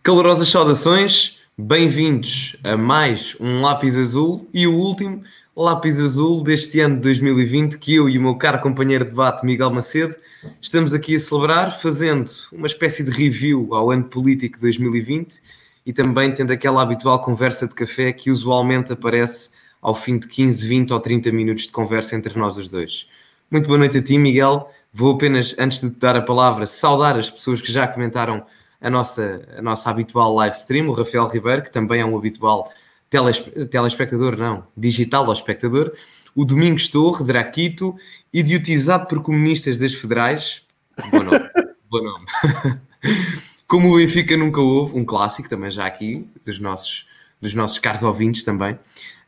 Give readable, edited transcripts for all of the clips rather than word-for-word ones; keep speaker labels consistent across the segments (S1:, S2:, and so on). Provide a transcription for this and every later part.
S1: Calorosas saudações, bem-vindos a mais um Lápis Azul e o último Lápis Azul deste ano de 2020 que eu e o meu caro companheiro de debate Miguel Macedo estamos aqui a celebrar, fazendo uma espécie de review ao ano político de 2020 e também tendo aquela habitual conversa de café que usualmente aparece ao fim de 15, 20 ou 30 minutos de conversa entre nós os dois. Muito boa noite a ti, Miguel. Vou apenas, antes de te dar a palavra, saudar as pessoas que já comentaram a nossa habitual live stream, o Rafael Ribeiro, que também é um habitual telespectador, não, digital ou espectador, o Domingos Torre, Draquito, idiotizado por comunistas das federais, bom nome, bom nome. Como o Benfica nunca houve, um clássico também já aqui, dos nossos caros ouvintes também.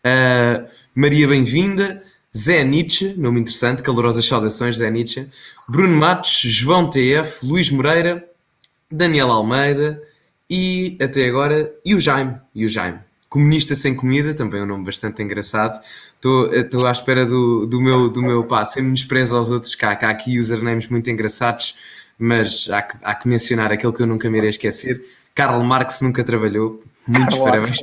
S1: Maria Bem-vinda, Zé Nietzsche, nome interessante, calorosas saudações, Zé Nietzsche, Bruno Matos, João TF, Luís Moreira, Daniel Almeida e até agora, e o Jaime. Comunista sem comida, também é um nome bastante engraçado. Estou à espera do meu pá, sem menosprezo aos outros, que há aqui usernames muito engraçados, mas há que mencionar aquele que eu nunca me irei esquecer. Karl Marx nunca trabalhou. Muitos parabéns.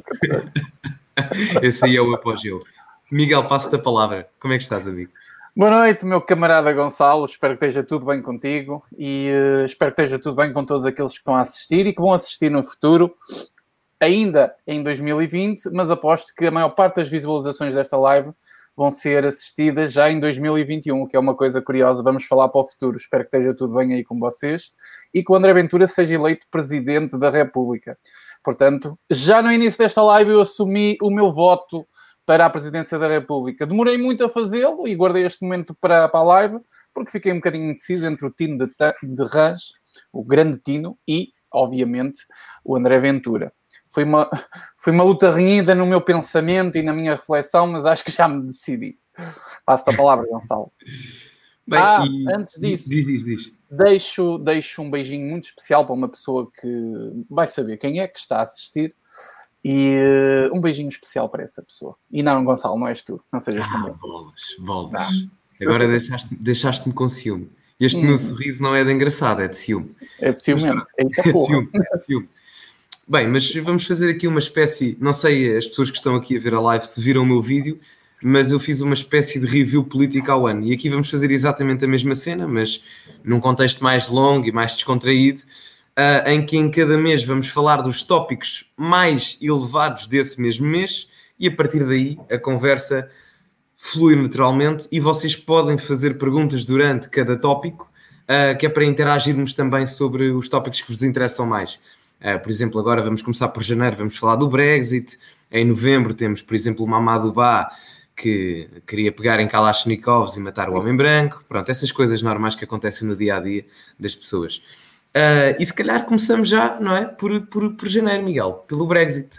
S1: Esse aí é o apogeu. Miguel, passo-te a palavra. Como é que estás, amigo?
S2: Boa noite, meu camarada Gonçalo. Espero que esteja tudo bem contigo e espero que esteja tudo bem com todos aqueles que estão a assistir e que vão assistir no futuro, ainda em 2020, mas aposto que a maior parte das visualizações desta live vão ser assistidas já em 2021, o que é uma coisa curiosa. Vamos falar para o futuro. Espero que esteja tudo bem aí com vocês e que o André Ventura seja eleito Presidente da República. Portanto, já no início desta live eu assumi o meu voto para a Presidência da República. Demorei muito a fazê-lo e guardei este momento para a live, porque fiquei um bocadinho indeciso entre o Tino de Rãs, o grande Tino, e, obviamente, o André Ventura. Foi uma luta renhida no meu pensamento e na minha reflexão, mas acho que já me decidi. Passo-te a palavra, Gonçalo.
S1: Bem,
S2: antes disso,
S1: diz.
S2: Deixo um beijinho muito especial para uma pessoa que vai saber quem é que está a assistir. E um beijinho especial para essa pessoa. E não, Gonçalo, não és tu. Não sejas como
S1: bolas. Agora deixaste-me com ciúme. Este meu sorriso não é de engraçado, é de ciúme.
S2: É de ciúme mesmo.
S1: É de ciúme. Bem, mas vamos fazer aqui uma espécie... Não sei, as pessoas que estão aqui a ver a live se viram o meu vídeo, mas eu fiz uma espécie de review político ao ano. E aqui vamos fazer exatamente a mesma cena, mas num contexto mais longo e mais descontraído, em que em cada mês vamos falar dos tópicos mais elevados desse mesmo mês e a partir daí a conversa flui naturalmente e vocês podem fazer perguntas durante cada tópico, que é para interagirmos também sobre os tópicos que vos interessam mais. Por exemplo, agora vamos começar por janeiro, vamos falar do Brexit. Em novembro temos, por exemplo, o Mamadou Ba, que queria pegar em Kalashnikovs e matar o homem branco. Pronto, essas coisas normais que acontecem no dia-a-dia das pessoas. E se calhar começamos já, não é? Por janeiro, Miguel, pelo Brexit.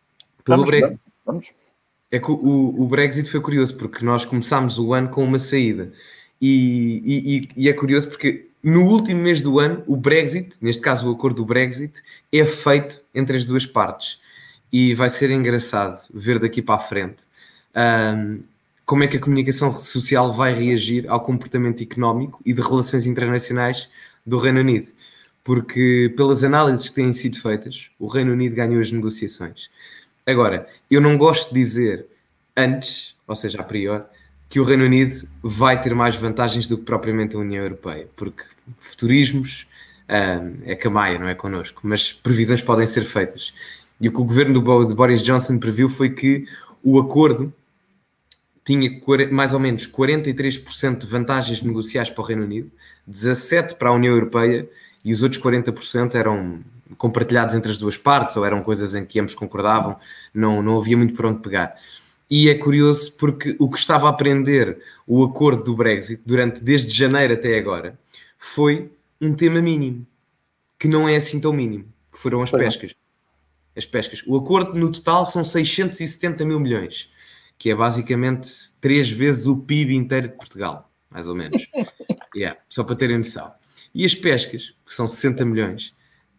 S1: Vamos. É que o Brexit foi curioso, porque nós começámos o ano com uma saída. E é curioso porque no último mês do ano, o Brexit, neste caso o acordo do Brexit, é feito entre as duas partes. E vai ser engraçado ver daqui para a frente como é que a comunicação social vai reagir ao comportamento económico e de relações internacionais do Reino Unido. Porque pelas análises que têm sido feitas, o Reino Unido ganhou as negociações. Agora, eu não gosto de dizer antes, ou seja, a priori, que o Reino Unido vai ter mais vantagens do que propriamente a União Europeia, porque futurismos é camaia, não é connosco, mas previsões podem ser feitas. E o que o governo de Boris Johnson previu foi que o acordo tinha mais ou menos 43% de vantagens negociais para o Reino Unido, 17% para a União Europeia, e os outros 40% eram compartilhados entre as duas partes, ou eram coisas em que ambos concordavam, não havia muito por onde pegar. E é curioso porque o que estava a aprender o acordo do Brexit, desde janeiro até agora, foi um tema mínimo, que não é assim tão mínimo, que foram as pescas. As pescas. O acordo no total são 670 mil milhões, que é basicamente 3 vezes o PIB inteiro de Portugal, mais ou menos. Só para terem noção. E as pescas, que são 60 milhões,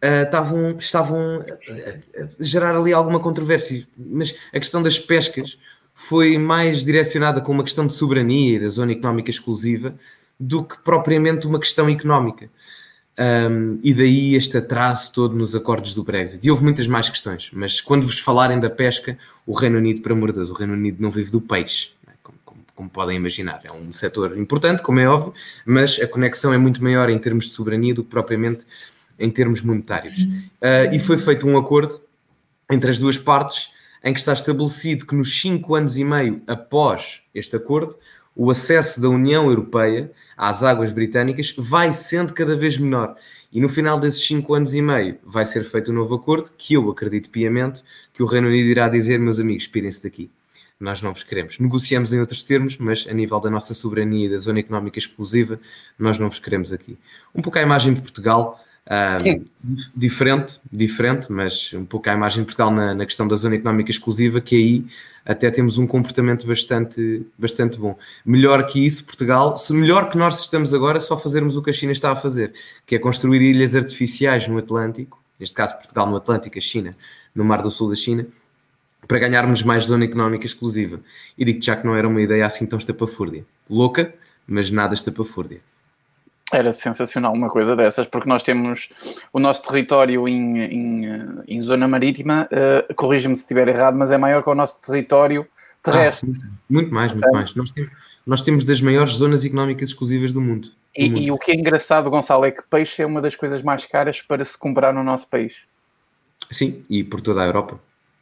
S1: estavam a gerar ali alguma controvérsia. Mas a questão das pescas foi mais direcionada com uma questão de soberania e da zona económica exclusiva do que propriamente uma questão económica. E daí este atraso todo nos acordos do Brexit. E houve muitas mais questões, mas quando vos falarem da pesca, o Reino Unido, por amor de Deus, o Reino Unido não vive do peixe, não é? Como podem imaginar. É um setor importante, como é óbvio, mas a conexão é muito maior em termos de soberania do que propriamente em termos monetários. E foi feito um acordo entre as duas partes, em que está estabelecido que nos 5 anos e meio após este acordo, o acesso da União Europeia às águas britânicas vai sendo cada vez menor. E no final desses 5 anos e meio vai ser feito um novo acordo, que eu acredito piamente que o Reino Unido irá dizer, meus amigos, pirem-se daqui. Nós não vos queremos. Negociamos em outros termos, mas a nível da nossa soberania e da zona económica exclusiva, nós não vos queremos aqui. Um pouco a imagem de Portugal, diferente, mas um pouco a imagem de Portugal na questão da zona económica exclusiva, que aí até temos um comportamento bastante bom. Melhor que isso, Portugal, melhor que nós estamos agora, só fazermos o que a China está a fazer, que é construir ilhas artificiais no Atlântico, neste caso Portugal no Atlântico, a China no Mar do Sul da China, para ganharmos mais zona económica exclusiva. E digo já que não era uma ideia assim tão estapafúrdia. Louca, mas nada estapafúrdia.
S2: Era sensacional uma coisa dessas, porque nós temos o nosso território em zona marítima, corrige-me se estiver errado, mas é maior que o nosso território terrestre.
S1: Muito mais. Nós temos das maiores zonas económicas exclusivas do mundo.
S2: E o que é engraçado, Gonçalo, é que peixe é uma das coisas mais caras para se comprar no nosso país.
S1: Sim, e por toda a Europa.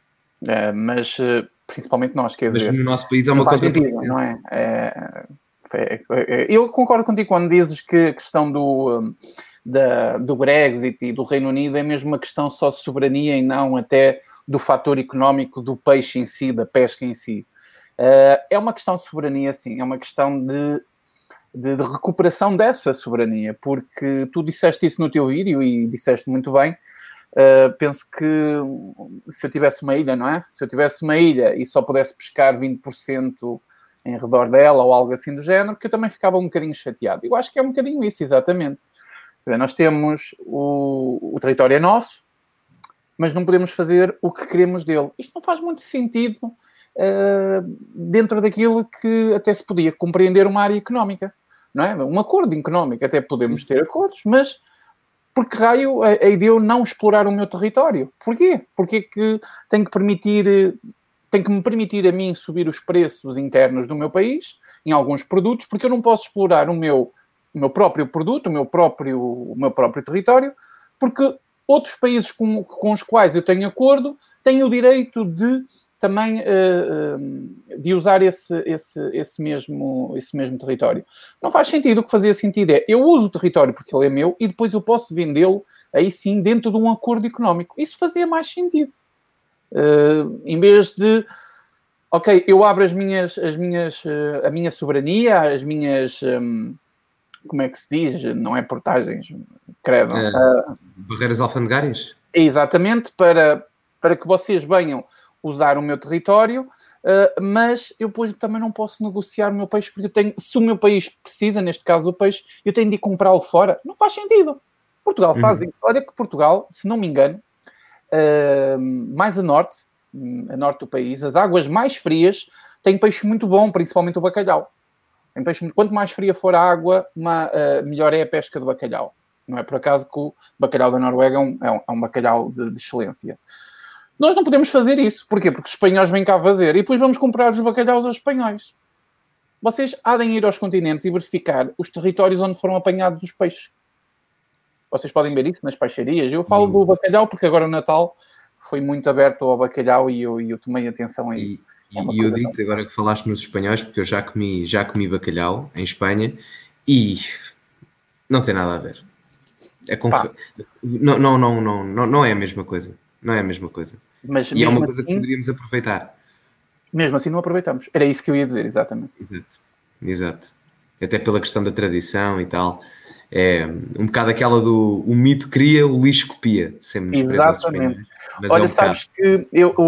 S2: Mas principalmente nós, quer dizer...
S1: Mas no nosso país é uma contrapartida,
S2: não é? Eu concordo contigo quando dizes que a questão do Brexit e do Reino Unido é mesmo uma questão só de soberania e não até do fator económico do peixe em si, da pesca em si. É uma questão de soberania, sim, é uma questão de recuperação dessa soberania, porque tu disseste isso no teu vídeo e disseste muito bem. Penso que se eu tivesse uma ilha, não é? Se eu tivesse uma ilha e só pudesse pescar 20% em redor dela ou algo assim do género, que eu também ficava um bocadinho chateado. Eu acho que é um bocadinho isso, exatamente. Nós temos o território é nosso, mas não podemos fazer o que queremos dele. Isto não faz muito sentido dentro daquilo que até se podia compreender uma área económica, não é? Um acordo económico, até podemos ter acordos, mas por que raio hei de eu não explorar o meu território? Porquê? Porque que tem que me permitir a mim subir os preços internos do meu país em alguns produtos, porque eu não posso explorar o meu próprio produto, o meu próprio território, porque outros países com os quais eu tenho acordo têm o direito de também de usar esse mesmo território. Não faz sentido. O que fazia sentido é eu uso o território porque ele é meu e depois eu posso vendê-lo aí sim dentro de um acordo económico. Isso fazia mais sentido. Em vez de ok, eu abro a minha soberania, as minhas como é que se diz? Não é portagens, credo.
S1: Barreiras alfandegárias?
S2: Exatamente, para que vocês venham usar o meu território, mas eu depois também não posso negociar o meu peixe, porque se o meu país precisa, neste caso o peixe, eu tenho de ir comprá-lo fora. Não faz sentido. Portugal faz isso. Olha que Portugal, se não me engano, mais a norte do país, as águas mais frias têm peixe muito bom, principalmente o bacalhau. Tem peixe, quanto mais fria for a água, melhor é a pesca do bacalhau. Não é por acaso que o bacalhau da Noruega é um bacalhau de excelência. Nós não podemos fazer isso. Porquê? Porque os espanhóis vêm cá fazer. E depois vamos comprar os bacalhaus aos espanhóis. Vocês há de ir aos continentes e verificar os territórios onde foram apanhados os peixes. Vocês podem ver isso nas peixarias. Eu falo do bacalhau porque agora o Natal foi muito aberto ao bacalhau e eu tomei atenção a isso.
S1: E eu digo-te agora que falaste nos espanhóis, porque eu já comi bacalhau em Espanha e não tem nada a ver. Não é a mesma coisa. Não é a mesma coisa.
S2: Mas
S1: e é uma coisa que poderíamos aproveitar.
S2: Mesmo assim não aproveitamos. Era isso que eu ia dizer, exatamente.
S1: Exato. Até pela questão da tradição e tal. É um bocado aquela do o mito cria, o lixo copia. Sempre nos
S2: exatamente. Olha, sabes que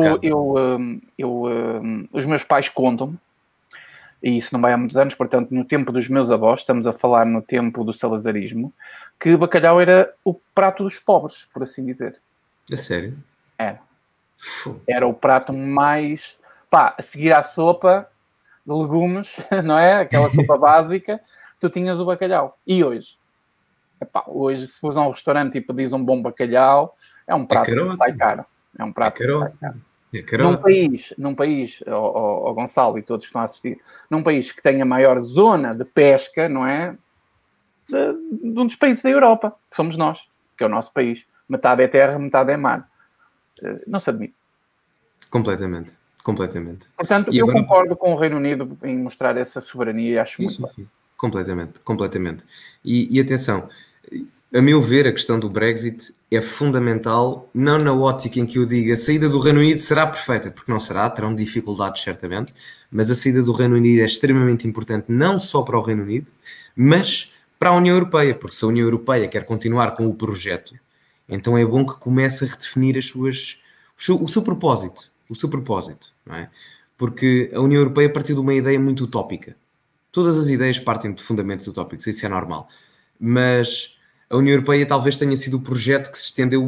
S2: os meus pais contam-me, e isso não vai há muitos anos, portanto, no tempo dos meus avós, estamos a falar no tempo do salazarismo, que bacalhau era o prato dos pobres, por assim dizer.
S1: É sério?
S2: Era o prato mais... a seguir à sopa de legumes, não é? Aquela sopa básica, tu tinhas o bacalhau. E hoje? Epá, hoje, se fores a um restaurante e pedis um bom bacalhau, é um prato que sai caro. É um prato que sai caro. Num país, ó Gonçalo e todos que estão a assistir, num país que tem a maior zona de pesca, não é? De um dos países da Europa, que somos nós, que é o nosso país. Metade é terra, metade é mar. Não se admite.
S1: Completamente.
S2: Portanto, eu concordo com o Reino Unido em mostrar essa soberania e acho muito bem.
S1: Completamente. E atenção, a meu ver, a questão do Brexit é fundamental, não na ótica em que eu digo a saída do Reino Unido será perfeita, porque não será, terão dificuldades certamente, mas a saída do Reino Unido é extremamente importante não só para o Reino Unido, mas para a União Europeia, porque se a União Europeia quer continuar com o projeto, então é bom que comece a redefinir o seu propósito, não é? Porque a União Europeia partiu de uma ideia muito utópica. Todas as ideias partem de fundamentos utópicos, isso é normal. Mas a União Europeia talvez tenha sido o projeto que se estendeu o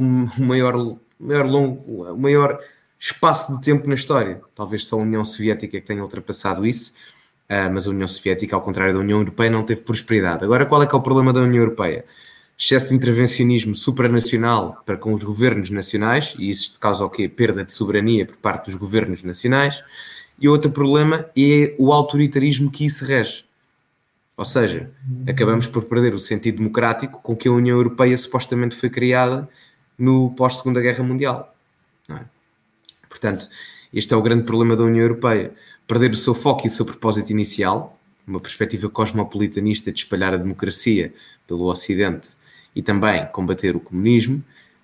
S1: maior espaço de tempo na história. Talvez só a União Soviética que tenha ultrapassado isso, mas a União Soviética, ao contrário da União Europeia, não teve prosperidade. Agora, qual é que é o problema da União Europeia? Excesso de intervencionismo supranacional para com os governos nacionais, e isso causa o quê? Perda de soberania por parte dos governos nacionais. E outro problema é o autoritarismo que isso rege. Ou seja, acabamos por perder o sentido democrático com que a União Europeia supostamente foi criada no pós-Segunda Guerra Mundial. Não é? Portanto, este é o grande problema da União Europeia. Perder o seu foco e o seu propósito inicial, uma perspectiva cosmopolitanista de espalhar a democracia pelo Ocidente e também combater o comunismo,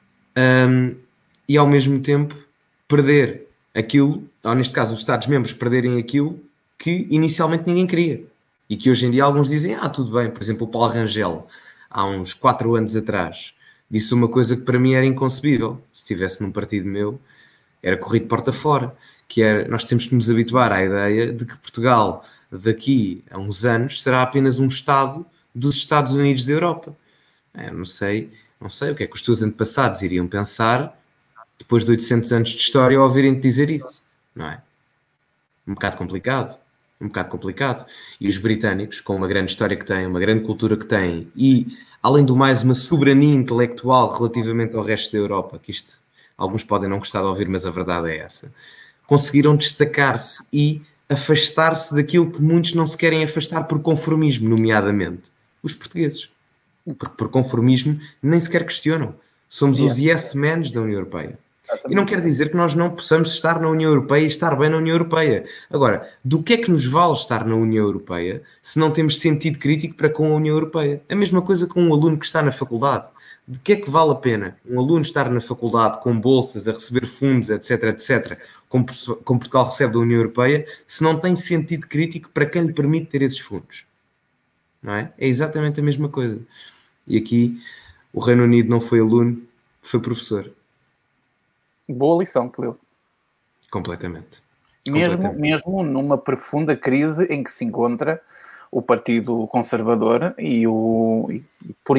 S1: e ao mesmo tempo perder aquilo, ou neste caso os Estados-membros perderem aquilo que inicialmente ninguém queria. E que hoje em dia alguns dizem, tudo bem. Por exemplo, o Paulo Rangel, há uns 4 anos atrás, disse uma coisa que para mim era inconcebível. Se estivesse num partido meu, era corrido porta fora. Que era, nós temos que nos habituar à ideia de que Portugal, daqui a uns anos, será apenas um Estado dos Estados Unidos da Europa. Não sei o que é que os teus antepassados iriam pensar depois de 800 anos de história ao ouvirem-te dizer isso, não é? Um bocado complicado. E os britânicos, com uma grande história que têm, uma grande cultura que têm e, além do mais, uma soberania intelectual relativamente ao resto da Europa, que isto, alguns podem não gostar de ouvir, mas a verdade é essa, conseguiram destacar-se e afastar-se daquilo que muitos não se querem afastar por conformismo, nomeadamente os portugueses. Porque por conformismo nem sequer questionam. Somos os yes men da União Europeia. E não quer dizer que nós não possamos estar na União Europeia e estar bem na União Europeia. Agora, do que é que nos vale estar na União Europeia se não temos sentido crítico para com a União Europeia? A mesma coisa com um aluno que está na faculdade. Do que é que vale a pena um aluno estar na faculdade com bolsas, a receber fundos, etc., como Portugal recebe da União Europeia, se não tem sentido crítico para quem lhe permite ter esses fundos? Não é? É exatamente a mesma coisa. E aqui, o Reino Unido não foi aluno, foi professor.
S2: Boa lição que deu.
S1: Completamente.
S2: Mesmo numa profunda crise em que se encontra o Partido Conservador e por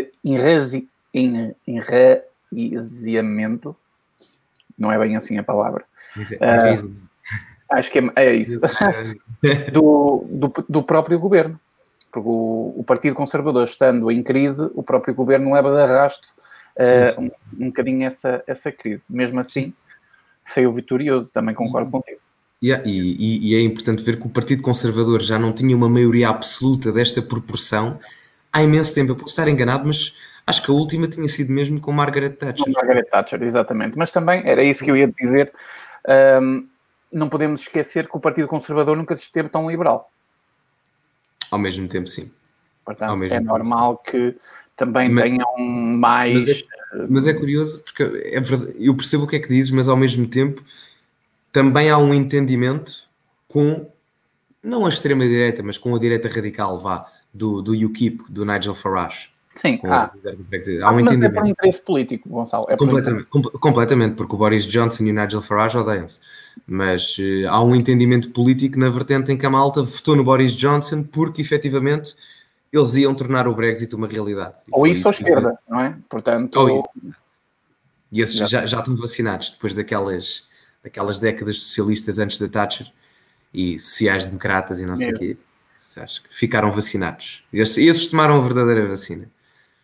S2: enraizamento, não é bem assim a palavra, acho que é isso, do próprio governo. Porque o Partido Conservador, estando em crise, o próprio governo leva de arrasto um bocadinho essa crise. Mesmo assim, saiu vitorioso, também concordo contigo.
S1: E é importante ver que o Partido Conservador já não tinha uma maioria absoluta desta proporção há imenso tempo. Eu posso estar enganado, mas acho que a última tinha sido mesmo com Margaret Thatcher.
S2: Com Margaret Thatcher, exatamente. Mas também, era isso que eu ia dizer, não podemos esquecer que o Partido Conservador nunca esteve tão liberal.
S1: Ao mesmo tempo, sim.
S2: Portanto, é normal que também tenham mais...
S1: Mas é curioso, porque é verdade, eu percebo o que é que dizes, mas ao mesmo tempo também há um entendimento com, não a extrema-direita, mas com a direita radical, do UKIP, do Nigel Farage.
S2: Sim,
S1: há um
S2: mas
S1: entendimento.
S2: É por interesse político, Gonçalo.
S1: Completamente, porque o Boris Johnson e o Nigel Farage odeiam-se. Mas há um entendimento político na vertente em que a malta votou no Boris Johnson porque, efetivamente, eles iam tornar o Brexit uma realidade.
S2: Ou isso ou esquerda, não é? Portanto...
S1: E esses já estão vacinados, depois daquelas décadas socialistas antes da Thatcher e sociais-democratas e não sei o quê. Acho que ficaram vacinados. Esses tomaram a verdadeira vacina.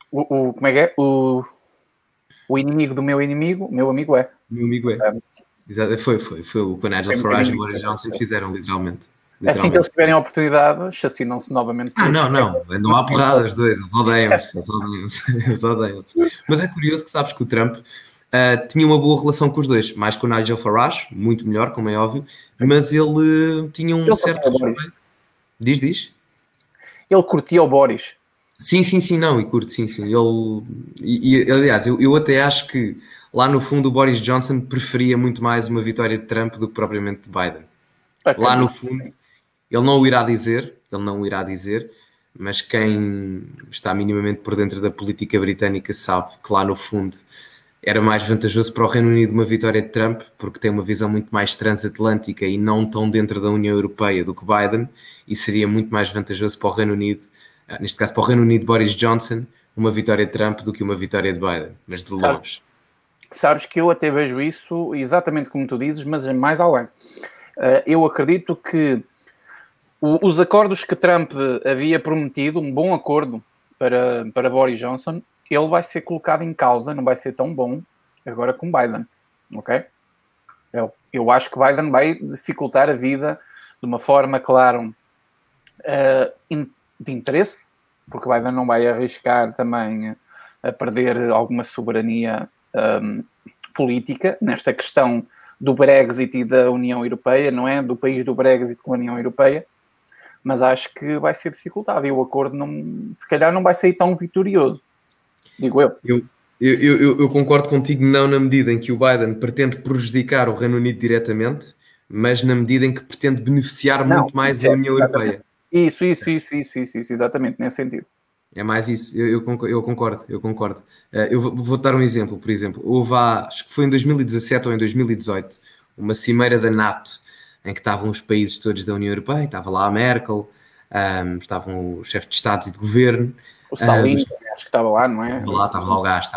S2: Como é que é? O inimigo do meu inimigo, meu amigo é.
S1: Meu amigo é. Exato. Foi o que o Nigel Farage e o Boris Johnson fizeram, literalmente.
S2: Assim que eles tiverem a oportunidade, chacinam-se novamente.
S1: Não. Andam à porrada os dois. Eles odeiam-se. Mas é curioso que sabes que o Trump tinha uma boa relação com os dois. Mais com o Nigel Farage, muito melhor, como é óbvio. Sim. Mas ele tinha um certo respeito. Diz.
S2: Ele curtia o Boris.
S1: Sim, não, e curto, sim. Ele, aliás, eu até acho que lá no fundo o Boris Johnson preferia muito mais uma vitória de Trump do que propriamente de Biden. Lá no fundo, ele não o irá dizer, mas quem está minimamente por dentro da política britânica sabe que lá no fundo era mais vantajoso para o Reino Unido uma vitória de Trump, porque tem uma visão muito mais transatlântica e não tão dentro da União Europeia do que Biden, e seria muito mais vantajoso para o Reino Unido, neste caso para o Reino Unido Boris Johnson, uma vitória de Trump do que uma vitória de Biden, mas de longe.
S2: Sabes que eu até vejo isso exatamente como tu dizes, mas mais além. Eu acredito que os acordos que Trump havia prometido, um bom acordo para Boris Johnson, ele vai ser colocado em causa, não vai ser tão bom agora com Biden, ok? Eu acho que Biden vai dificultar a vida de uma forma, claro, de interesse, porque Biden não vai arriscar também a perder alguma soberania política nesta questão do Brexit e da União Europeia, não é? Do país do Brexit com a União Europeia, mas acho que vai ser dificultado e o acordo se calhar não vai sair tão vitorioso, digo eu.
S1: Eu concordo contigo, não na medida em que o Biden pretende prejudicar o Reino Unido diretamente, mas na medida em que pretende beneficiar muito mais a União Europeia.
S2: Isso, exatamente, nesse sentido.
S1: É mais isso, eu concordo. Eu vou dar um exemplo, por exemplo, houve acho que foi em 2017 ou em 2018, uma cimeira da NATO, em que estavam os países todos da União Europeia, estava lá a Merkel, estavam os chefes de Estados e de Governo.
S2: O Stalin, acho que estava lá, não é?
S1: Estava lá o gajo.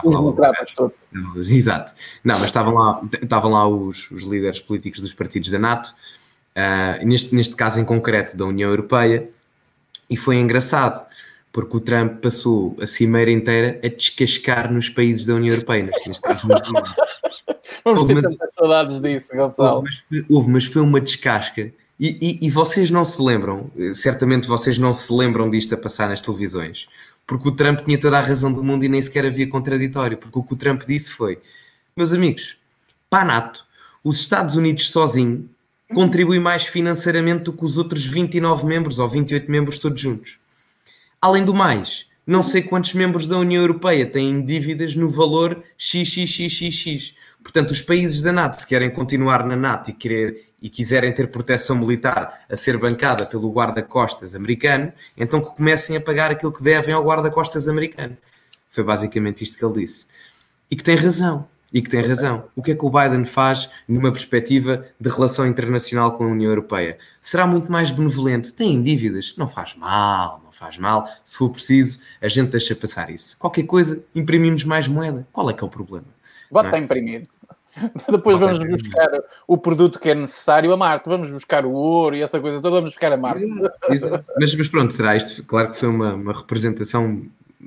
S1: Exato. Não, mas estavam lá os líderes políticos dos partidos da NATO, neste caso em concreto da União Europeia, e foi engraçado, porque o Trump passou a cimeira inteira a descascar nos países da União Europeia. Neste caso,
S2: vamos ter tantas saudades disso, Gonçalo.
S1: Mas foi uma descasca. E vocês não se lembram, certamente vocês não se lembram disto a passar nas televisões, porque o Trump tinha toda a razão do mundo e nem sequer havia contraditório, porque o que o Trump disse foi: meus amigos, para a NATO, os Estados Unidos sozinho contribuem mais financeiramente do que os outros 29 membros ou 28 membros todos juntos. Além do mais, não sei quantos membros da União Europeia têm dívidas no valor XXXXX. Portanto, os países da NATO, se querem continuar na NATO e quiserem ter proteção militar a ser bancada pelo guarda-costas americano, então que comecem a pagar aquilo que devem ao guarda-costas americano. Foi basicamente isto que ele disse. E que tem razão. O que é que o Biden faz numa perspectiva de relação internacional com a União Europeia? Será muito mais benevolente. Tem dívidas. Não faz mal. Se for preciso, a gente deixa passar isso. Qualquer coisa, imprimimos mais moeda. Qual é que é o problema?
S2: Bota imprimido. Depois vamos buscar o produto que é necessário a Marte. Vamos buscar o ouro e essa coisa toda. Vamos buscar a Marte.
S1: Exato. Mas pronto, será isto? Claro que foi uma representação...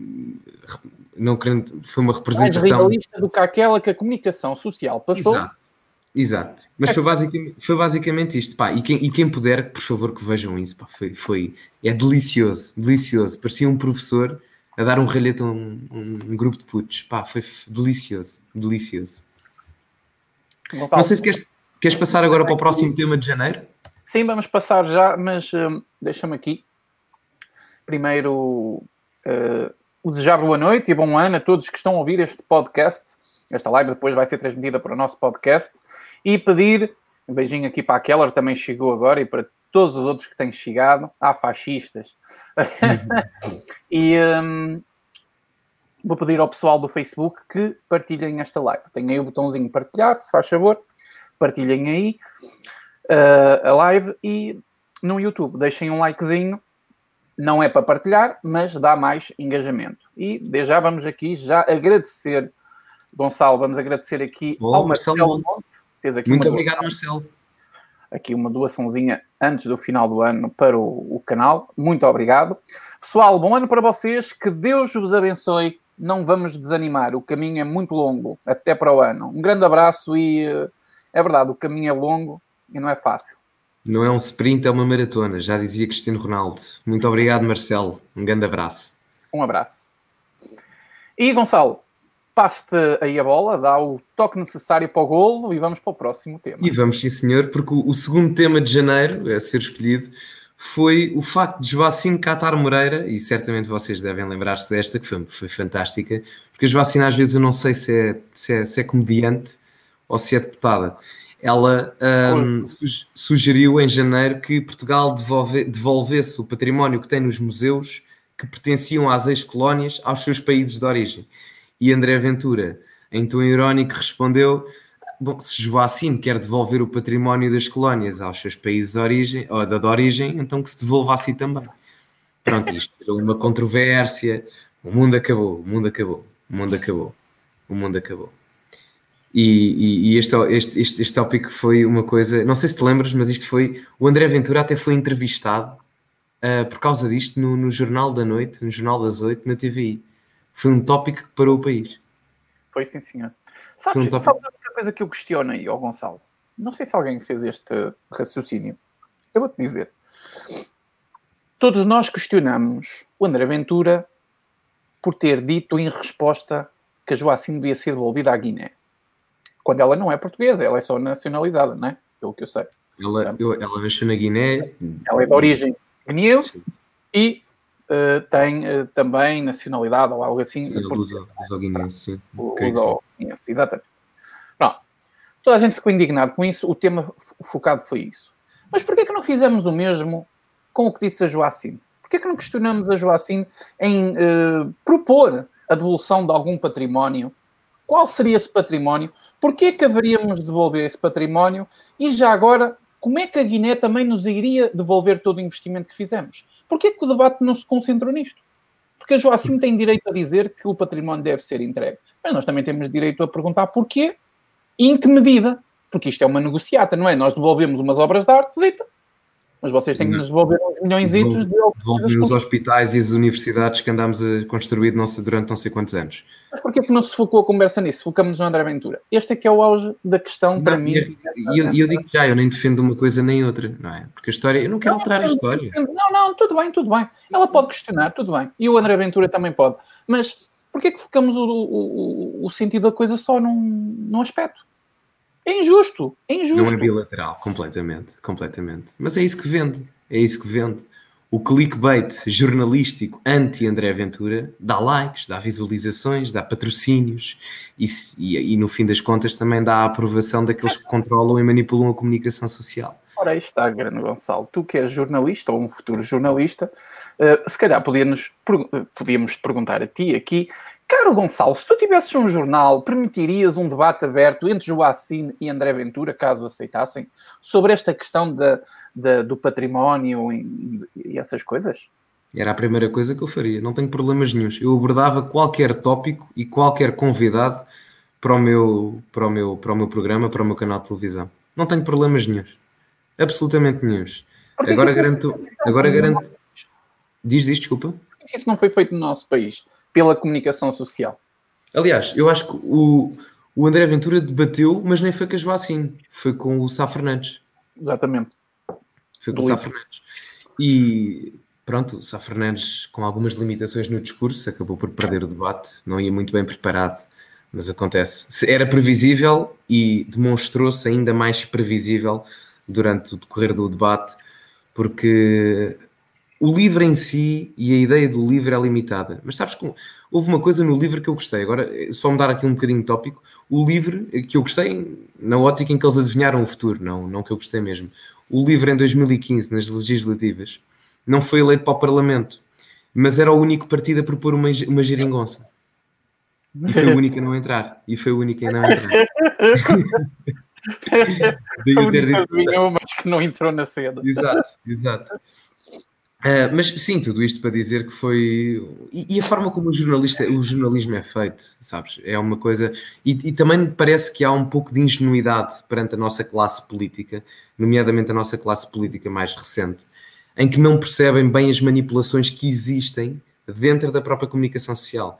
S1: Não querendo... Foi uma representação...
S2: Mais rivalista do que aquela que a comunicação social passou.
S1: Exato. Mas foi basicamente isto. Pá, e quem puder, por favor, que vejam isso. Pá, é delicioso. Parecia um professor a dar um ralhete a um grupo de putos. Pá, foi delicioso. Gonçalo, não sei se queres passar agora para o próximo tema de janeiro.
S2: Sim, vamos passar já, mas deixa-me aqui. Primeiro, desejar boa noite e bom ano a todos que estão a ouvir este podcast. Esta live depois vai ser transmitida para o nosso podcast. E pedir, um beijinho aqui para a Keller, também chegou agora, e para todos os outros que têm chegado. Fascistas. E vou pedir ao pessoal do Facebook que partilhem esta live. Tem aí o botãozinho partilhar, se faz favor. Partilhem aí a live e no YouTube deixem um likezinho. Não é para partilhar, mas dá mais engajamento. E desde já vamos aqui agradecer, Gonçalo, vamos agradecer aqui ao Marcelo Monte. Fez aqui
S1: muito obrigado, Marcelo.
S2: Aqui uma doaçãozinha antes do final do ano para o canal. Muito obrigado. Pessoal, bom ano para vocês. Que Deus vos abençoe não vamos desanimar, o caminho é muito longo, até para o ano. Um grande abraço e é verdade, o caminho é longo e não é fácil.
S1: Não é um sprint, é uma maratona, já dizia Cristiano Ronaldo. Muito obrigado, Marcelo. Um grande abraço.
S2: Um abraço. E Gonçalo, passe-te aí a bola, dá o toque necessário para o golo e vamos para o próximo tema.
S1: E vamos, sim senhor, porque o segundo tema de janeiro a ser escolhido foi o facto de Joacine Catar Moreira, e certamente vocês devem lembrar-se desta, que foi fantástica, porque a Joacine às vezes eu não sei se é comediante ou se é deputada. Ela sugeriu em janeiro que Portugal devolvesse o património que tem nos museus que pertenciam às ex-colónias aos seus países de origem. E André Ventura, em tom irónico, respondeu: bom, se Joacine quer devolver o património das colónias aos seus países de origem, então que se devolva assim também. Pronto, isto era uma controvérsia. O mundo acabou. E este tópico foi uma coisa... Não sei se te lembras, mas isto foi... O André Ventura até foi entrevistado por causa disto no Jornal da Noite, no Jornal das 8, na TVI. Foi um tópico que parou o país.
S2: Foi, sim, senhor. Sabes a única coisa que eu questiono aí, Gonçalo? Não sei se alguém fez este raciocínio. Eu vou-te dizer. Todos nós questionamos o André Ventura por ter dito em resposta que a Joacine devia ser devolvida à Guiné. Quando ela não é portuguesa, ela é só nacionalizada, não é? Pelo que eu sei.
S1: Ela nasceu na Guiné.
S2: Ela é de origem guineense e tem também nacionalidade ou algo assim.
S1: Luso-guinense, sim.
S2: Luso-guinense, exatamente. Pronto. Toda a gente ficou indignado com isso. O tema focado foi isso. Mas porquê que não fizemos o mesmo com o que disse a Joacine? Porquê que não questionamos a Joacine em propor a devolução de algum património? Qual seria esse património? Porquê que haveríamos de devolver esse património? E já agora, como é que a Guiné também nos iria devolver todo o investimento que fizemos? Porquê que o debate não se concentrou nisto? Porque a Joacine tem direito a dizer que o património deve ser entregue. Mas nós também temos direito a perguntar porquê e em que medida. Porque isto é uma negociata, não é? Nós devolvemos umas obras de arte, mas vocês têm que nos devolver uns milhõezitos de...
S1: Devolver os hospitais e as universidades que andámos a construir durante não sei quantos anos.
S2: Mas porquê que não se focou a conversa nisso? Focamos no André Ventura. Este é que é o auge da questão para mim.
S1: E eu digo já, eu nem defendo uma coisa nem outra, não é? Porque a história, eu não quero alterar a história.
S2: Não, tudo bem. Ela pode questionar, tudo bem. E o André Ventura também pode. Mas porquê que focamos o sentido da coisa só num aspecto? É injusto.
S1: Não é bilateral, completamente. Mas é isso que vende. O clickbait jornalístico anti-André Ventura dá likes, dá visualizações, dá patrocínios e no fim das contas também dá a aprovação daqueles que controlam e manipulam a comunicação social.
S2: Ora, aí está, grande Gonçalo. Tu que és jornalista ou um futuro jornalista, se calhar podíamos te perguntar a ti aqui: caro Gonçalo, se tu tivesses um jornal, permitirias um debate aberto entre Joacine e André Ventura, caso aceitassem, sobre esta questão do património e essas coisas?
S1: Era a primeira coisa que eu faria. Não tenho problemas nenhuns. Eu abordava qualquer tópico e qualquer convidado para o meu programa, para o meu canal de televisão. Não tenho problemas nenhuns. Absolutamente nenhuns. Agora garanto... Diz, desculpa.
S2: Isso não foi feito no nosso país, pela comunicação social.
S1: Aliás, eu acho que o André Ventura debateu, mas nem foi com a Joacine, foi com o Sá Fernandes.
S2: Exatamente.
S1: Foi com o Sá Fernandes. E pronto, o Sá Fernandes, com algumas limitações no discurso, acabou por perder o debate, não ia muito bem preparado, mas acontece. Era previsível e demonstrou-se ainda mais previsível durante o decorrer do debate, porque o livro em si e a ideia do livro é limitada. Mas sabes que houve uma coisa no livro que eu gostei. Agora, só mudar aqui um bocadinho de tópico. O livro que eu gostei, na ótica em que eles adivinharam o futuro, não que eu gostei mesmo. O livro em 2015, nas legislativas, não foi eleito para o Parlamento, mas era o único partido a propor uma geringonça. E foi o único a não entrar.
S2: Mas que não entrou na cena.
S1: Exato. Mas sim, tudo isto para dizer que foi... E a forma como o jornalismo é feito, sabes? É uma coisa... E também me parece que há um pouco de ingenuidade perante a nossa classe política, nomeadamente a nossa classe política mais recente, em que não percebem bem as manipulações que existem dentro da própria comunicação social.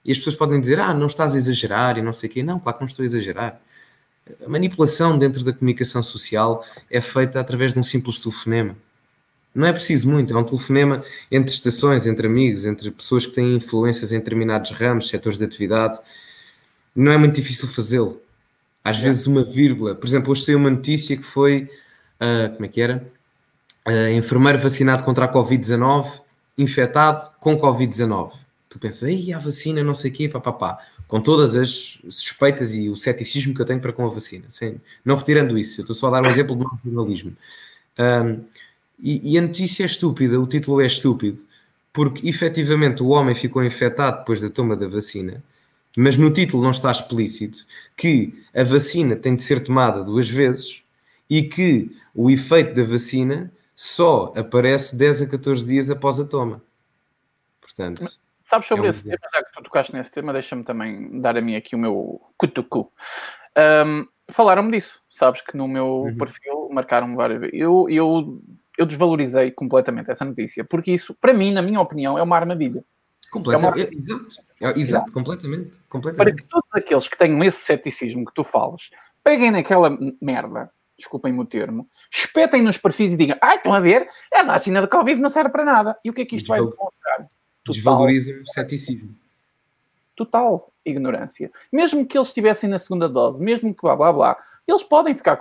S1: E as pessoas podem dizer, não estás a exagerar e não sei o quê. Não, claro que não estou a exagerar. A manipulação dentro da comunicação social é feita através de um simples telefonema. Não é preciso muito, é um telefonema entre estações, entre amigos, entre pessoas que têm influências em determinados ramos, setores de atividade. Não é muito difícil fazê-lo. Às vezes uma vírgula. Por exemplo, hoje saiu uma notícia que foi, como é que era? Enfermeiro vacinado contra a Covid-19, infectado com Covid-19. Tu pensas, a vacina, não sei o quê, papapá. Com todas as suspeitas e o ceticismo que eu tenho para com a vacina. Não retirando isso, eu estou só a dar um exemplo de mau jornalismo. E a notícia é estúpida, o título é estúpido, porque efetivamente o homem ficou infectado depois da toma da vacina, mas no título não está explícito que a vacina tem de ser tomada 2 vezes e que o efeito da vacina só aparece 10 a 14 dias após a toma. Portanto,
S2: sabes sobre esse tema, já que tu tocaste nesse tema, deixa-me também dar a mim aqui o meu cutucu. Falaram-me disso, sabes que no meu perfil marcaram-me várias vezes. Eu desvalorizei completamente essa notícia, porque isso, para mim, na minha opinião, é uma armadilha.
S1: Completamente. Exato, completamente.
S2: Para que todos aqueles que tenham esse ceticismo que tu falas, peguem naquela merda, desculpem-me o termo, espetem nos perfis e digam, estão a ver, a vacina de Covid não serve para nada. E o que é que isto vai demonstrar?
S1: Desvalorizam o ceticismo.
S2: Total ignorância. Mesmo que eles estivessem na segunda dose, mesmo que blá blá blá, eles podem ficar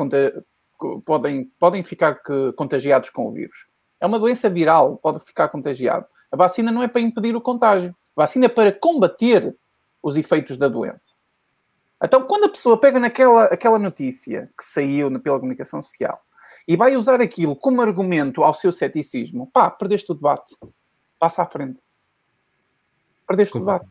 S2: contagiados com o vírus. É uma doença viral, pode ficar contagiado. A vacina não é para impedir o contágio. A vacina é para combater os efeitos da doença. Então, quando a pessoa pega aquela notícia que saiu pela comunicação social e vai usar aquilo como argumento ao seu ceticismo, perdeste o debate. Passa à frente. Perdeste o debate.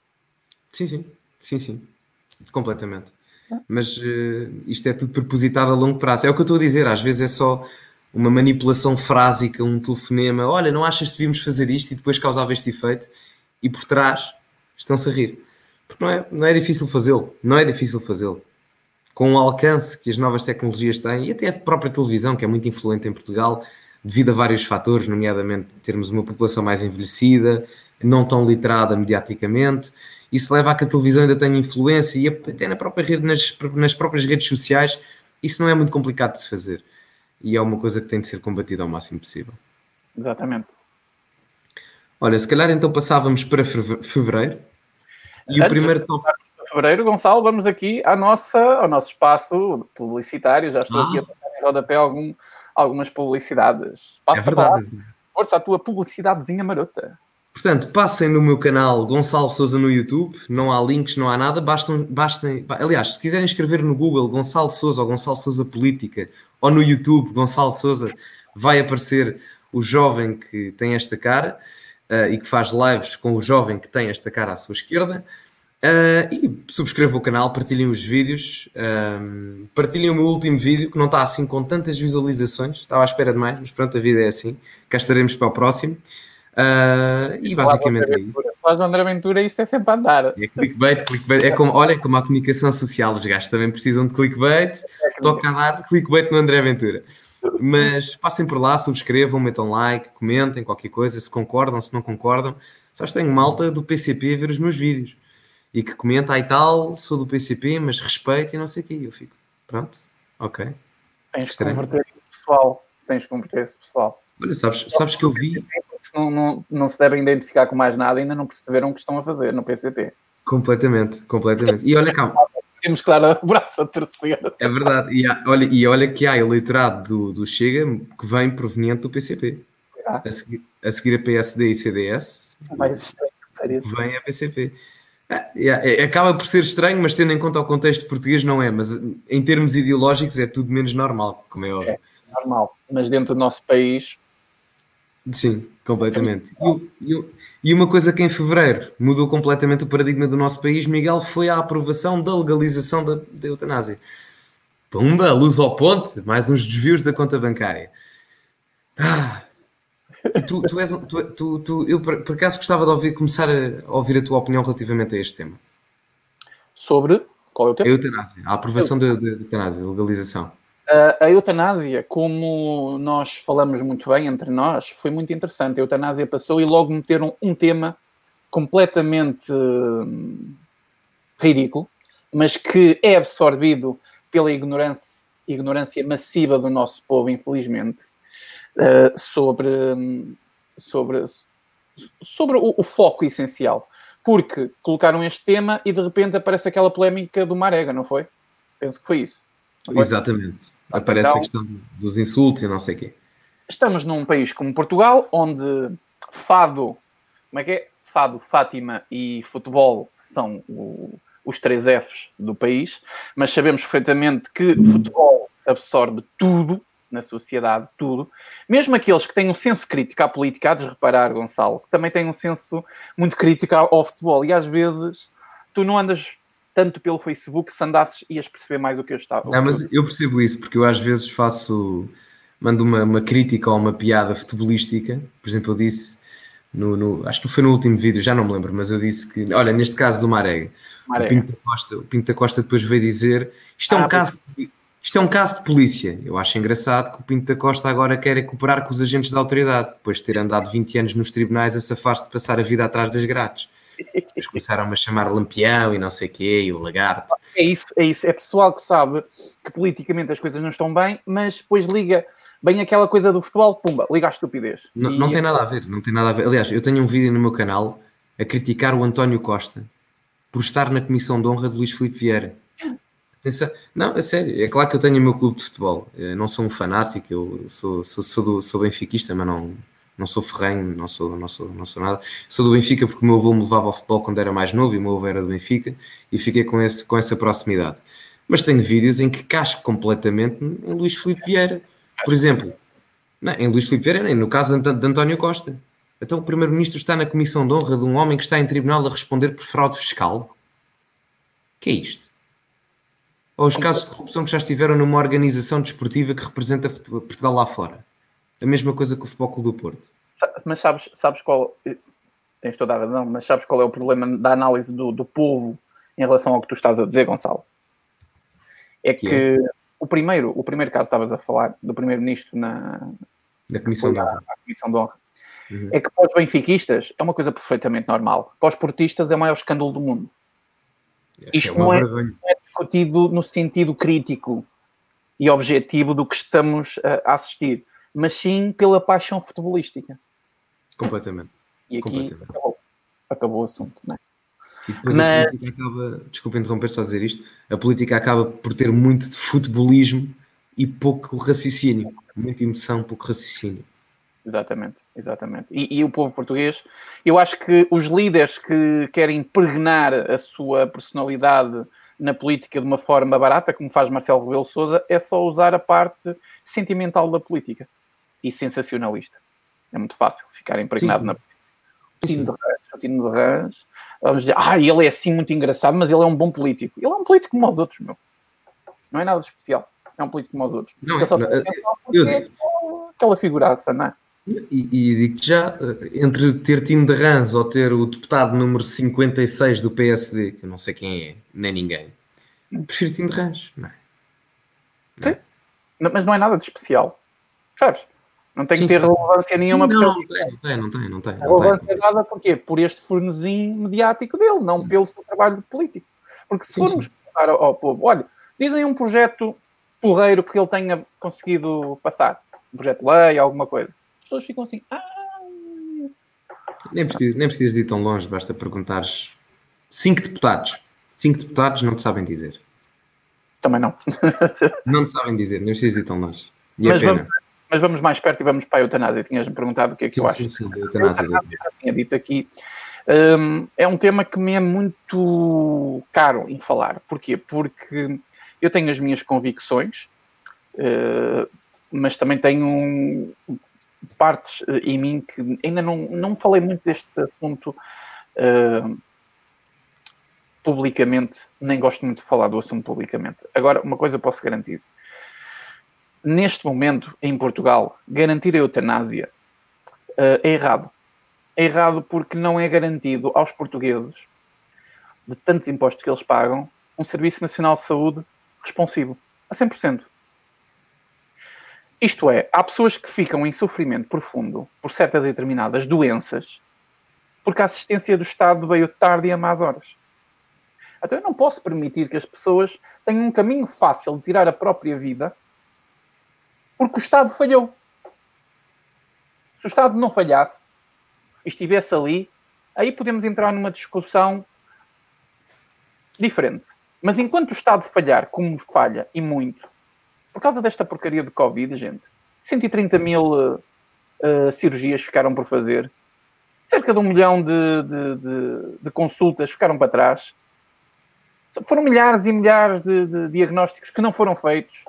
S1: Sim. Completamente. Mas isto é tudo propositado a longo prazo. É o que eu estou a dizer. Às vezes é só uma manipulação frásica, um telefonema. Olha, não achas que devíamos fazer isto e depois causava este efeito? E por trás estão-se a rir. Porque não é difícil fazê-lo. Não é difícil fazê-lo. Com o alcance que as novas tecnologias têm, e até a própria televisão, que é muito influente em Portugal, devido a vários fatores, nomeadamente termos uma população mais envelhecida, não tão literada mediaticamente. Isso leva a que a televisão ainda tenha influência e até na própria rede, nas próprias redes sociais, isso não é muito complicado de se fazer. E é uma coisa que tem de ser combatida ao máximo possível.
S2: Exatamente.
S1: Olha, se calhar então passávamos para fevereiro. E o primeiro tópico...
S2: Fevereiro, Gonçalo, vamos aqui ao nosso espaço publicitário. Já estou aqui a passar em rodapé algumas publicidades. Passo-te a palavra. Força a tua publicidadezinha marota.
S1: Portanto, passem no meu canal Gonçalo Sousa no YouTube, não há links, não há nada, aliás, se quiserem escrever no Google Gonçalo Sousa ou Gonçalo Sousa Política, ou no YouTube Gonçalo Sousa, vai aparecer o jovem que tem esta cara e que faz lives com o jovem que tem esta cara à sua esquerda. E subscrevam o canal, partilhem os vídeos, partilhem o meu último vídeo, que não está assim com tantas visualizações, estava à espera de mais, mas pronto, a vida é assim, cá estaremos para o próximo. E basicamente é isso.
S2: Falas do André Ventura, isso é sempre a andar.
S1: É clickbait. É como a comunicação social, os gajos também precisam de clickbait, toca a dar clickbait no André Ventura. Mas passem por lá, subscrevam, metam like, comentem qualquer coisa, se concordam, se não concordam. Só tenho malta do PCP a ver os meus vídeos e que comenta aí tal, sou do PCP, mas respeito e não sei o quê. Eu fico, pronto, ok.
S2: Tens que converter esse pessoal.
S1: Olha, sabes que eu vi...
S2: Não se devem identificar com mais nada, ainda não perceberam o que estão a fazer no PCP.
S1: Completamente. E olha cá...
S2: Temos claro o braço a torcer.
S1: É verdade. E olha que há eleitorado do Chega que vem proveniente do PCP. A seguir a PSD e CDS, vem a PCP. Acaba por ser estranho, mas tendo em conta o contexto português não é. Mas em termos ideológicos é tudo menos normal, como é óbvio.
S2: É normal. Mas dentro do nosso país...
S1: Sim, completamente. E uma coisa que em fevereiro mudou completamente o paradigma do nosso país, Miguel, foi a aprovação da legalização da eutanásia. Pumba, luz ao ponte, mais uns desvios da conta bancária. Eu por acaso gostava de começar a ouvir a tua opinião relativamente a este tema.
S2: Sobre? Qual é o tema?
S1: A eutanásia, a aprovação da eutanásia, da legalização.
S2: A eutanásia, como nós falamos muito bem entre nós, foi muito interessante. A eutanásia passou e logo meteram um tema completamente ridículo, mas que é absorvido pela ignorância massiva do nosso povo, infelizmente, sobre o foco essencial. Porque colocaram este tema e de repente aparece aquela polémica do Marega, não foi? Penso que foi isso.
S1: Exatamente. Aparece
S2: então,
S1: a questão dos insultos e não sei o quê.
S2: Estamos num país como Portugal, onde fado, como é que é? Fado, Fátima e futebol são os 3 Fs do país, mas sabemos perfeitamente que futebol absorve tudo na sociedade, tudo. Mesmo aqueles que têm um senso crítico à política, há de reparar, Gonçalo, que também têm um senso muito crítico ao futebol. E às vezes tu não andas tanto pelo Facebook, se andasses ias perceber mais o que eu estava.
S1: Não, mas eu percebo isso, porque eu às vezes mando uma crítica ou uma piada futebolística. Por exemplo, eu disse, acho que foi no último vídeo, já não me lembro, mas eu disse que, olha, neste caso do Marega, o Pinto da Costa depois veio dizer, isto é um caso de polícia. Eu acho engraçado que o Pinto da Costa agora quer cooperar com os agentes da autoridade, depois de ter andado 20 anos nos tribunais a safar-se de passar a vida atrás das grades. Depois começaram-me a chamar Lampião e não sei o quê, e o Lagarto.
S2: É isso. É pessoal que sabe que politicamente as coisas não estão bem, mas depois liga bem aquela coisa do futebol, pumba, liga à estupidez.
S1: Não tem nada a ver, não tem nada a ver. Aliás, eu tenho um vídeo no meu canal a criticar o António Costa por estar na comissão de honra de Luís Filipe Vieira. Atenção. Não, é sério, é claro que eu tenho o meu clube de futebol. Eu não sou um fanático, eu sou benfiquista, mas não sou ferrenho, não sou nada. Sou do Benfica porque o meu avô me levava ao futebol quando era mais novo e o meu avô era do Benfica e fiquei com essa proximidade. Mas tenho vídeos em que casco completamente em Luís Filipe Vieira. Por exemplo, em Luís Filipe Vieira, nem no caso de António Costa. Então o Primeiro-Ministro está na comissão de honra de um homem que está em tribunal a responder por fraude fiscal? Que é isto? Ou os casos de corrupção que já estiveram numa organização desportiva que representa Portugal lá fora? A mesma coisa que o Futebol Clube do Porto.
S2: Mas sabes qual... Tens toda a razão, mas sabes qual é o problema da análise do povo em relação ao que tu estás a dizer, Gonçalo? É que o primeiro caso que estavas a falar, do Primeiro-Ministro na
S1: Comissão de Honra.
S2: Comissão de Honra. Uhum. É que para os benfiquistas é uma coisa perfeitamente normal. Para os portistas é o maior escândalo do mundo. Isto não é discutido no sentido crítico e objetivo do que estamos a assistir, mas sim pela paixão futebolística.
S1: Completamente.
S2: E aqui acabou o assunto, não é?
S1: E depois a política acaba, desculpa interromper, só dizer isto, a política acaba por ter muito de futebolismo e pouco raciocínio. Muita emoção, pouco raciocínio.
S2: Exatamente. E o povo português, eu acho que os líderes que querem impregnar a sua personalidade na política de uma forma barata, como faz Marcelo Rebelo de Sousa, é só usar a parte sentimental da política e sensacionalista. É muito fácil ficar impregnado na política. O Tino de Rãs, vamos dizer, ele é assim muito engraçado, mas ele é um bom político. Ele é um político como os outros, meu. Não é nada especial. É um político como os outros.
S1: Não,
S2: é aquela figuraça, não é?
S1: E digo-te já, entre ter Tino de Rãs ou ter o deputado número 56 do PSD, que eu não sei quem é, nem ninguém, prefiro Tino de Rãs, não é?
S2: Sim, mas não é nada de especial, sabes? Não tem que ter relevância nenhuma.
S1: Não tem.
S2: Relevância nada porquê? Por este fornezinho mediático dele, não pelo seu trabalho político. Porque se formos perguntar ao povo, olha, dizem um projeto porreiro que ele tenha conseguido passar, um projeto de lei, alguma coisa. As pessoas ficam assim,
S1: Nem precisas ir tão longe, basta perguntares 5 deputados. 5 deputados não te sabem dizer.
S2: Também não.
S1: Não te sabem dizer, nem precisas ir tão longe.
S2: Mas vamos mais perto e vamos para a eutanásia. Tinhas-me perguntado o que é que tu achas.
S1: Sim, a eutanásia.
S2: Eu já tinha dito aqui. É um tema que me é muito caro em falar. Porquê? Porque eu tenho as minhas convicções, mas também tenho partes em mim que ainda não falei muito deste assunto publicamente, nem gosto muito de falar do assunto publicamente. Agora, uma coisa eu posso garantir. Neste momento, em Portugal, garantir a eutanásia é errado. É errado porque não é garantido aos portugueses, de tantos impostos que eles pagam, um Serviço Nacional de Saúde responsivo, a 100%. Isto é, há pessoas que ficam em sofrimento profundo por certas e determinadas doenças, porque a assistência do Estado veio tarde e a más horas. Então eu não posso permitir que as pessoas tenham um caminho fácil de tirar a própria vida porque o Estado falhou. Se o Estado não falhasse e estivesse ali, aí podemos entrar numa discussão diferente. Mas enquanto o Estado falhar, como falha, e muito, por causa desta porcaria de Covid, gente, 130 mil cirurgias ficaram por fazer, cerca de 1 milhão de consultas ficaram para trás, foram milhares e milhares de diagnósticos que não foram feitos.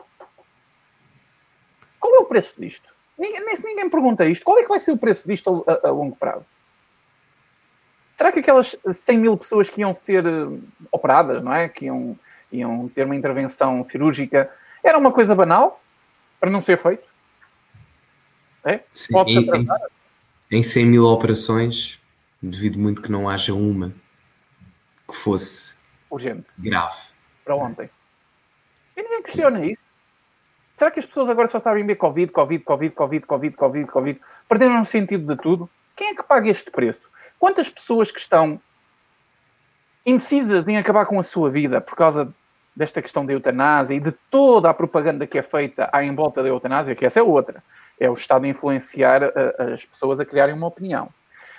S2: Qual é o preço disto? Ninguém pergunta isto. Qual é que vai ser o preço disto a longo prazo? Será que aquelas 100 mil pessoas que iam ser operadas, não é? Que iam ter uma intervenção cirúrgica, era uma coisa banal para não ser feito? É?
S1: Sim, em 100 mil operações, devido muito que não haja uma que fosse
S2: urgente,
S1: grave.
S2: Para ontem. E ninguém questiona isso. Será que as pessoas agora só sabem ver Covid? Perderam o sentido de tudo? Quem é que paga este preço? Quantas pessoas que estão indecisas em acabar com a sua vida por causa desta questão da eutanásia e de toda a propaganda que é feita em volta da eutanásia, que essa é outra. É o Estado a influenciar as pessoas a criarem uma opinião.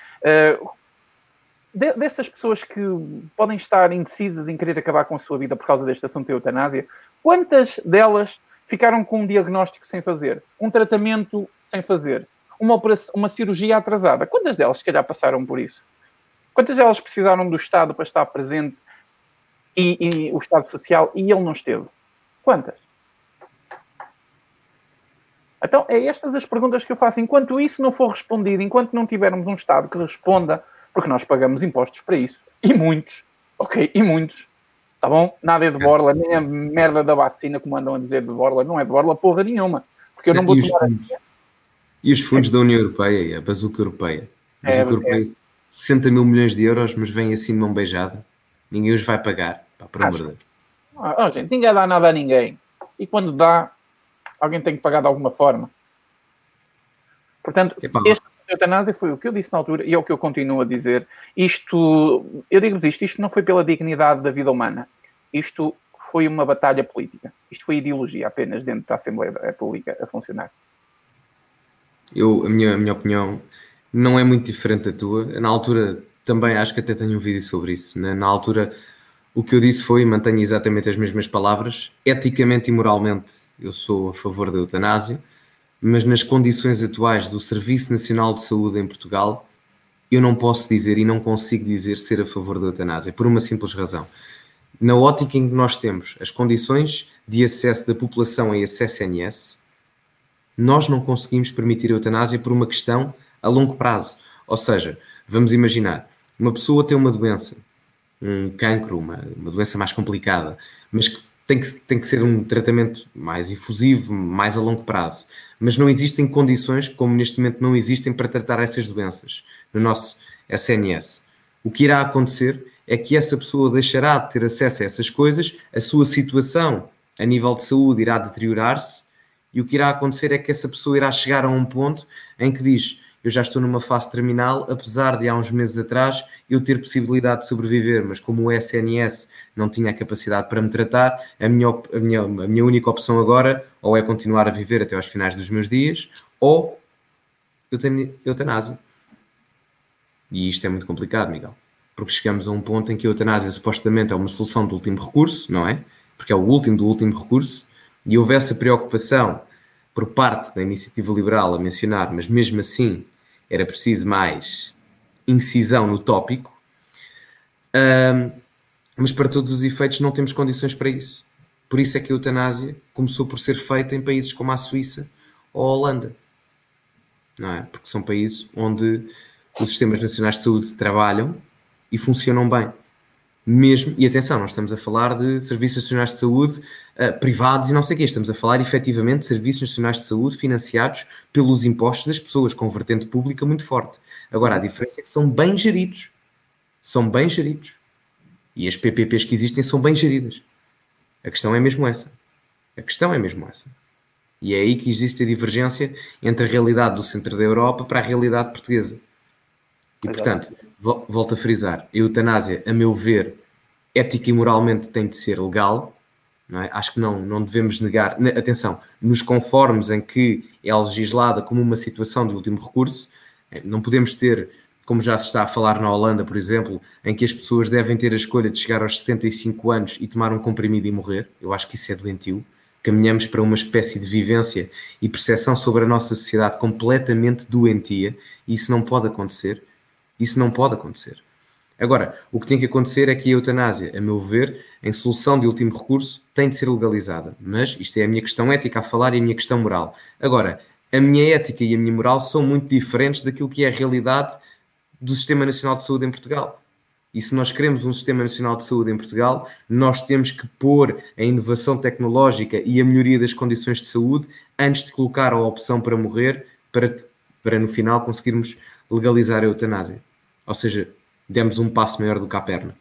S2: Dessas pessoas que podem estar indecisas em querer acabar com a sua vida por causa deste assunto da eutanásia, quantas delas ficaram com um diagnóstico sem fazer, um tratamento sem fazer, uma cirurgia atrasada? Quantas delas, se calhar, passaram por isso? Quantas delas precisaram do Estado para estar presente e o Estado Social e ele não esteve? Quantas? Então, é estas as perguntas que eu faço. Enquanto isso não for respondido, enquanto não tivermos um Estado que responda, porque nós pagamos impostos para isso, e muitos, ok? E muitos. Tá bom? Nada é de borla, nem a merda da vacina, como andam a dizer de borla, não é de borla porra nenhuma. Porque eu não vou tomar...
S1: E os fundos da União Europeia, e a bazuca europeia. A bazuca europeia, 60 mil milhões de euros, mas vem assim de mão beijada. Ninguém os vai pagar. Pá, por amor de Deus.
S2: Gente, ninguém dá nada a ninguém. E quando dá, alguém tem que pagar de alguma forma. Portanto, esta eutanásia foi o que eu disse na altura e é o que eu continuo a dizer. Eu digo-vos isto não foi pela dignidade da vida humana. Isto foi uma batalha política. Isto foi ideologia apenas dentro da Assembleia da República a funcionar.
S1: A minha opinião não é muito diferente da tua. Na altura, também acho que até tenho um vídeo sobre isso. Na altura, o que eu disse foi, e mantenho exatamente as mesmas palavras, eticamente e moralmente eu sou a favor da eutanásia, mas nas condições atuais do Serviço Nacional de Saúde em Portugal, eu não posso dizer e não consigo dizer ser a favor da eutanásia, por uma simples razão. Na ótica em que nós temos as condições de acesso da população a esse SNS, nós não conseguimos permitir a eutanásia por uma questão a longo prazo. Ou seja, vamos imaginar, uma pessoa tem uma doença, um cancro, uma doença mais complicada, mas que tem que ser um tratamento mais infusivo, mais a longo prazo. Mas não existem condições, como neste momento não existem, para tratar essas doenças no nosso SNS. O que irá acontecer é que essa pessoa deixará de ter acesso a essas coisas, a sua situação a nível de saúde irá deteriorar-se, e o que irá acontecer é que essa pessoa irá chegar a um ponto em que diz: eu já estou numa fase terminal, apesar de há uns meses atrás eu ter possibilidade de sobreviver, mas como o SNS não tinha a capacidade para me tratar, a minha única opção agora ou é continuar a viver até aos finais dos meus dias, ou eu tenho eutanásia. E isto é muito complicado, Miguel, porque chegamos a um ponto em que a eutanásia supostamente é uma solução de último recurso, não é? Porque é o último do último recurso, e houve essa preocupação por parte da Iniciativa Liberal a mencionar, mas mesmo assim era preciso mais incisão no tópico. Mas para todos os efeitos não temos condições para isso. Por isso é que a eutanásia começou por ser feita em países como a Suíça ou a Holanda. Não é? Porque são países onde os sistemas nacionais de saúde trabalham e funcionam bem. Mesmo, e atenção, nós estamos a falar de serviços nacionais de saúde privados e não sei o quê. Estamos a falar efetivamente de serviços nacionais de saúde financiados pelos impostos das pessoas, com vertente pública muito forte. Agora, a diferença é que são bem geridos. São bem geridos. E as PPPs que existem são bem geridas. A questão é mesmo essa. E é aí que existe a divergência entre a realidade do centro da Europa para a realidade portuguesa. E, portanto, volto a frisar, a eutanásia, a meu ver, ética e moralmente tem de ser legal, não é? Acho que não devemos negar, atenção, nos conformes em que é legislada como uma situação de último recurso, não podemos ter, como já se está a falar na Holanda, por exemplo, em que as pessoas devem ter a escolha de chegar aos 75 anos e tomar um comprimido e morrer. Eu acho que isso é doentio. Caminhamos para uma espécie de vivência e percepção sobre a nossa sociedade completamente doentia, e isso não pode acontecer. Isso não pode acontecer. Agora, o que tem que acontecer é que a eutanásia, a meu ver, em solução de último recurso, tem de ser legalizada. Mas isto é a minha questão ética a falar e a minha questão moral. Agora, a minha ética e a minha moral são muito diferentes daquilo que é a realidade do Sistema Nacional de Saúde em Portugal. E se nós queremos um Sistema Nacional de Saúde em Portugal, nós temos que pôr a inovação tecnológica e a melhoria das condições de saúde antes de colocar a opção para morrer, para no final conseguirmos legalizar a eutanásia. Ou seja, demos um passo maior do que a perna.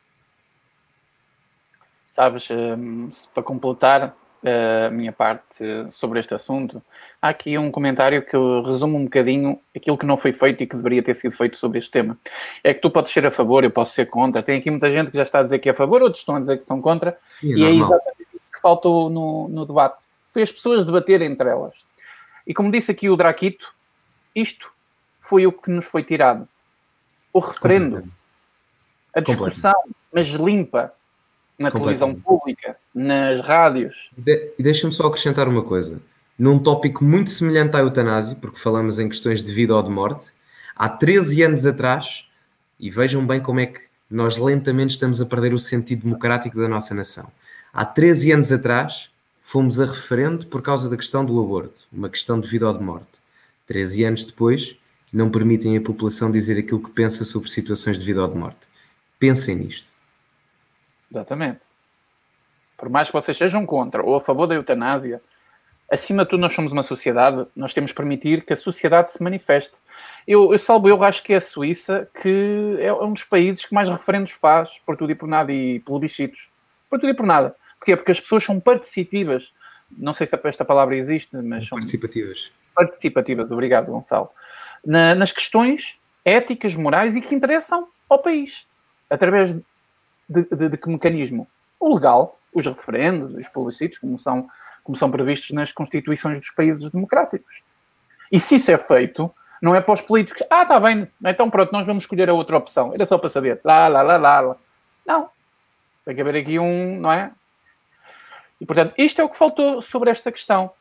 S2: Sabes, para completar a minha parte sobre este assunto, há aqui um comentário que resume um bocadinho aquilo que não foi feito e que deveria ter sido feito sobre este tema. É que tu podes ser a favor, eu posso ser contra. Tem aqui muita gente que já está a dizer que é a favor, outros estão a dizer que são contra. E é exatamente isso que faltou no debate. Foi as pessoas debaterem entre elas. E como disse aqui o Draquito, isto foi o que nos foi tirado. O referendo, a discussão, mas limpa, na televisão pública, nas rádios.
S1: E deixa-me só acrescentar uma coisa. Num tópico muito semelhante à eutanásia, porque falamos em questões de vida ou de morte, há 13 anos atrás, e vejam bem como é que nós lentamente estamos a perder o sentido democrático da nossa nação. Há 13 anos atrás, fomos a referendo por causa da questão do aborto, uma questão de vida ou de morte. 13 anos depois, não permitem a população dizer aquilo que pensa sobre situações de vida ou de morte. Pensem nisto.
S2: Exatamente. Por mais que vocês sejam contra ou a favor da eutanásia, acima de tudo nós somos uma sociedade, nós temos que permitir que a sociedade se manifeste. Eu acho que é a Suíça que é um dos países que mais referendos faz por tudo e por nada, e plebiscitos. Por tudo e por nada. Porquê? Porque as pessoas são participativas. Não sei se esta palavra existe, mas são
S1: participativas.
S2: Participativas, obrigado, Gonçalo. Nas questões éticas, morais e que interessam ao país. Através de que mecanismo? O legal, os referendos, os plebiscitos, como são previstos nas constituições dos países democráticos. E se isso é feito, não é para os políticos. Está bem, então pronto, nós vamos escolher a outra opção. Era só para saber. Lá. Não. Tem que haver aqui não é? E, portanto, isto é o que faltou sobre esta questão.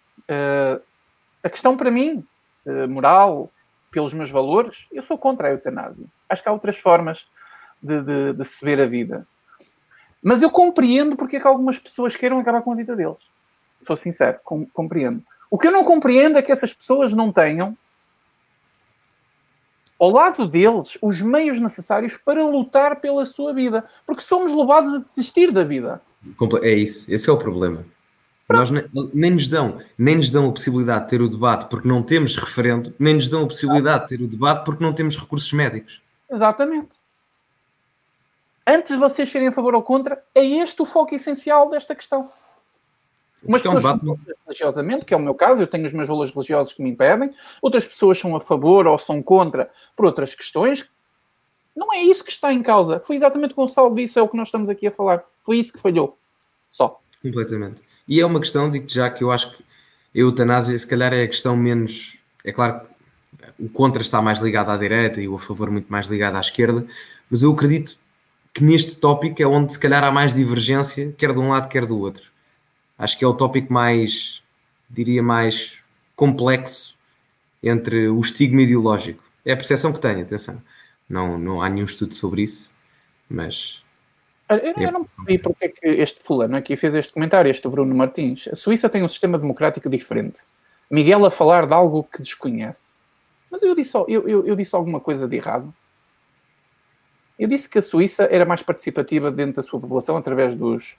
S2: A questão, para mim, moral, pelos meus valores, eu sou contra a eutanásia. Acho que há outras formas de se ver a vida. Mas eu compreendo porque é que algumas pessoas queiram acabar com a vida deles. Sou sincero, compreendo. O que eu não compreendo é que essas pessoas não tenham ao lado deles os meios necessários para lutar pela sua vida. Porque somos levados a desistir da vida.
S1: É isso. Esse é o problema. Nós nem nos dão a possibilidade de ter o debate porque não temos referendo, nem nos dão a possibilidade de ter o debate porque não temos recursos médicos.
S2: Exatamente. Antes de vocês serem a favor ou contra, é este o foco essencial desta questão. Umas pessoas são contra religiosamente, que é o meu caso, eu tenho os meus valores religiosos que me impedem. Outras pessoas são a favor ou são contra por outras questões. Não é isso que está em causa. Foi exatamente o que o Gonçalo disse, é o que nós estamos aqui a falar. Foi isso que falhou. Só.
S1: Completamente. E é uma questão, digo já, que eu acho que a eutanásia, se calhar, é a questão menos... É claro que o contra está mais ligado à direita e o a favor muito mais ligado à esquerda, mas eu acredito que neste tópico é onde, se calhar, há mais divergência, quer de um lado, quer do outro. Acho que é o tópico mais, diria, mais complexo entre o estigma ideológico. É a percepção que tenho, atenção. Não há nenhum estudo sobre isso, mas...
S2: Eu não percebi porque é que este fulano aqui fez este comentário, este Bruno Martins. A Suíça tem um sistema democrático diferente. Miguel a falar de algo que desconhece. Mas eu disse alguma coisa de errado. Eu disse que a Suíça era mais participativa dentro da sua população através dos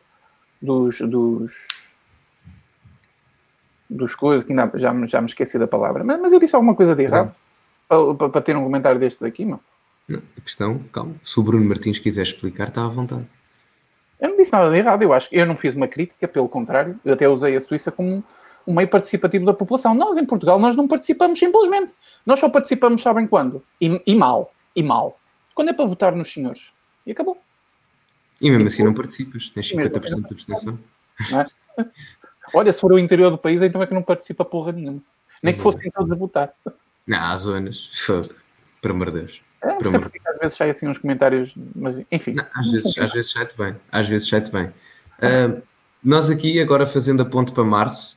S2: coisas, que ainda já me esqueci da palavra. Mas eu disse alguma coisa de errado para ter um comentário destes aqui, não?
S1: Não, a questão, calma, se o Bruno Martins quiser explicar, está à vontade.
S2: Eu não disse nada de errado, eu não fiz uma crítica, pelo contrário, eu até usei a Suíça como um meio participativo da população. Nós, em Portugal, nós não participamos simplesmente. Nós só participamos, sabem quando? E mal. e mal. Quando é para votar nos senhores. E acabou.
S1: E mesmo assim não participas, tens 50% de abstenção.
S2: Não é? Olha, se for o interior do país, então é que não participa porra nenhuma. Nem que fossem todos a votar.
S1: Não, há zonas, por amor de Deus.
S2: Não sei porque às vezes sai assim uns comentários, mas enfim.
S1: Não, às vezes sai-te bem. Às vezes sai-te bem. Nós aqui, agora fazendo a ponte para março,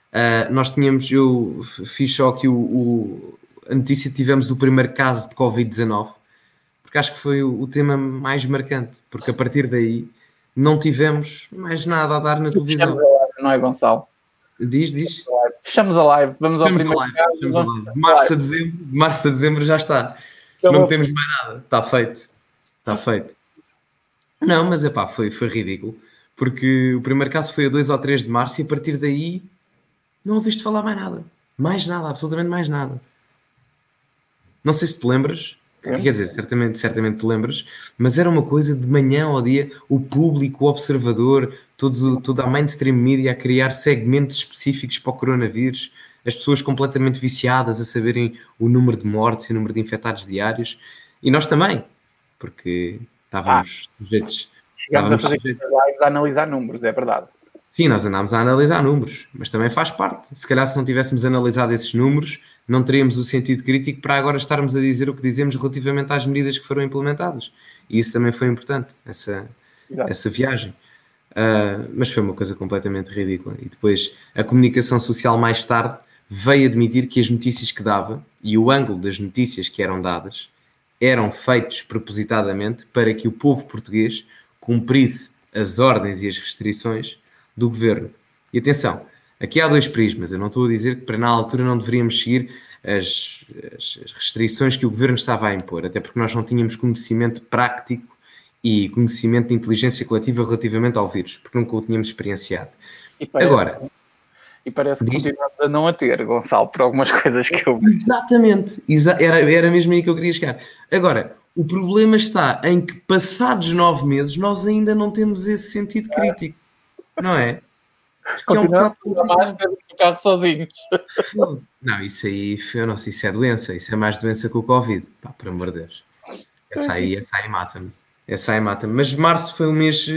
S1: eu fiz só aqui a notícia, tivemos o primeiro caso de Covid-19, porque acho que foi o tema mais marcante, porque a partir daí não tivemos mais nada a dar na televisão.
S2: Fechamos a live, não é, Gonçalo?
S1: Diz.
S2: Fechamos a live, vamos ao primeiro caso.
S1: Fechamos a live. De março a dezembro já está. Não temos mais nada. Está feito. Não, mas foi ridículo. Porque o primeiro caso foi a 2 ou 3 de março e a partir daí não ouviste falar mais nada. Mais nada, absolutamente mais nada. Não sei se te lembras, quer dizer, certamente te lembras, mas era uma coisa de manhã ao dia, o público, o observador, toda a mainstream media a criar segmentos específicos para o coronavírus, as pessoas completamente viciadas a saberem o número de mortes e o número de infectados diários, e nós também, porque estávamos sujeitos.
S2: Chegámos a fazer lives a analisar números, é verdade.
S1: Sim, nós andámos a analisar números, mas também faz parte. Se calhar se não tivéssemos analisado esses números, não teríamos o sentido crítico para agora estarmos a dizer o que dizemos relativamente às medidas que foram implementadas. E isso também foi importante, essa viagem. Mas foi uma coisa completamente ridícula. E depois a comunicação social mais tarde veio admitir que as notícias que dava e o ângulo das notícias que eram dadas eram feitos propositadamente para que o povo português cumprisse as ordens e as restrições do governo. E atenção, aqui há dois prismas. Eu não estou a dizer que para na altura não deveríamos seguir as restrições que o governo estava a impor, até porque nós não tínhamos conhecimento prático e conhecimento de inteligência coletiva relativamente ao vírus, porque nunca o tínhamos experienciado.
S2: E parece que continuamos a não a ter, Gonçalo, por algumas coisas que eu...
S1: Exatamente. Era mesmo aí que eu queria chegar. Agora, o problema está em que passados 9 meses nós ainda não temos esse sentido crítico. Não é?
S2: Continuamos a máscara e tocar sozinhos.
S1: Não, isso aí, isso é doença. Isso é mais doença que o Covid. Pá, por amor de Deus. Essa aí mata-me. Mas março foi um mês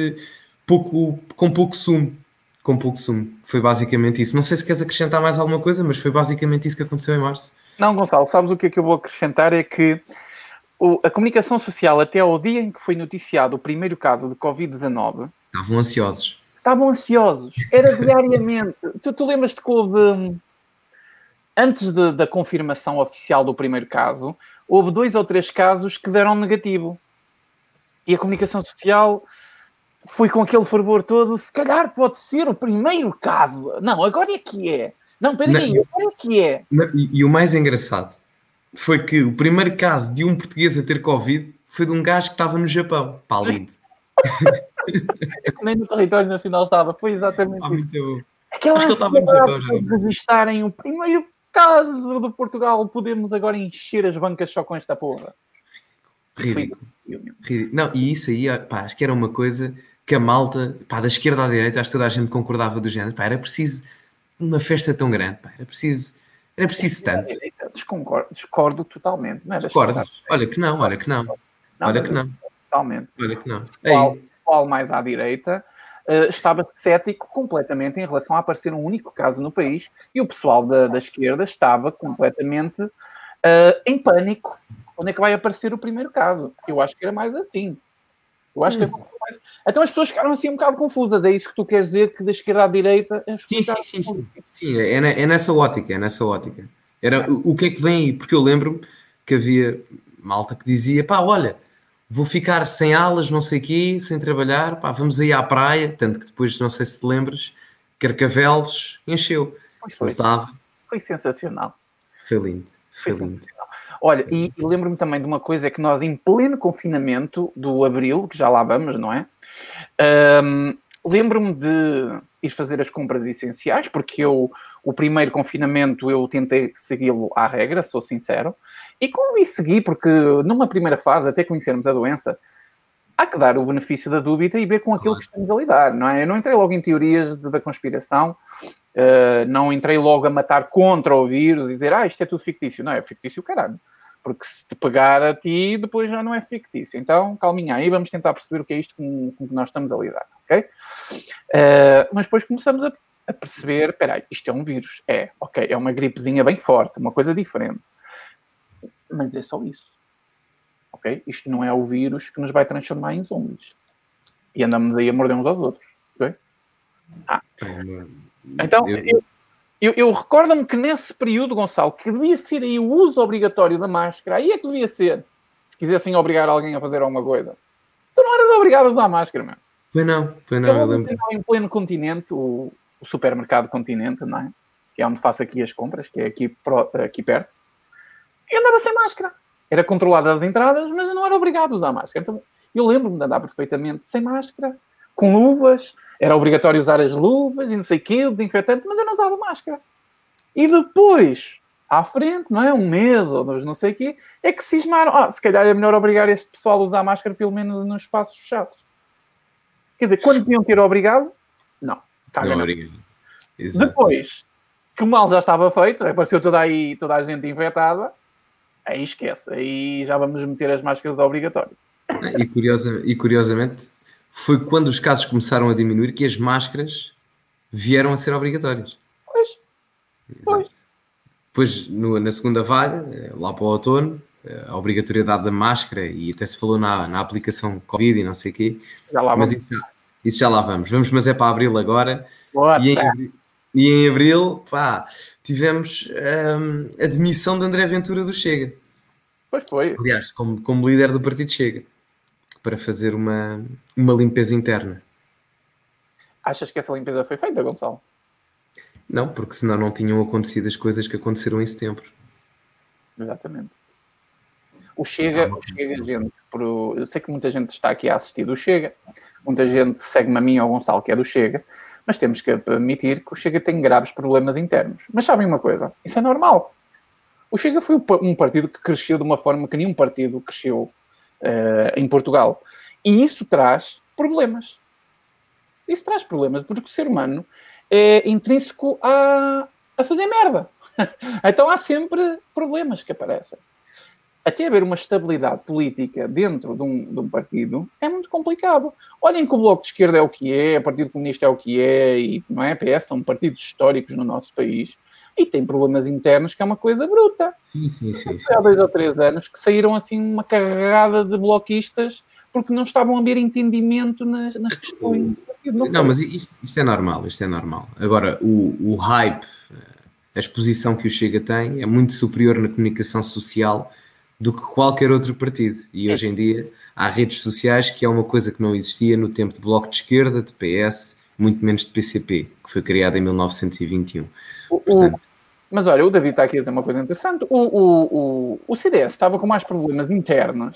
S1: com pouco sumo. Foi basicamente isso. Não sei se queres acrescentar mais alguma coisa, mas foi basicamente isso que aconteceu em março.
S2: Não, Gonçalo, sabes o que é que eu vou acrescentar? É que a comunicação social, até ao dia em que foi noticiado o primeiro caso de Covid-19... Estavam ansiosos. Era diariamente. Tu lembras-te que houve... Antes da confirmação oficial do primeiro caso, houve 2 ou 3 casos que deram negativo. E a comunicação social foi com aquele fervor todo. Se calhar pode ser o primeiro caso. Não, agora é que é. Não, peraí, agora é que é.
S1: E o mais engraçado foi que o primeiro caso de um português a ter Covid foi de um gajo que estava no Japão. Pá, lindo.
S2: Nem no território nacional estava. Foi exatamente isso. Aquela
S1: ansiedade
S2: de registarem o primeiro caso de Portugal. Podemos agora encher as bancas só com esta porra.
S1: Ridículo. Não, e isso aí, pá, acho que era uma coisa que a malta, pá, da esquerda à direita, acho que toda a gente concordava do género. Pá, era preciso uma festa tão grande. Pá, era preciso tanto.
S2: Discordo totalmente. Não é?
S1: Olha que não.
S2: Totalmente.
S1: Olha que não.
S2: O pessoal mais à direita estava cético completamente em relação a aparecer um único caso no país e o pessoal da esquerda estava completamente em pânico. Onde é que vai aparecer o primeiro caso? Eu acho que era mais assim. Então as pessoas ficaram assim um bocado confusas. É isso que tu queres dizer, que da esquerda à direita...
S1: Sim, é nessa ótica. Era o que é que vem aí? Porque eu lembro-me que havia malta que dizia, pá, olha, vou ficar sem aulas, não sei o quê, sem trabalhar, pá, vamos aí à praia. Tanto que depois, não sei se te lembras, Carcavelos encheu.
S2: Foi sensacional.
S1: Foi lindo.
S2: Olha, e lembro-me também de uma coisa, é que nós, em pleno confinamento do abril, que já lá vamos, não é? Lembro-me de ir fazer as compras essenciais, porque o primeiro confinamento eu tentei segui-lo à regra, sou sincero, e como segui, porque numa primeira fase, até conhecermos a doença, há que dar o benefício da dúvida e ver com aquilo que estamos a lidar, não é? Eu não entrei logo em teorias da conspiração, não entrei logo a matar contra o vírus e dizer, isto é tudo fictício. Não, é fictício, caralho. porque se te pegar a ti, depois já não é fictício. Então, calminha aí, vamos tentar perceber o que é isto com que nós estamos a lidar, ok? Mas depois começamos a perceber, espera aí, isto é um vírus. Ok, é uma gripezinha bem forte, uma coisa diferente. Mas é só isso. Ok? Isto não é o vírus que nos vai transformar em zombies. E andamos aí a morder uns aos outros. Ok? Então, eu recordo-me que nesse período, Gonçalo, que devia ser aí o uso obrigatório da máscara, aí é que devia ser. Se quisessem obrigar alguém a fazer alguma coisa. Tu não eras obrigado a usar a máscara, meu.
S1: Pois não, eu lembro.
S2: Em pleno continente, o supermercado Continente, não é? Que é onde faço aqui as compras, que é aqui perto. E andava sem máscara. Era controlada as entradas, mas eu não era obrigado a usar máscara. Então, eu lembro-me de andar perfeitamente sem máscara, com luvas, era obrigatório usar as luvas e não sei o quê, o desinfetante, mas eu não usava máscara. E depois, à frente, não é? Um mês ou dois, não sei o quê, é que cismaram. Se calhar é melhor obrigar este pessoal a usar máscara, pelo menos nos espaços fechados. Quer dizer, quando deviam ter obrigado, não.
S1: Não obrigado. Exato.
S2: Depois, que o mal já estava feito, apareceu toda a gente infectada, aí esquece. Aí já vamos meter as máscaras de obrigatório.
S1: E curiosamente, foi quando os casos começaram a diminuir que as máscaras vieram a ser obrigatórias.
S2: Pois.
S1: Depois, na segunda vaga, lá para o outono, a obrigatoriedade da máscara, e até se falou na aplicação Covid e não sei o quê.
S2: Já lá vamos.
S1: Mas isso já lá vamos. Mas é para abril agora.
S2: E
S1: em abril, tivemos a demissão de André Ventura do Chega.
S2: Pois foi.
S1: Aliás, como líder do partido Chega, para fazer uma limpeza interna.
S2: Achas que essa limpeza foi feita, Gonçalo?
S1: Não, porque senão não tinham acontecido as coisas que aconteceram em setembro.
S2: Exatamente. O Chega, gente, eu sei que muita gente está aqui a assistir do Chega, muita gente segue-me a mim ou ao Gonçalo, que é do Chega, mas temos que admitir que o Chega tem graves problemas internos. Mas sabem uma coisa? Isso é normal. O Chega foi um partido que cresceu de uma forma que nenhum partido cresceu em Portugal. E isso traz problemas. Isso traz problemas, porque o ser humano é intrínseco a fazer merda. Então há sempre problemas que aparecem. Até haver uma estabilidade política dentro de um partido é muito complicado. Olhem que o Bloco de Esquerda é o que é, o Partido Comunista é o que é, e não é? PS são partidos históricos no nosso país e tem problemas internos que é uma coisa bruta.
S1: Sim.
S2: Há 2 ou 3 anos que saíram assim uma carregada de bloquistas porque não estavam a haver entendimento nas questões.
S1: Não, mas isto é normal, Agora, o hype, a exposição que o Chega tem é muito superior na comunicação social do que qualquer outro partido. E hoje em dia há redes sociais, que é uma coisa que não existia no tempo de Bloco de Esquerda, de PS, muito menos de PCP, que foi criado em 1921. Portanto,
S2: mas olha, o David está aqui a dizer uma coisa interessante. O CDS estava com mais problemas internos,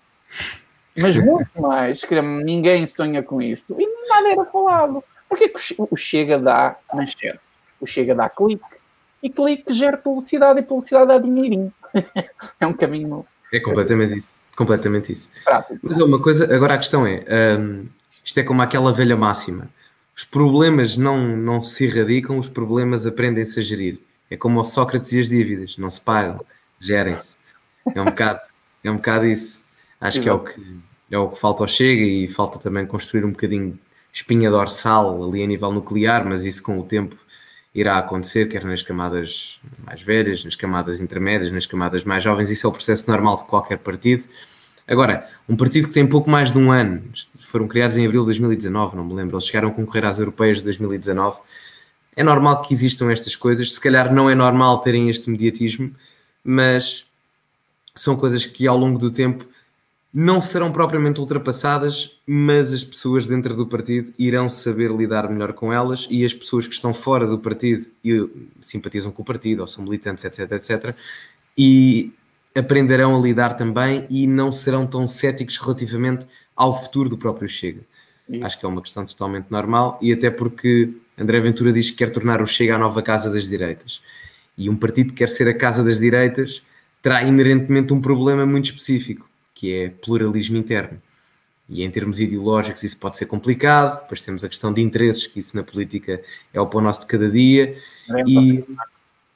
S2: mas muito mais, que ninguém sonha com isso. E nada era falado. Porquê que o Chega dá manchete? O Chega dá clique. E clique gera publicidade e publicidade dá dinheirinho. É um caminho...
S1: É completamente isso.
S2: Prático.
S1: Mas é uma coisa, agora a questão é, isto é como aquela velha máxima. Os problemas não se erradicam, os problemas aprendem-se a gerir. É como o Sócrates e as dívidas, não se pagam, gerem-se. É um bocado isso. Acho que é o que falta ao Chega, e falta também construir um bocadinho espinha dorsal ali a nível nuclear, mas isso com o tempo irá acontecer, quer nas camadas mais velhas, nas camadas intermédias, nas camadas mais jovens. Isso é o processo normal de qualquer partido. Agora, um partido que tem pouco mais de um ano, foram criados em abril de 2019, não me lembro, eles chegaram a concorrer às europeias de 2019, é normal que existam estas coisas. Se calhar não é normal terem este mediatismo, mas são coisas que ao longo do tempo não serão propriamente ultrapassadas, mas as pessoas dentro do partido irão saber lidar melhor com elas, e as pessoas que estão fora do partido e simpatizam com o partido ou são militantes, etc., e aprenderão a lidar também e não serão tão céticos relativamente ao futuro do próprio Chega. Isso. Acho que é uma questão totalmente normal, e até porque André Ventura diz que quer tornar o Chega a nova casa das direitas. E um partido que quer ser a casa das direitas terá inerentemente um problema muito específico, que é pluralismo interno. E em termos ideológicos isso pode ser complicado. Depois temos a questão de interesses, que isso na política é o pão nosso de cada dia.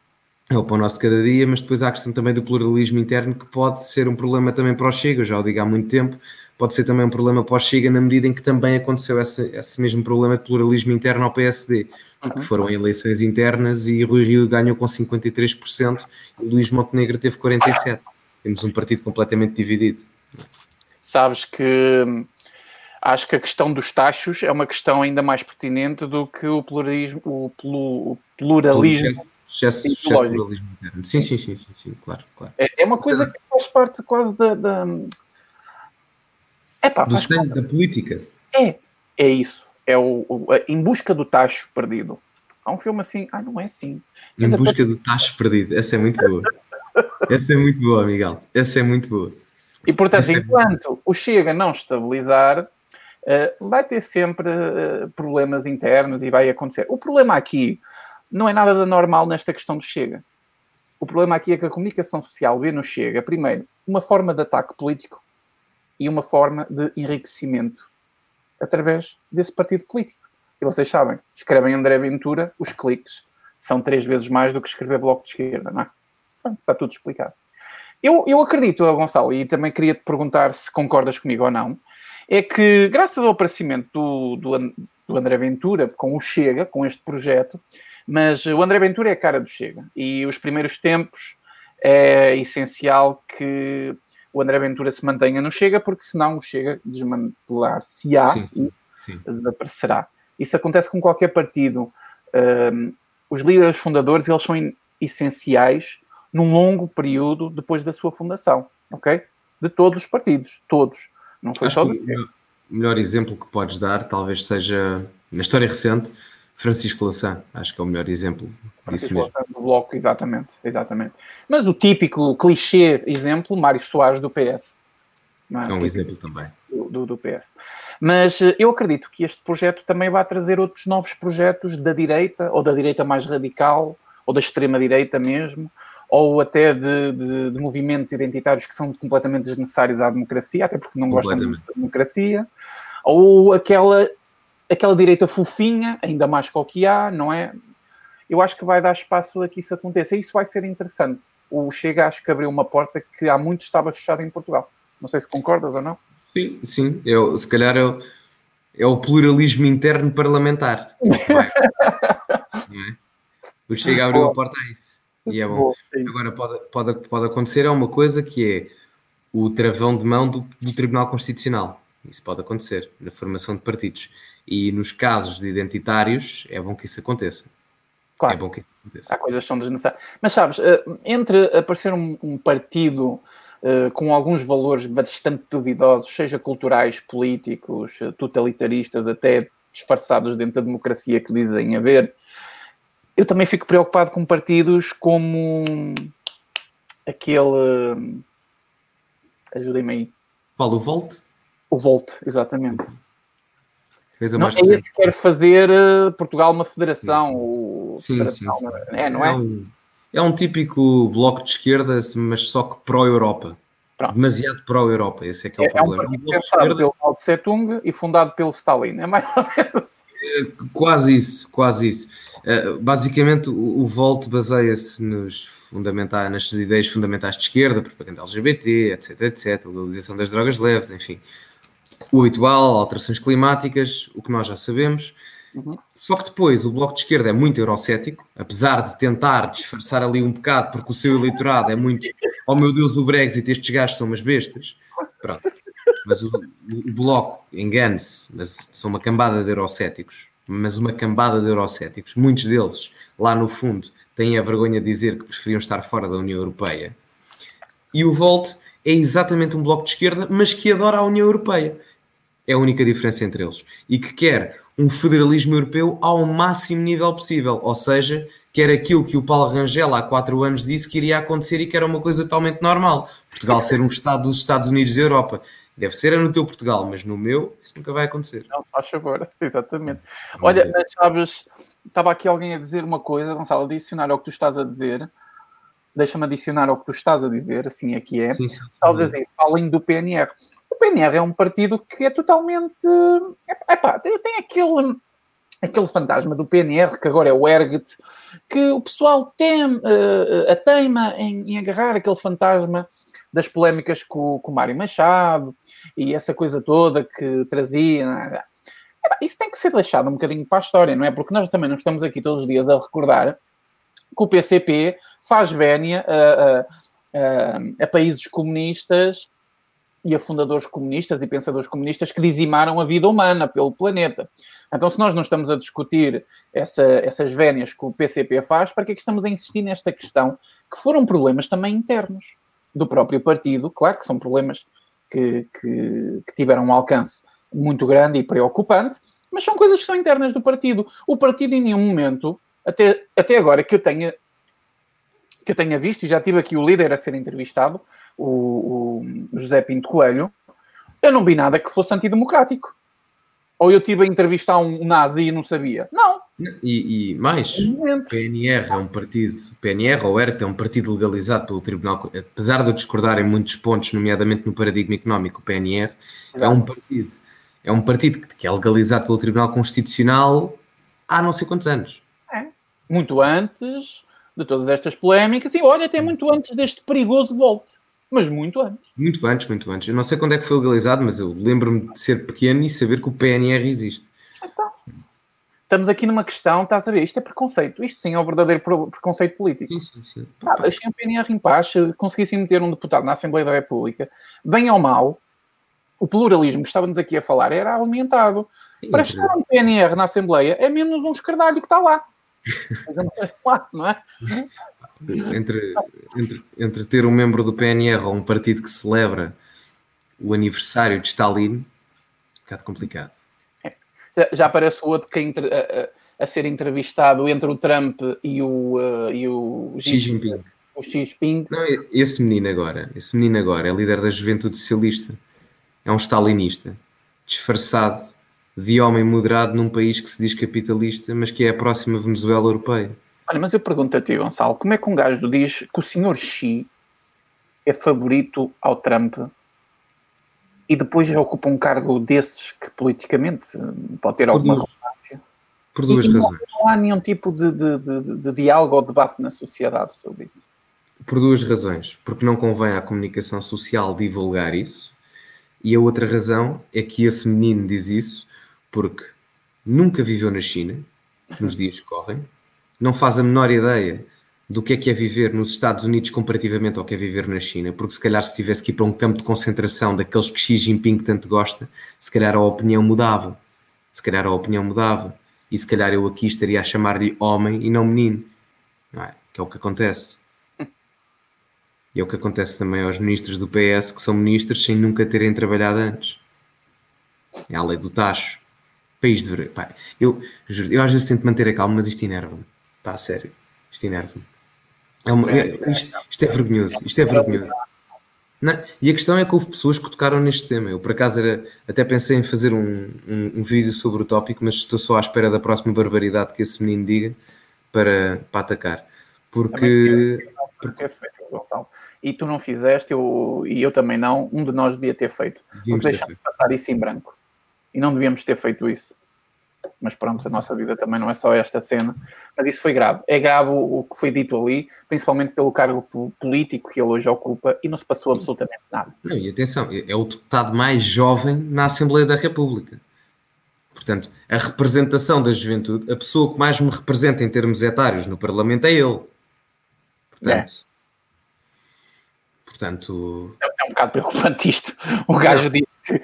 S1: é o pão nosso de cada dia, mas depois há a questão também do pluralismo interno, que pode ser um problema também para o Chega, eu já o digo há muito tempo, pode ser também um problema para o Chega, na medida em que também aconteceu esse mesmo problema de pluralismo interno ao PSD, que foram eleições internas e Rui Rio ganhou com 53% e Luís Montenegro teve 47%. Temos um partido completamente dividido.
S2: Sabes que acho que a questão dos tachos é uma questão ainda mais pertinente do que o pluralismo, o pluralismo.
S1: Excesso de pluralismo interno. Sim, claro.
S2: É uma coisa que faz parte quase da
S1: do sangue da política.
S2: É isso. É Em Busca do Tacho Perdido. Há um filme assim, não é assim.
S1: Em Busca do Tacho Perdido. Essa é muito boa. Essa é muito boa, Miguel. Essa é muito boa.
S2: E, portanto, enquanto o Chega não estabilizar, vai ter sempre problemas internos e vai acontecer. O problema aqui não é nada de normal nesta questão do Chega. O problema aqui é que a comunicação social vê no Chega, primeiro, uma forma de ataque político e uma forma de enriquecimento através desse partido político. E vocês sabem, escrevem André Ventura, os cliques são 3 vezes mais do que escrever Bloco de Esquerda, não é? Pronto, está tudo explicado. Eu acredito, Gonçalo, e também queria te perguntar se concordas comigo ou não, é que graças ao aparecimento do André Ventura com o Chega, com este projeto, mas o André Ventura é a cara do Chega, e os primeiros tempos é essencial que o André Ventura se mantenha no Chega, porque senão o Chega desmantelar-se-á e desaparecerá. Isso acontece com qualquer partido. Os líderes fundadores, eles são essenciais num longo período depois da sua fundação, ok? De todos os partidos, todos. Não foi só do Chega.
S1: O melhor exemplo que podes dar, talvez seja, na história recente, Francisco Louçã. Acho que é o melhor exemplo disso mesmo.
S2: Do Bloco, exatamente. Mas o típico clichê exemplo, Mário Soares do PS.
S1: Não é um exemplo também.
S2: Do PS. Mas eu acredito que este projeto também vai trazer outros novos projetos da direita, ou da direita mais radical, ou da extrema-direita mesmo, ou até de movimentos identitários que são completamente desnecessários à democracia, até porque não gostam da democracia, ou aquela direita fofinha, ainda mais que o que há, não é? Eu acho que vai dar espaço a que isso aconteça. E isso vai ser interessante. O Chega, acho que abriu uma porta que há muito estava fechada em Portugal. Não sei se concordas ou não.
S1: Sim. Se calhar é o pluralismo interno parlamentar. Não é? O Chega abriu a porta a isso. E é bom. Agora pode acontecer uma coisa que é o travão de mão do Tribunal Constitucional. Isso pode acontecer na formação de partidos. E nos casos de identitários, é bom que isso aconteça.
S2: Claro.
S1: É bom que isso aconteça.
S2: Há coisas que são desnecessárias. Mas sabes, entre aparecer um partido com alguns valores bastante duvidosos, seja culturais, políticos, totalitaristas, até disfarçados dentro da democracia que dizem haver, eu também fico preocupado com partidos como aquele... Ajudem-me aí.
S1: Qual? O Volt?
S2: O Volt, exatamente.
S1: Não,
S2: é esse que quer fazer Portugal uma federação.
S1: Sim.
S2: Não é?
S1: É um típico bloco de esquerda, mas só que pró-Europa. Demasiado pró-Europa, esse é que é o problema.
S2: É um partido pensado pelo Mao Tse Tung e fundado pelo Stalin, é mais ou menos.
S1: Quase isso. Basicamente, o Volt baseia-se nas ideias fundamentais de esquerda, propaganda LGBT, etc, legalização das drogas leves, enfim. O habitual, alterações climáticas, o que nós já sabemos. Só que depois o Bloco de Esquerda é muito eurocético, apesar de tentar disfarçar ali um bocado, porque o seu eleitorado é muito, oh meu Deus, o Brexit, estes gajos são umas bestas. Pronto. Mas o Bloco, engane-se, mas são uma cambada de eurocéticos. Muitos deles, lá no fundo, têm a vergonha de dizer que preferiam estar fora da União Europeia. E o Volt é exatamente um Bloco de Esquerda, mas que adora a União Europeia. É a única diferença entre eles. E que quer um federalismo europeu ao máximo nível possível. Ou seja, quer aquilo que o Paulo Rangel há 4 anos disse que iria acontecer e que era uma coisa totalmente normal. Portugal ser um Estado dos Estados Unidos da Europa. Deve ser no teu Portugal, mas no meu isso nunca vai acontecer.
S2: Não, faz favor. Exatamente. Olha, sabes, estava aqui alguém a dizer uma coisa, Gonçalo, adicionar ao que tu estás a dizer. Deixa-me adicionar ao que tu estás a dizer, assim é que é.
S1: Sim.
S2: Estás a dizer, além do PNR. O PNR é um partido que é totalmente... tem aquele fantasma do PNR, que agora é o Ergt, que o pessoal teima em agarrar aquele fantasma das polémicas com o Mário Machado e essa coisa toda que trazia. Isso tem que ser deixado um bocadinho para a história, não é? Porque nós também não estamos aqui todos os dias a recordar que o PCP faz vénia a países comunistas e a fundadores comunistas e pensadores comunistas que dizimaram a vida humana pelo planeta. Então, se nós não estamos a discutir essas vénias que o PCP faz, para que é que estamos a insistir nesta questão? Que foram problemas também internos do próprio partido. Claro que são problemas que tiveram um alcance muito grande e preocupante, mas são coisas que são internas do partido. O partido, em nenhum momento, até agora que eu tenha visto, e já tive aqui o líder a ser entrevistado, o José Pinto Coelho, eu não vi nada que fosse antidemocrático. Ou eu estive a entrevistar um nazi e não sabia. Não.
S1: E mais, o PNR é um partido, o PNR ou ERC é um partido legalizado pelo Tribunal, apesar de eu discordar em muitos pontos, nomeadamente no paradigma económico, o PNR é um partido que é legalizado pelo Tribunal Constitucional há não sei quantos anos.
S2: Muito antes de todas estas polémicas, e olha, até muito antes deste perigoso volte. Mas muito antes.
S1: Muito antes. Eu não sei quando é que foi legalizado, mas eu lembro-me de ser pequeno e saber que o PNR existe.
S2: Então, estamos aqui numa questão, estás a ver? Isto é preconceito. Isto sim é um verdadeiro preconceito político.
S1: Sim.
S2: Deixem o PNR em paz. Se conseguissem meter um deputado na Assembleia da República, bem ou mal, o pluralismo que estávamos aqui a falar era alimentado. Para estar um PNR na Assembleia é menos um escardalho que está lá. Não é?
S1: Entre ter um membro do PNR ou um partido que celebra o aniversário de Stalin, um bocado complicado.
S2: Já aparece o outro a ser entrevistado entre o Trump e o
S1: Xi Jinping.
S2: O Xi Jinping.
S1: Não, esse menino agora é líder da Juventude Socialista. É um stalinista, disfarçado de homem moderado num país que se diz capitalista, mas que é a próxima Venezuela europeia.
S2: Olha, mas eu pergunto a ti, Gonçalo, como é que um gajo diz que o senhor Xi é favorito ao Trump e depois ocupa um cargo desses que politicamente pode ter alguma relevância?
S1: Por duas razões.
S2: Não há nenhum tipo de diálogo ou debate na sociedade sobre isso.
S1: Por duas razões. Porque não convém à comunicação social divulgar isso. E a outra razão é que esse menino diz isso porque nunca viveu na China, nos dias que correm, não faz a menor ideia do que é viver nos Estados Unidos comparativamente ao que é viver na China, porque se calhar se tivesse que ir para um campo de concentração daqueles que Xi Jinping tanto gosta, se calhar a opinião mudava. E se calhar eu aqui estaria a chamar-lhe homem e não menino. Não é? Que é o que acontece. E é o que acontece também aos ministros do PS, que são ministros sem nunca terem trabalhado antes. É a lei do tacho. País de ver. Pá, eu juro, eu às vezes tento manter a calma, mas isto enerva-me. Pá, a sério. Isto enerva-me. Isto é vergonhoso. Não, e a questão é que houve pessoas que tocaram neste tema. Eu, por acaso, até pensei em fazer um vídeo sobre o tópico, mas estou só à espera da próxima barbaridade que esse menino diga para atacar. Porque
S2: é feito, Gonçalo. E tu não fizeste, e eu também não. Um de nós devia ter feito. Porque deixámos passar isso em branco. E não devíamos ter feito isso. Mas pronto, a nossa vida também não é só esta cena. Mas isso foi grave. É grave o que foi dito ali, principalmente pelo cargo político que ele hoje ocupa, e não se passou absolutamente nada.
S1: Não, e atenção, é o deputado mais jovem na Assembleia da República. Portanto, a representação da juventude, a pessoa que mais me representa em termos etários no Parlamento é ele. Portanto...
S2: É um bocado preocupante isto. O gajo diz que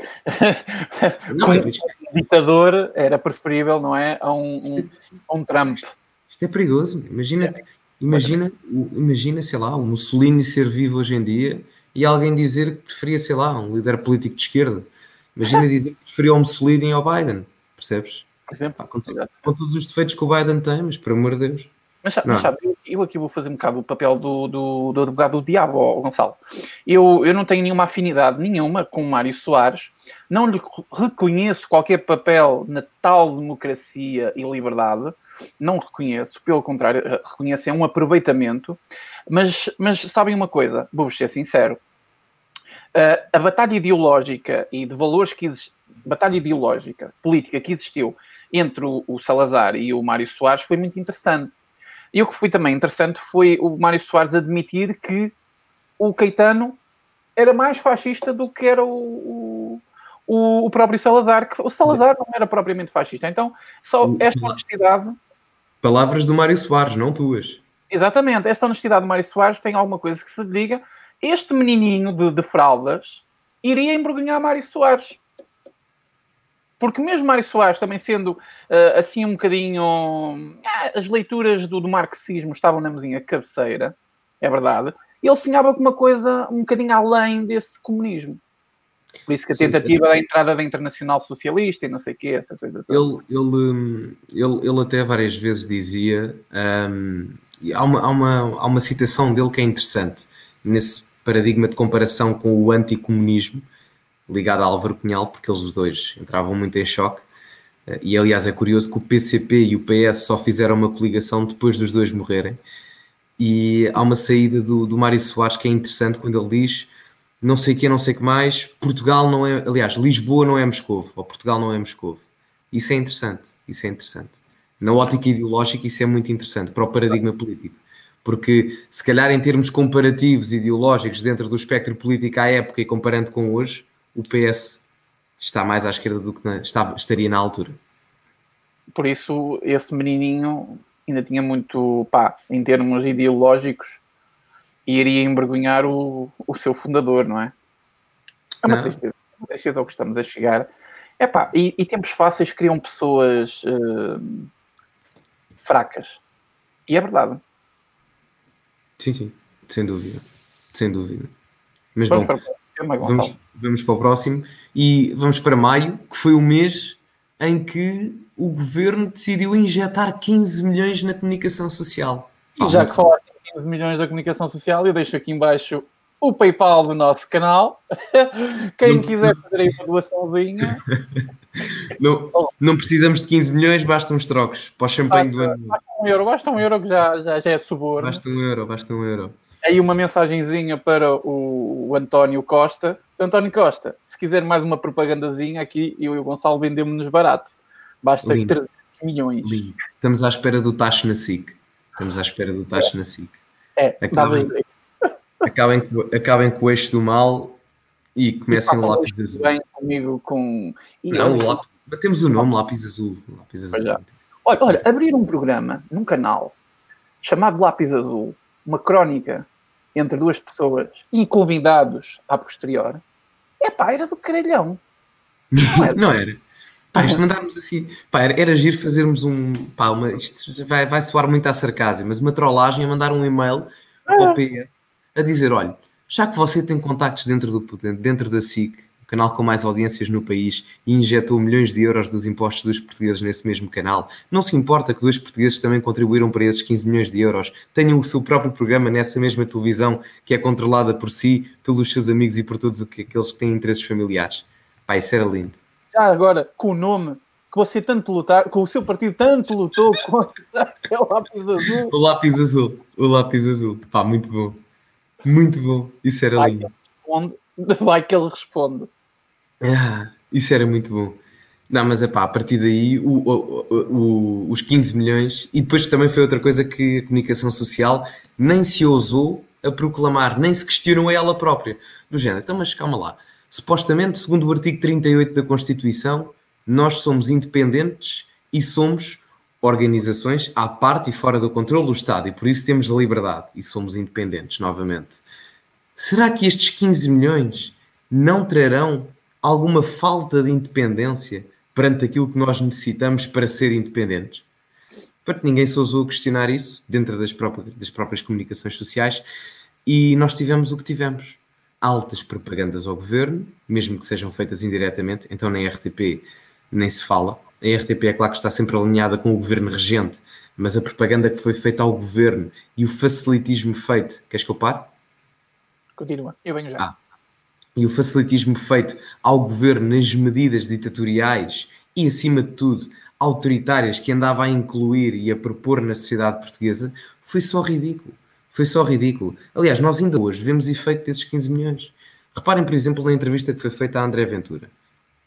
S2: um ditador era preferível, não é? A um Trump.
S1: Isto é perigoso. Imagina, sei lá, o Mussolini ser vivo hoje em dia e alguém dizer que preferia, sei lá, um líder político de esquerda. Imagina dizer que preferia o Mussolini ao Biden. Percebes?
S2: Por exemplo.
S1: Com todos os defeitos que o Biden tem, mas por amor de Deus.
S2: Mas sabe, eu aqui vou fazer um bocado o papel do advogado do diabo, Gonçalo. Eu não tenho nenhuma afinidade com o Mário Soares, não lhe reconheço qualquer papel na tal democracia e liberdade, não reconheço, pelo contrário, reconheço é um aproveitamento, mas sabem uma coisa, vou-vos ser sincero, a batalha ideológica e de valores que batalha ideológica, política que existiu entre o Salazar e o Mário Soares foi muito interessante. E o que foi também interessante foi o Mário Soares admitir que o Caetano era mais fascista do que era o próprio Salazar, que o Salazar não era propriamente fascista. Então, só esta honestidade...
S1: Palavras do Mário Soares, não tuas.
S2: Exatamente, esta honestidade do Mário Soares tem alguma coisa que se diga. Este menininho de fraldas iria envergonhar Mário Soares. Porque mesmo Mário Soares, também sendo assim um bocadinho... as leituras do marxismo estavam na mesinha cabeceira, é verdade, ele sonhava com uma coisa um bocadinho além desse comunismo. Por isso que a tentativa da entrada da Internacional Socialista e não sei o quê, essa coisa toda.
S1: Ele até várias vezes dizia... há uma citação dele que é interessante, nesse paradigma de comparação com o anticomunismo, ligado a Álvaro Cunhal, porque eles os dois entravam muito em choque. E, aliás, é curioso que o PCP e o PS só fizeram uma coligação depois dos dois morrerem. E há uma saída do Mário Soares que é interessante quando ele diz não sei o que, não sei o que mais, Portugal não é... Aliás, Lisboa não é Moscovo, ou Portugal não é Moscovo. Isso é interessante, isso é interessante. Na ótica ideológica, isso é muito interessante para o paradigma político. Porque, se calhar, em termos comparativos ideológicos dentro do espectro político à época e comparando com hoje, o PS está mais à esquerda do que estaria na altura.
S2: Por isso, esse menininho ainda tinha muito, em termos ideológicos, iria envergonhar o seu fundador, não é? É uma tristeza ao que estamos a chegar. E tempos fáceis criam pessoas fracas. E é verdade.
S1: Sim, sem dúvida. Sem dúvida. Mas
S2: vamos
S1: bom, vamos para o próximo. E vamos para maio, que foi o mês em que o governo decidiu injetar 15 milhões na comunicação social.
S2: E já que falaste em 15 milhões da comunicação social, eu deixo aqui em baixo o PayPal do nosso canal. Quem quiser fazer aí uma doaçãozinha...
S1: Não precisamos de 15 milhões, basta uns trocos para o champanhe do ano.
S2: Basta um euro que já é suborno.
S1: Basta um euro.
S2: Aí uma mensagenzinha para o António Costa. Sr. António Costa, se quiser mais uma propagandazinha aqui, eu e o Gonçalo vendemos-nos barato. Basta 300 milhões. Lindo.
S1: Estamos à espera do tacho na SIC. Acabem com o eixo do mal e comecem o lápis azul.
S2: Bem comigo com...
S1: Batemos o nome, lápis azul.
S2: Olha, abrir um programa num canal chamado Lápis Azul, uma crónica entre duas pessoas e convidados a posterior, era do caralhão.
S1: Não era? Isto mandarmos assim... era giro fazermos isto vai soar muito a sarcasmo, mas uma trollagem a mandar um e-mail para o PS a dizer, olha, já que você tem contactos dentro da SIC, o canal com mais audiências no país, e injetou milhões de euros dos impostos dos portugueses nesse mesmo canal, não se importa que dois portugueses também contribuíram para esses 15 milhões de euros, tenham o seu próprio programa nessa mesma televisão que é controlada por si, pelos seus amigos e por todos aqueles que têm interesses familiares. Isso era lindo.
S2: Já agora, com o nome que você tanto lutar, com o seu partido tanto lutou contra o lápis azul.
S1: O lápis azul. Muito bom. Muito bom. Isso era lindo.
S2: Vai que ele responde.
S1: Isso era muito bom. Não, mas a partir daí os 15 milhões, e depois também foi outra coisa que a comunicação social nem se ousou a proclamar, nem se questionou a ela própria. Do género, então mas calma lá. Supostamente, segundo o artigo 38 da Constituição, nós somos independentes e somos organizações à parte e fora do controle do Estado, e por isso temos a liberdade e somos independentes, novamente. Será que estes 15 milhões não trarão alguma falta de independência perante aquilo que nós necessitamos para ser independentes? Porque ninguém se ousou questionar isso dentro das próprias comunicações sociais, e nós tivemos o que tivemos. Altas propagandas ao governo, mesmo que sejam feitas indiretamente, então na RTP nem se fala. A RTP é claro que está sempre alinhada com o governo regente, mas a propaganda que foi feita ao governo e o facilitismo feito... Queres que eu pare?
S2: Continua, eu venho já.
S1: E o facilitismo feito ao governo nas medidas ditatoriais e, acima de tudo, autoritárias que andava a incluir e a propor na sociedade portuguesa, foi só ridículo. Aliás, nós ainda hoje vemos efeito desses 15 milhões. Reparem, por exemplo, na entrevista que foi feita a André Ventura.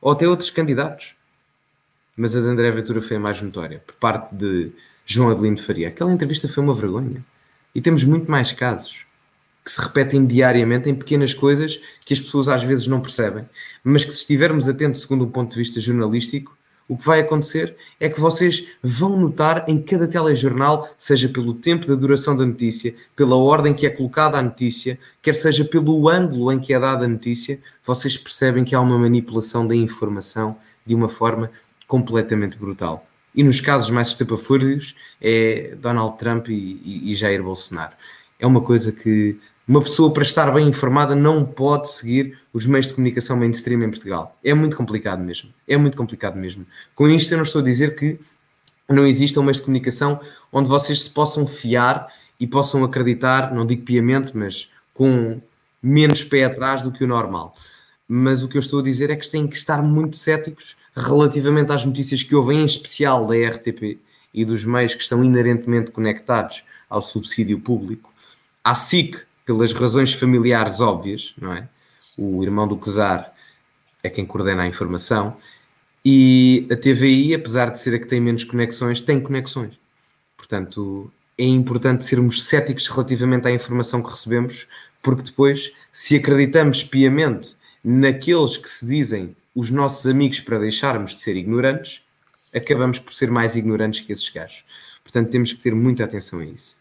S1: ou até outros candidatos. Mas a de André Ventura foi a mais notória, por parte de João Adelino Faria. Aquela entrevista foi uma vergonha. E temos muito mais casos que se repetem diariamente em pequenas coisas que as pessoas às vezes não percebem, mas que se estivermos atentos segundo um ponto de vista jornalístico, o que vai acontecer é que vocês vão notar em cada telejornal, seja pelo tempo da duração da notícia, pela ordem que é colocada a notícia, quer seja pelo ângulo em que é dada a notícia, vocês percebem que há uma manipulação da informação de uma forma completamente brutal. E nos casos mais estapafúrdios é Donald Trump e Jair Bolsonaro. É uma coisa que uma pessoa, para estar bem informada, não pode seguir os meios de comunicação mainstream em Portugal. É muito complicado mesmo. É muito complicado mesmo. Com isto eu não estou a dizer que não existam meios de comunicação onde vocês se possam fiar e possam acreditar, não digo piamente, mas com menos pé atrás do que o normal. Mas o que eu estou a dizer é que têm que estar muito céticos relativamente às notícias que ouvem, em especial da RTP e dos meios que estão inerentemente conectados ao subsídio público. À SIC, pelas razões familiares óbvias, não é? O irmão do Cesar é quem coordena a informação. E a TVI, apesar de ser a que tem menos conexões, tem conexões. Portanto, é importante sermos céticos relativamente à informação que recebemos, porque depois, se acreditamos piamente naqueles que se dizem os nossos amigos para deixarmos de ser ignorantes, acabamos por ser mais ignorantes que esses gajos. Portanto, temos que ter muita atenção a isso.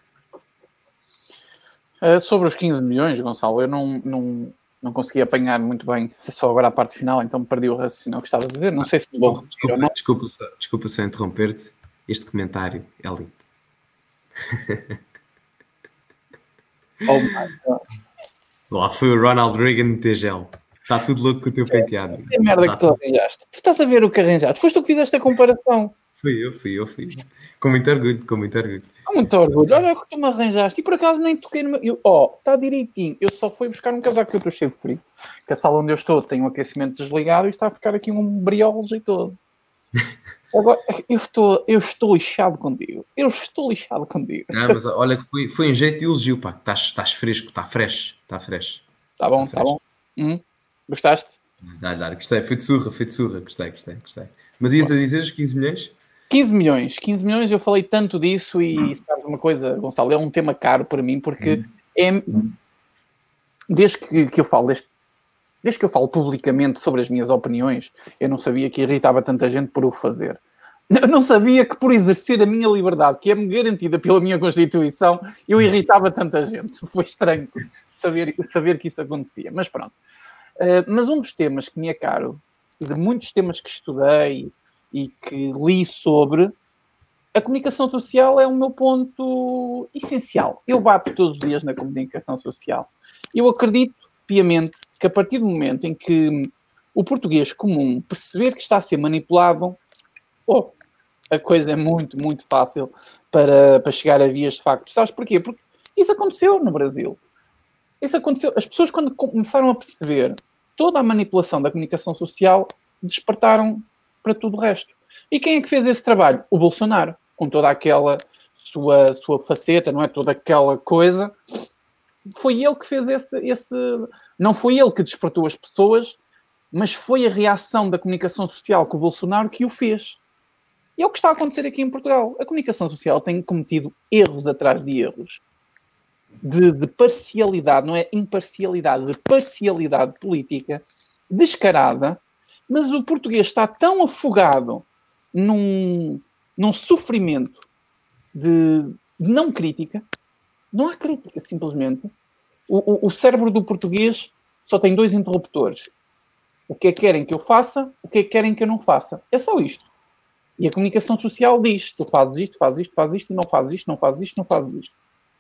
S2: Sobre os 15 milhões, Gonçalo, eu não consegui apanhar muito bem, só agora a parte final, então perdi o raciocínio que estava a dizer. Não sei se vou repetir ou não.
S1: Desculpa só interromper-te. Este comentário é lindo.
S2: Oh my God.
S1: Lá foi o Ronald Reagan de Tegel. Está tudo louco com o teu penteado.
S2: Que merda que tu arranjaste. Tu estás a ver o que arranjaste. Foste tu que fizeste a comparação.
S1: Fui eu. Com muito orgulho.
S2: Com muito orgulho. Olha o que tu me arranjaste. E por acaso nem toquei no meu... Está direitinho. Eu só fui buscar um casaco que eu estou cheio de frio. Que a sala onde eu estou tem um aquecimento desligado e está a ficar aqui um briol jeitoso. Agora, eu estou lixado contigo.
S1: Mas olha que foi um jeito de elogio, pá. Estás fresco, está fresh.
S2: Está bom. Gostaste?
S1: Dá, gostei. Foi de surra. Gostei. Mas ias a dizer os 15 milhões?
S2: 15 milhões, eu falei tanto disso e sabes uma coisa, Gonçalo, é um tema caro para mim porque desde que eu falo publicamente sobre as minhas opiniões, eu não sabia que irritava tanta gente por o fazer. Eu não sabia que por exercer a minha liberdade, que é-me garantida pela minha Constituição, eu irritava tanta gente. Foi estranho saber que isso acontecia. Mas pronto. Mas um dos temas que me é caro, de muitos temas que estudei e que li sobre, a comunicação social é o meu ponto essencial. Eu bato todos os dias na comunicação social. Eu acredito piamente que a partir do momento em que o português comum perceber que está a ser manipulado, a coisa é muito, muito fácil para chegar a vias de facto. Sabes porquê? Porque isso aconteceu no Brasil. Isso aconteceu. As pessoas, quando começaram a perceber toda a manipulação da comunicação social, despertaram para tudo o resto. E quem é que fez esse trabalho? O Bolsonaro, com toda aquela sua faceta, não é? Toda aquela coisa. Foi ele que fez esse... Não foi ele que despertou as pessoas, mas foi a reação da comunicação social com o Bolsonaro que o fez. E é o que está a acontecer aqui em Portugal. A comunicação social tem cometido erros atrás de erros. De parcialidade, não é imparcialidade, de parcialidade política descarada, mas o português está tão afogado num sofrimento de não crítica. Não há crítica, simplesmente. O cérebro do português só tem 2 interruptores. O que é que querem que eu faça, o que é que querem que eu não faça. É só isto. E a comunicação social diz: tu fazes isto, e não fazes isto, não fazes isto.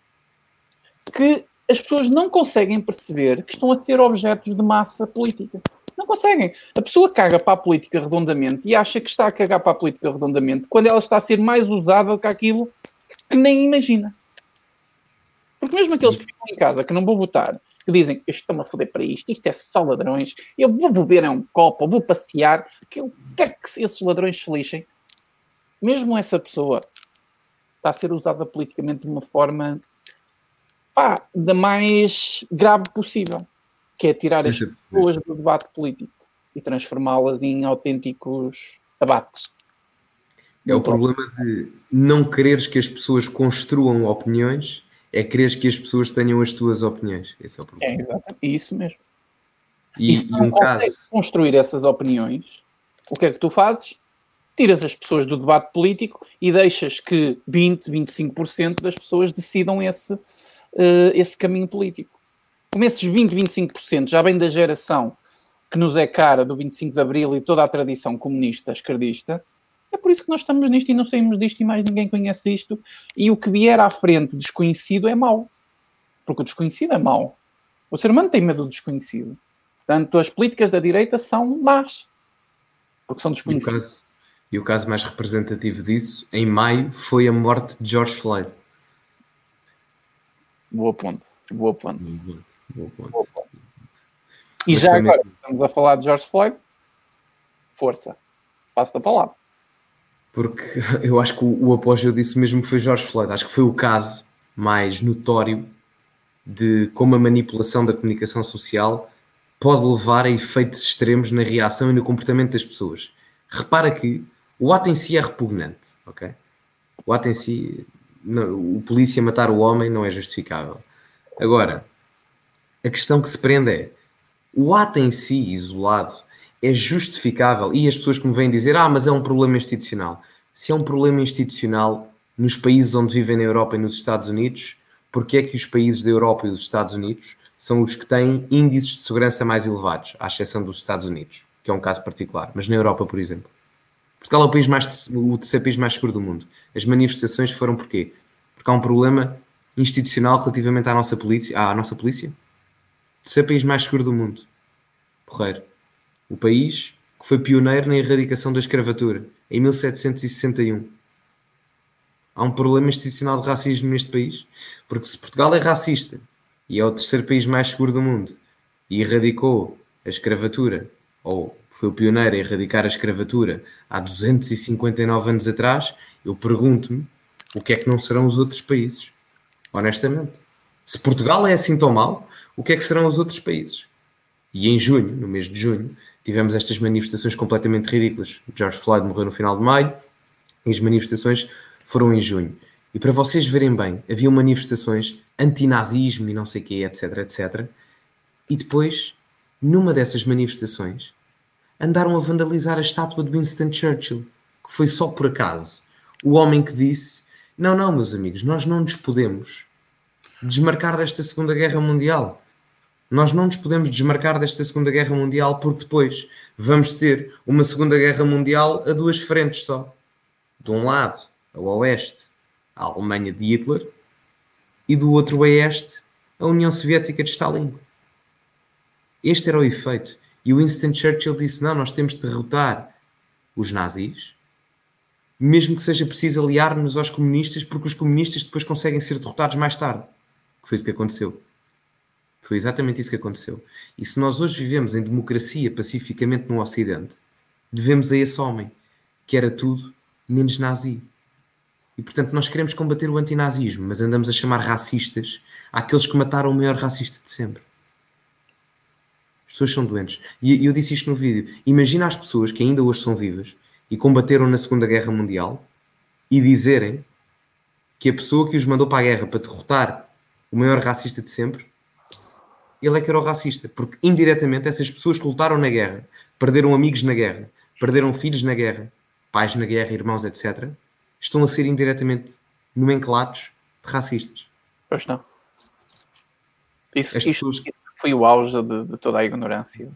S2: Que as pessoas não conseguem perceber que estão a ser objetos de massa política. Não conseguem. A pessoa caga para a política redondamente e acha que está a cagar para a política redondamente quando ela está a ser mais usada que aquilo que nem imagina. Porque mesmo aqueles que ficam em casa, que não vou votar, que dizem: eu estou-me a foder para isto é só ladrões, eu vou beber um copo, eu vou passear, que eu quero que esses ladrões se lixem. Mesmo essa pessoa está a ser usada politicamente de uma forma da mais grave possível, que é tirar as pessoas do debate político. e transformá-las em autênticos abates.
S1: É o problema de não quereres que as pessoas construam opiniões, é quereres que as pessoas tenham as tuas opiniões. Esse é o problema.
S2: É, exatamente. Isso mesmo.
S1: E
S2: se
S1: um
S2: não consegues
S1: caso...
S2: construir essas opiniões, o que é que tu fazes? Tiras as pessoas do debate político e deixas que 20, 25% das pessoas decidam esse caminho político. Como esses 20, 25% já vem da geração que nos é cara do 25 de Abril e toda a tradição comunista, esquerdista, é por isso que nós estamos nisto e não saímos disto e mais ninguém conhece isto. E o que vier à frente desconhecido é mau. Porque o desconhecido é mau. O ser humano tem medo do desconhecido. Portanto, as políticas da direita são más. Porque são desconhecidas.
S1: E o caso mais representativo disso, em maio, foi a morte de George Floyd.
S2: Boa ponte.
S1: Boa ponte.
S2: E já agora, estamos a falar de George Floyd, força. Passo da palavra.
S1: Porque eu acho que o apogeu disso mesmo foi George Floyd. Acho que foi o caso mais notório de como a manipulação da comunicação social pode levar a efeitos extremos na reação e no comportamento das pessoas. Repara que o ato em si é repugnante, ok? O ato em si, não, o polícia matar o homem não é justificável. Agora, a questão que se prende é, o ato em si, isolado, é justificável, e as pessoas que me vêm dizer, mas é um problema institucional. Se é um problema institucional nos países onde vivem na Europa e nos Estados Unidos, porque é que os países da Europa e dos Estados Unidos são os que têm índices de segurança mais elevados, à exceção dos Estados Unidos, que é um caso particular. Mas na Europa, por exemplo, Portugal é o terceiro país mais seguro do mundo. As manifestações foram porquê? Porque há um problema institucional relativamente à nossa polícia. Terceiro país mais seguro do mundo. Porreiro. O país que foi pioneiro na erradicação da escravatura, em 1761. Há um problema institucional de racismo neste país, porque se Portugal é racista e é o terceiro país mais seguro do mundo e erradicou a escravatura, ou foi o pioneiro a erradicar a escravatura há 259 anos atrás, eu pergunto-me o que é que não serão os outros países, honestamente. Se Portugal é assim tão mau, o que é que serão os outros países? E em junho, no mês de junho, tivemos estas manifestações completamente ridículas. George Floyd morreu no final de maio e as manifestações foram em junho. E para vocês verem bem, havia manifestações anti-nazismo e não sei o quê, etc, etc. E depois, numa dessas manifestações, andaram a vandalizar a estátua de Winston Churchill, que foi só por acaso. O homem que disse, não, meus amigos, nós não nos podemos desmarcar desta Segunda Guerra Mundial. Nós não nos podemos desmarcar desta Segunda Guerra Mundial porque depois vamos ter uma Segunda Guerra Mundial a duas frentes só. De um lado, ao oeste, a Alemanha de Hitler e do outro oeste, a União Soviética de Stalin. Este era o efeito. E o Winston Churchill disse, nós temos de derrotar os nazis, mesmo que seja preciso aliar-nos aos comunistas, porque os comunistas depois conseguem ser derrotados mais tarde. Foi isso que aconteceu. Foi exatamente isso que aconteceu. E se nós hoje vivemos em democracia pacificamente no Ocidente, devemos a esse homem, que era tudo menos nazi. E portanto nós queremos combater o antinazismo, mas andamos a chamar racistas àqueles que mataram o maior racista de sempre. As pessoas são doentes. E eu disse isto no vídeo. Imagina as pessoas que ainda hoje são vivas e combateram na Segunda Guerra Mundial e dizerem que a pessoa que os mandou para a guerra para derrotar o maior racista de sempre, ele é que era o racista. Porque indiretamente essas pessoas que lutaram na guerra, perderam amigos na guerra, perderam filhos na guerra, pais na guerra, irmãos, etc., estão a ser indiretamente nomenclados de racistas.
S2: Pois não. Isto foi o auge de toda a ignorância.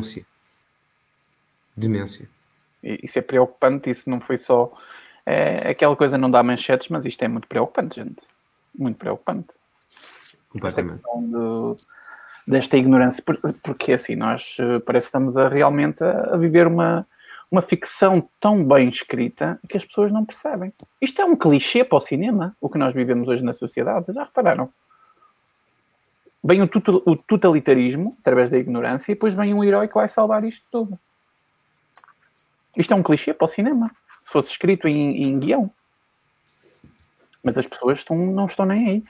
S1: Demência.
S2: Isso é preocupante, isso não foi só... aquela coisa não dá manchetes, mas isto é muito preocupante, gente. Muito preocupante.
S1: Completamente.
S2: Desta ignorância, porque assim, nós parece que estamos realmente a viver uma ficção tão bem escrita que as pessoas não percebem. Isto é um clichê para o cinema, o que nós vivemos hoje na sociedade, já repararam? Vem o totalitarismo, através da ignorância, e depois vem um herói que vai salvar isto tudo. Isto é um clichê para o cinema, se fosse escrito em guião. Mas as pessoas não estão nem aí.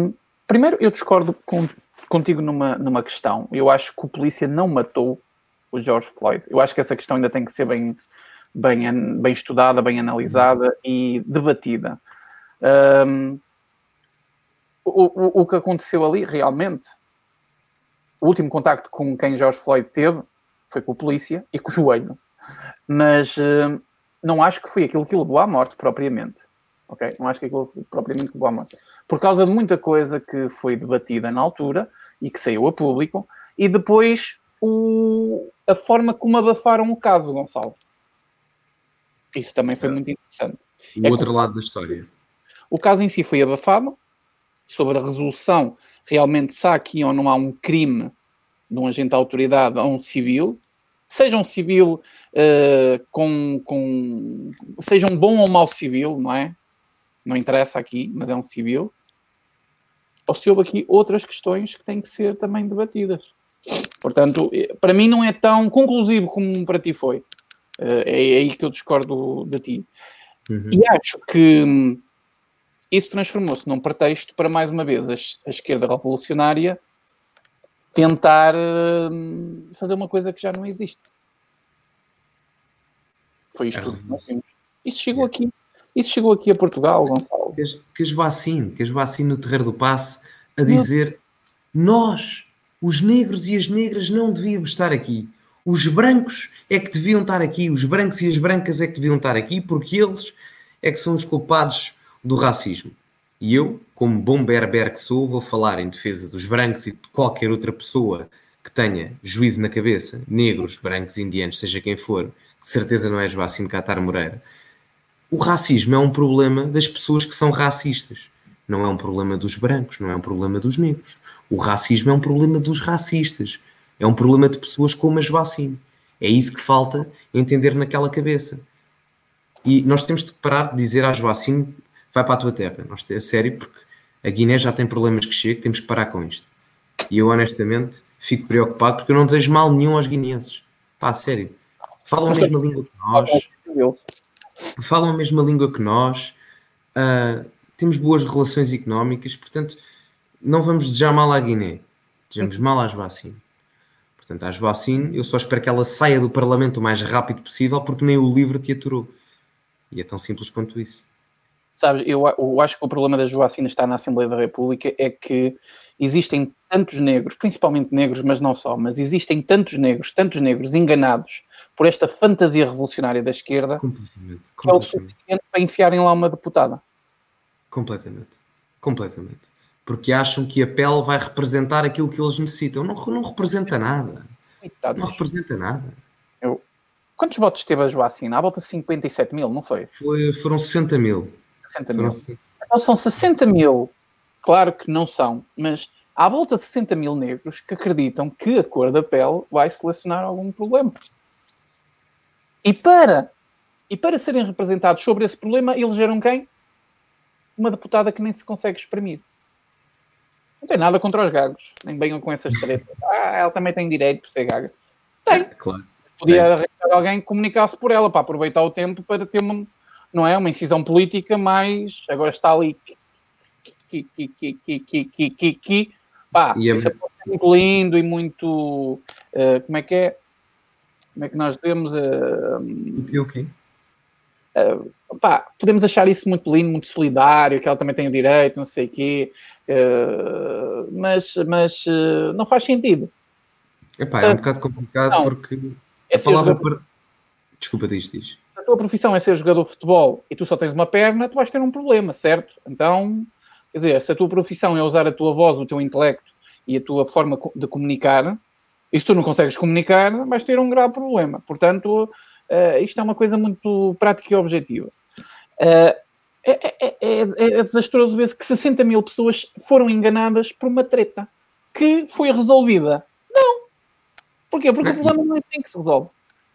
S2: Primeiro, eu discordo contigo numa questão. Eu acho que o polícia não matou o George Floyd. Eu acho que essa questão ainda tem que ser bem estudada, bem analisada e debatida. O que aconteceu ali, realmente, o último contacto com quem George Floyd teve foi com a polícia e com o joelho. Mas não acho que foi aquilo que o levou à morte, propriamente. Okay? Não acho que aquilo propriamente levou à morte. Por causa de muita coisa que foi debatida na altura e que saiu a público, e depois a forma como abafaram o caso, Gonçalo. Isso também foi muito interessante.
S1: O outro lado da história.
S2: O caso em si foi abafado, sobre a resolução, realmente se há aqui ou não há um crime de um agente da autoridade a um civil, seja um civil seja um bom ou mau civil, não é? Não interessa aqui, mas é um civil. Ou se houve aqui outras questões que têm que ser também debatidas. Portanto, para mim não é tão conclusivo como para ti foi. É aí que eu discordo de ti.
S1: Uhum.
S2: E acho que isso transformou-se num pretexto para, mais uma vez, a esquerda revolucionária tentar fazer uma coisa que já não existe. Foi isto que nós vimos. Isso chegou aqui. Isso chegou aqui a Portugal, Gonçalo.
S1: Que esbacine no Terreiro do Paço a dizer nós, os negros e as negras, não devíamos estar aqui. Os brancos é que deviam estar aqui. Os brancos e as brancas é que deviam estar aqui porque eles é que são os culpados do racismo. E eu, como bom berber que sou, vou falar em defesa dos brancos e de qualquer outra pessoa que tenha juízo na cabeça, negros, brancos, indianos, seja quem for, de certeza não é Joacim Catar Moreira. O racismo é um problema das pessoas que são racistas. Não é um problema dos brancos, não é um problema dos negros. O racismo é um problema dos racistas. É um problema de pessoas como a Joacim. É isso que falta entender naquela cabeça. E nós temos de parar de dizer à Joacim, vai para a tua terra. É sério, porque a Guiné já tem problemas que chegam, temos que parar com isto. E eu, honestamente, fico preocupado porque eu não desejo mal nenhum aos guineenses. Pá, sério. Falam a mesma língua que nós. Falam a mesma língua que nós. Temos boas relações económicas. Portanto, não vamos desejar mal à Guiné. Desejamos mal à Joacim. Portanto, à Joacim, eu só espero que ela saia do Parlamento o mais rápido possível porque nem o livro te aturou. E é tão simples quanto isso.
S2: Sabes, eu acho que o problema da Joacim está na Assembleia da República é que existem tantos negros, principalmente negros, mas não só, mas existem tantos negros enganados por esta fantasia revolucionária da esquerda que é o suficiente para enfiarem lá uma deputada.
S1: Completamente. Porque acham que a pele vai representar aquilo que eles necessitam. Não representa nada. Não representa nada.
S2: Quantos votos teve a Joacim? À volta de 57 mil, não foi?
S1: Foram 60 mil.
S2: 60 mil. Então são 60 mil, claro que não são, mas há volta de 60 mil negros que acreditam que a cor da pele vai selecionar algum problema. E para serem representados sobre esse problema, elegeram quem? Uma deputada que nem se consegue exprimir. Não tem nada contra os gagos, nem venham com essas tretas. Ela também tem direito por ser gaga. Tem.
S1: Claro.
S2: Podia arranjar alguém que comunicasse por ela, para aproveitar o tempo para ter uma incisão política, mas agora está ali pá, isso é muito lindo e muito como é que nós temos pá, podemos achar isso muito lindo, muito solidário, que ela também tem o direito, não sei o quê, mas não faz sentido.
S1: É um bocado complicado porque a palavra desculpa, diz. Se
S2: a tua profissão é ser jogador de futebol e tu só tens uma perna, tu vais ter um problema, certo? Então, quer dizer, se a tua profissão é usar a tua voz, o teu intelecto e a tua forma de comunicar, e se tu não consegues comunicar, vais ter um grave problema. Portanto, isto é uma coisa muito prática e objetiva. É desastroso ver que 60 mil pessoas foram enganadas por uma treta que foi resolvida. Não. Porquê? Porque o problema não é assim que se resolve.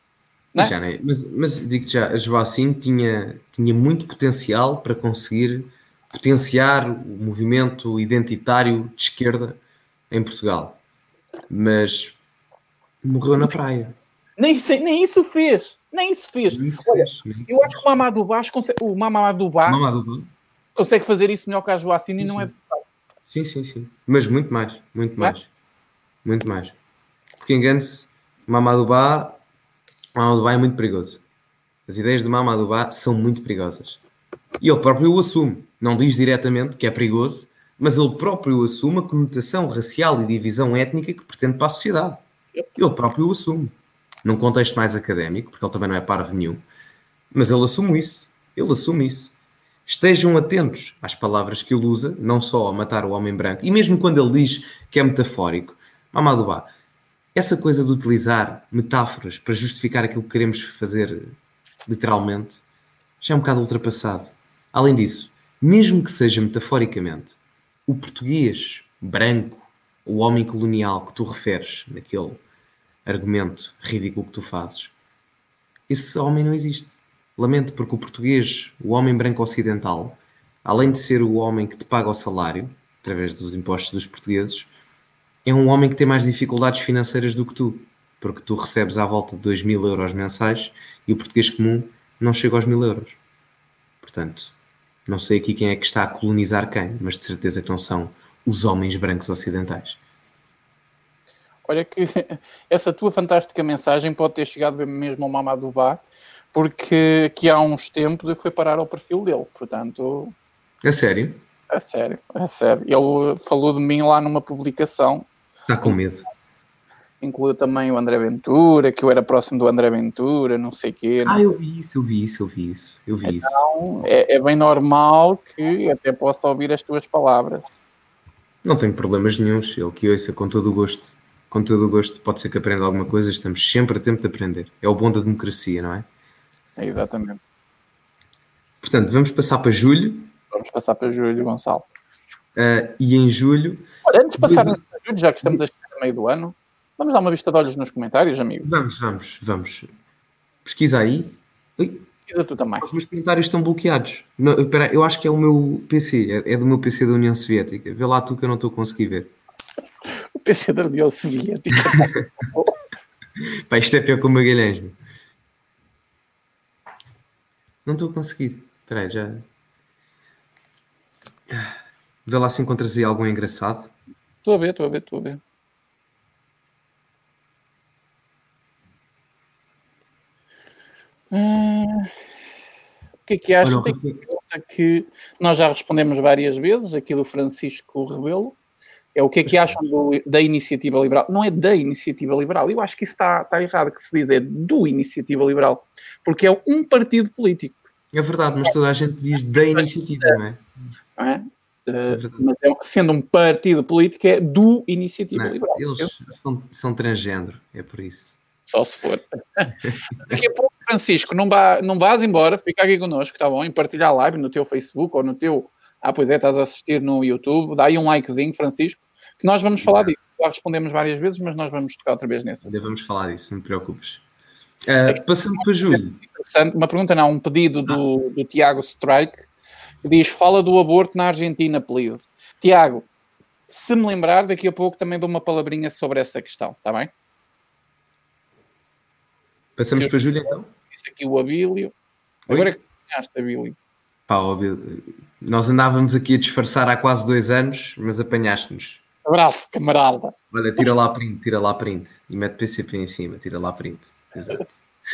S1: Mas digo-te já, a Joacim tinha muito potencial para conseguir potenciar o movimento identitário de esquerda em Portugal. Mas morreu na praia.
S2: Nem isso fez. Olha, eu acho que o Mamadou Ba consegue fazer isso melhor que a Joacim e não é...
S1: Sim. Mas muito mais. Porque engane-se, Mamadouba é muito perigoso. As ideias de Mamadouba são muito perigosas. E ele próprio o assume. Não diz diretamente que é perigoso, mas ele próprio assume a conotação racial e divisão étnica que pretende para a sociedade. Ele próprio o assume. Num contexto mais académico, porque ele também não é parvo nenhum, mas ele assume isso. Ele assume isso. Estejam atentos às palavras que ele usa, não só a matar o homem branco, e mesmo quando ele diz que é metafórico. Mamadouba, essa coisa de utilizar metáforas para justificar aquilo que queremos fazer literalmente, já é um bocado ultrapassado. Além disso, mesmo que seja metaforicamente, o português branco, o homem colonial que tu referes naquele argumento ridículo que tu fazes, esse homem não existe. Lamento, porque o português, o homem branco ocidental, além de ser o homem que te paga o salário, através dos impostos dos portugueses, é um homem que tem mais dificuldades financeiras do que tu, porque tu recebes à volta de 2.000 euros mensais e o português comum não chega aos 1.000 euros. Portanto, não sei aqui quem é que está a colonizar quem, mas de certeza que não são os homens brancos ocidentais.
S2: Olha que essa tua fantástica mensagem pode ter chegado mesmo ao Mamadouba, porque aqui há uns tempos eu fui parar ao perfil dele, portanto...
S1: É sério?
S2: É sério, é sério. Ele falou de mim lá numa publicação.
S1: Está com medo.
S2: Inclui também o André Ventura, que eu era próximo do André Ventura, não sei o quê.
S1: Eu vi isso.
S2: Então, é bem normal que até possa ouvir as tuas palavras.
S1: Não tenho problemas nenhuns. Ele que ouça com todo o gosto. Com todo o gosto. Pode ser que aprenda alguma coisa. Estamos sempre a tempo de aprender. É o bom da democracia, não é?
S2: É exatamente.
S1: Portanto, vamos passar para julho.
S2: Vamos passar para julho, Gonçalo.
S1: E em julho...
S2: Olha, antes de passarmos para julho, já que estamos a chegar no meio do ano, vamos dar uma vista de olhos nos comentários, amigo?
S1: Vamos. Pesquisa aí. Ui.
S2: Pesquisa tu também.
S1: Os meus comentários estão bloqueados. Não, espera, eu acho que é o meu PC. É do meu PC da União Soviética. Vê lá tu que eu não estou a conseguir ver.
S2: O PC da União Soviética.
S1: Pá, isto é pior que o Magalhães. Meu. Não estou a conseguir. Espera aí, já... Vê lá se encontras aí algum engraçado.
S2: Estou a ver. O que é que achas? Tem uma pergunta que nós já respondemos várias vezes, aqui do Francisco Rebelo. É o que é que acham da Iniciativa Liberal? Não é da Iniciativa Liberal. Eu acho que isso está errado, que se diz é do Iniciativa Liberal. Porque é um partido político.
S1: É verdade, mas toda a gente diz da Iniciativa, não é?
S2: Não é? Mas sendo um partido político é do Iniciativa
S1: não,
S2: Liberal.
S1: Eles são transgênero, é por isso.
S2: Só se for. Daqui a pouco, Francisco, não vás embora, fica aqui connosco, está bom? E partilhar a live no teu Facebook ou no teu... pois é, estás a assistir no YouTube. Dá aí um likezinho, Francisco, que nós vamos falar disso. Já respondemos várias vezes, mas nós vamos tocar outra vez nesse assunto.
S1: Ainda vamos falar disso, não te preocupes. Passando para julho.
S2: Uma pergunta, não, um pedido do Tiago Strike, que diz, fala do aborto na Argentina, please. Tiago, se me lembrar, daqui a pouco também dou uma palavrinha sobre essa questão, está bem?
S1: Passamos para julho, então?
S2: Isso aqui o Abílio. Agora é que apanhaste, Abílio.
S1: Pá, óbvio. Nós andávamos aqui a disfarçar há quase 2 anos, mas apanhaste-nos.
S2: Abraço, camarada.
S1: Olha, tira lá print. E mete PCP em cima, tira lá print. Exato.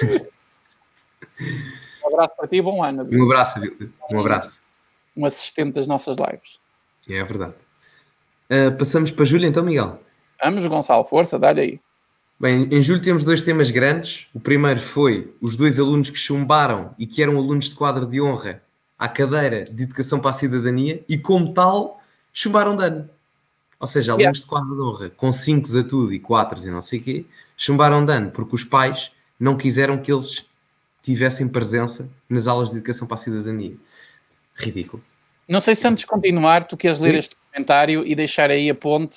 S2: Um abraço para ti e bom ano.
S1: Um abraço, Abílio. Um abraço.
S2: Um assistente das nossas lives.
S1: É verdade. Passamos para julho, então, Miguel?
S2: Vamos, Gonçalo, força, dá-lhe aí.
S1: Bem, em julho temos 2 temas grandes. O primeiro foi os 2 alunos que chumbaram e que eram alunos de quadro de honra à cadeira de Educação para a Cidadania e, como tal, chumbaram de ano. Ou seja, alunos de quadro de honra com 5 a tudo e 4 e não sei o quê, chumbaram de ano porque os pais não quiseram que eles tivessem presença nas aulas de Educação para a Cidadania. Ridículo.
S2: Não sei se antes de continuar, tu queres ler este comentário e deixar aí a ponte.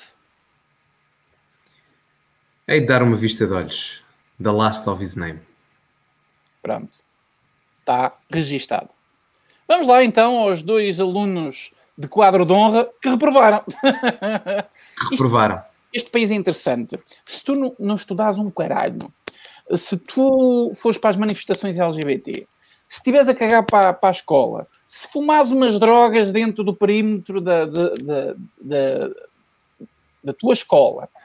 S1: Hei de dar uma vista de olhos. The Last of His Name.
S2: Pronto. Está registado. Vamos lá então aos 2 alunos de quadro de honra que reprovaram.
S1: Reprovaram.
S2: Este país é interessante. Se tu não estudares um caralho, se tu fores para as manifestações LGBT, se estiveres a cagar para a escola, se fumares umas drogas dentro do perímetro da tua escola,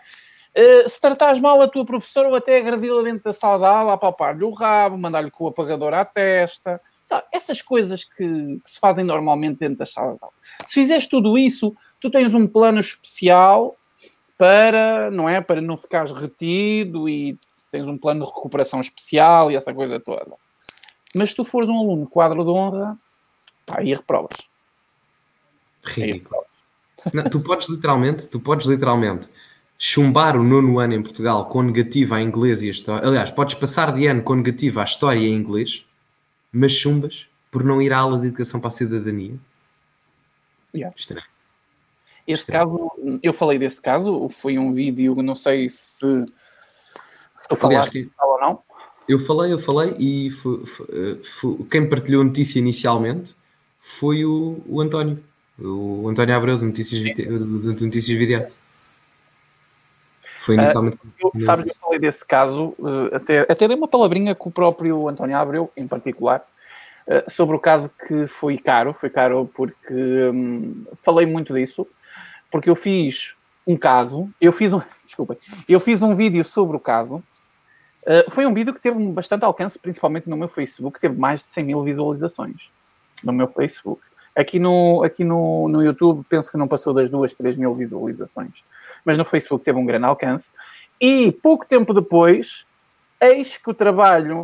S2: Se tratares mal a tua professora ou até agredi-la dentro da sala de aula, apalpar-lhe o rabo, mandar-lhe com o apagador à testa. Sabe? Essas coisas que se fazem normalmente dentro da sala de aula. Se fizeres tudo isso, tu tens um plano especial para não ficares retido e tens um plano de recuperação especial e essa coisa toda. Mas se tu fores um aluno quadro de honra, aí reprovas.
S1: Ridículo. Não, tu podes literalmente chumbar o 9º ano em Portugal com negativa a inglês e a história. Aliás, podes passar de ano com negativa a história e a inglês, mas chumbas por não ir à aula de educação para a cidadania.
S2: Yeah.
S1: Estranho.
S2: Este caso, eu falei desse caso, foi um vídeo, não sei se tu falaste ou não.
S1: Eu falei e quem partilhou a notícia inicialmente foi o António. O António Abreu, de Notícias Viriato. Foi inicialmente.
S2: Eu falei desse caso, até dei uma palavrinha com o próprio António Abreu, em particular, sobre o caso que foi caro porque falei muito disso, porque eu fiz um caso, eu fiz um vídeo sobre o caso. Foi um vídeo que teve bastante alcance, principalmente no meu Facebook, teve mais de 100 mil visualizações no meu Facebook. Aqui no YouTube penso que não passou das 2, 3 mil visualizações, mas no Facebook teve um grande alcance. E pouco tempo depois, eis que o trabalho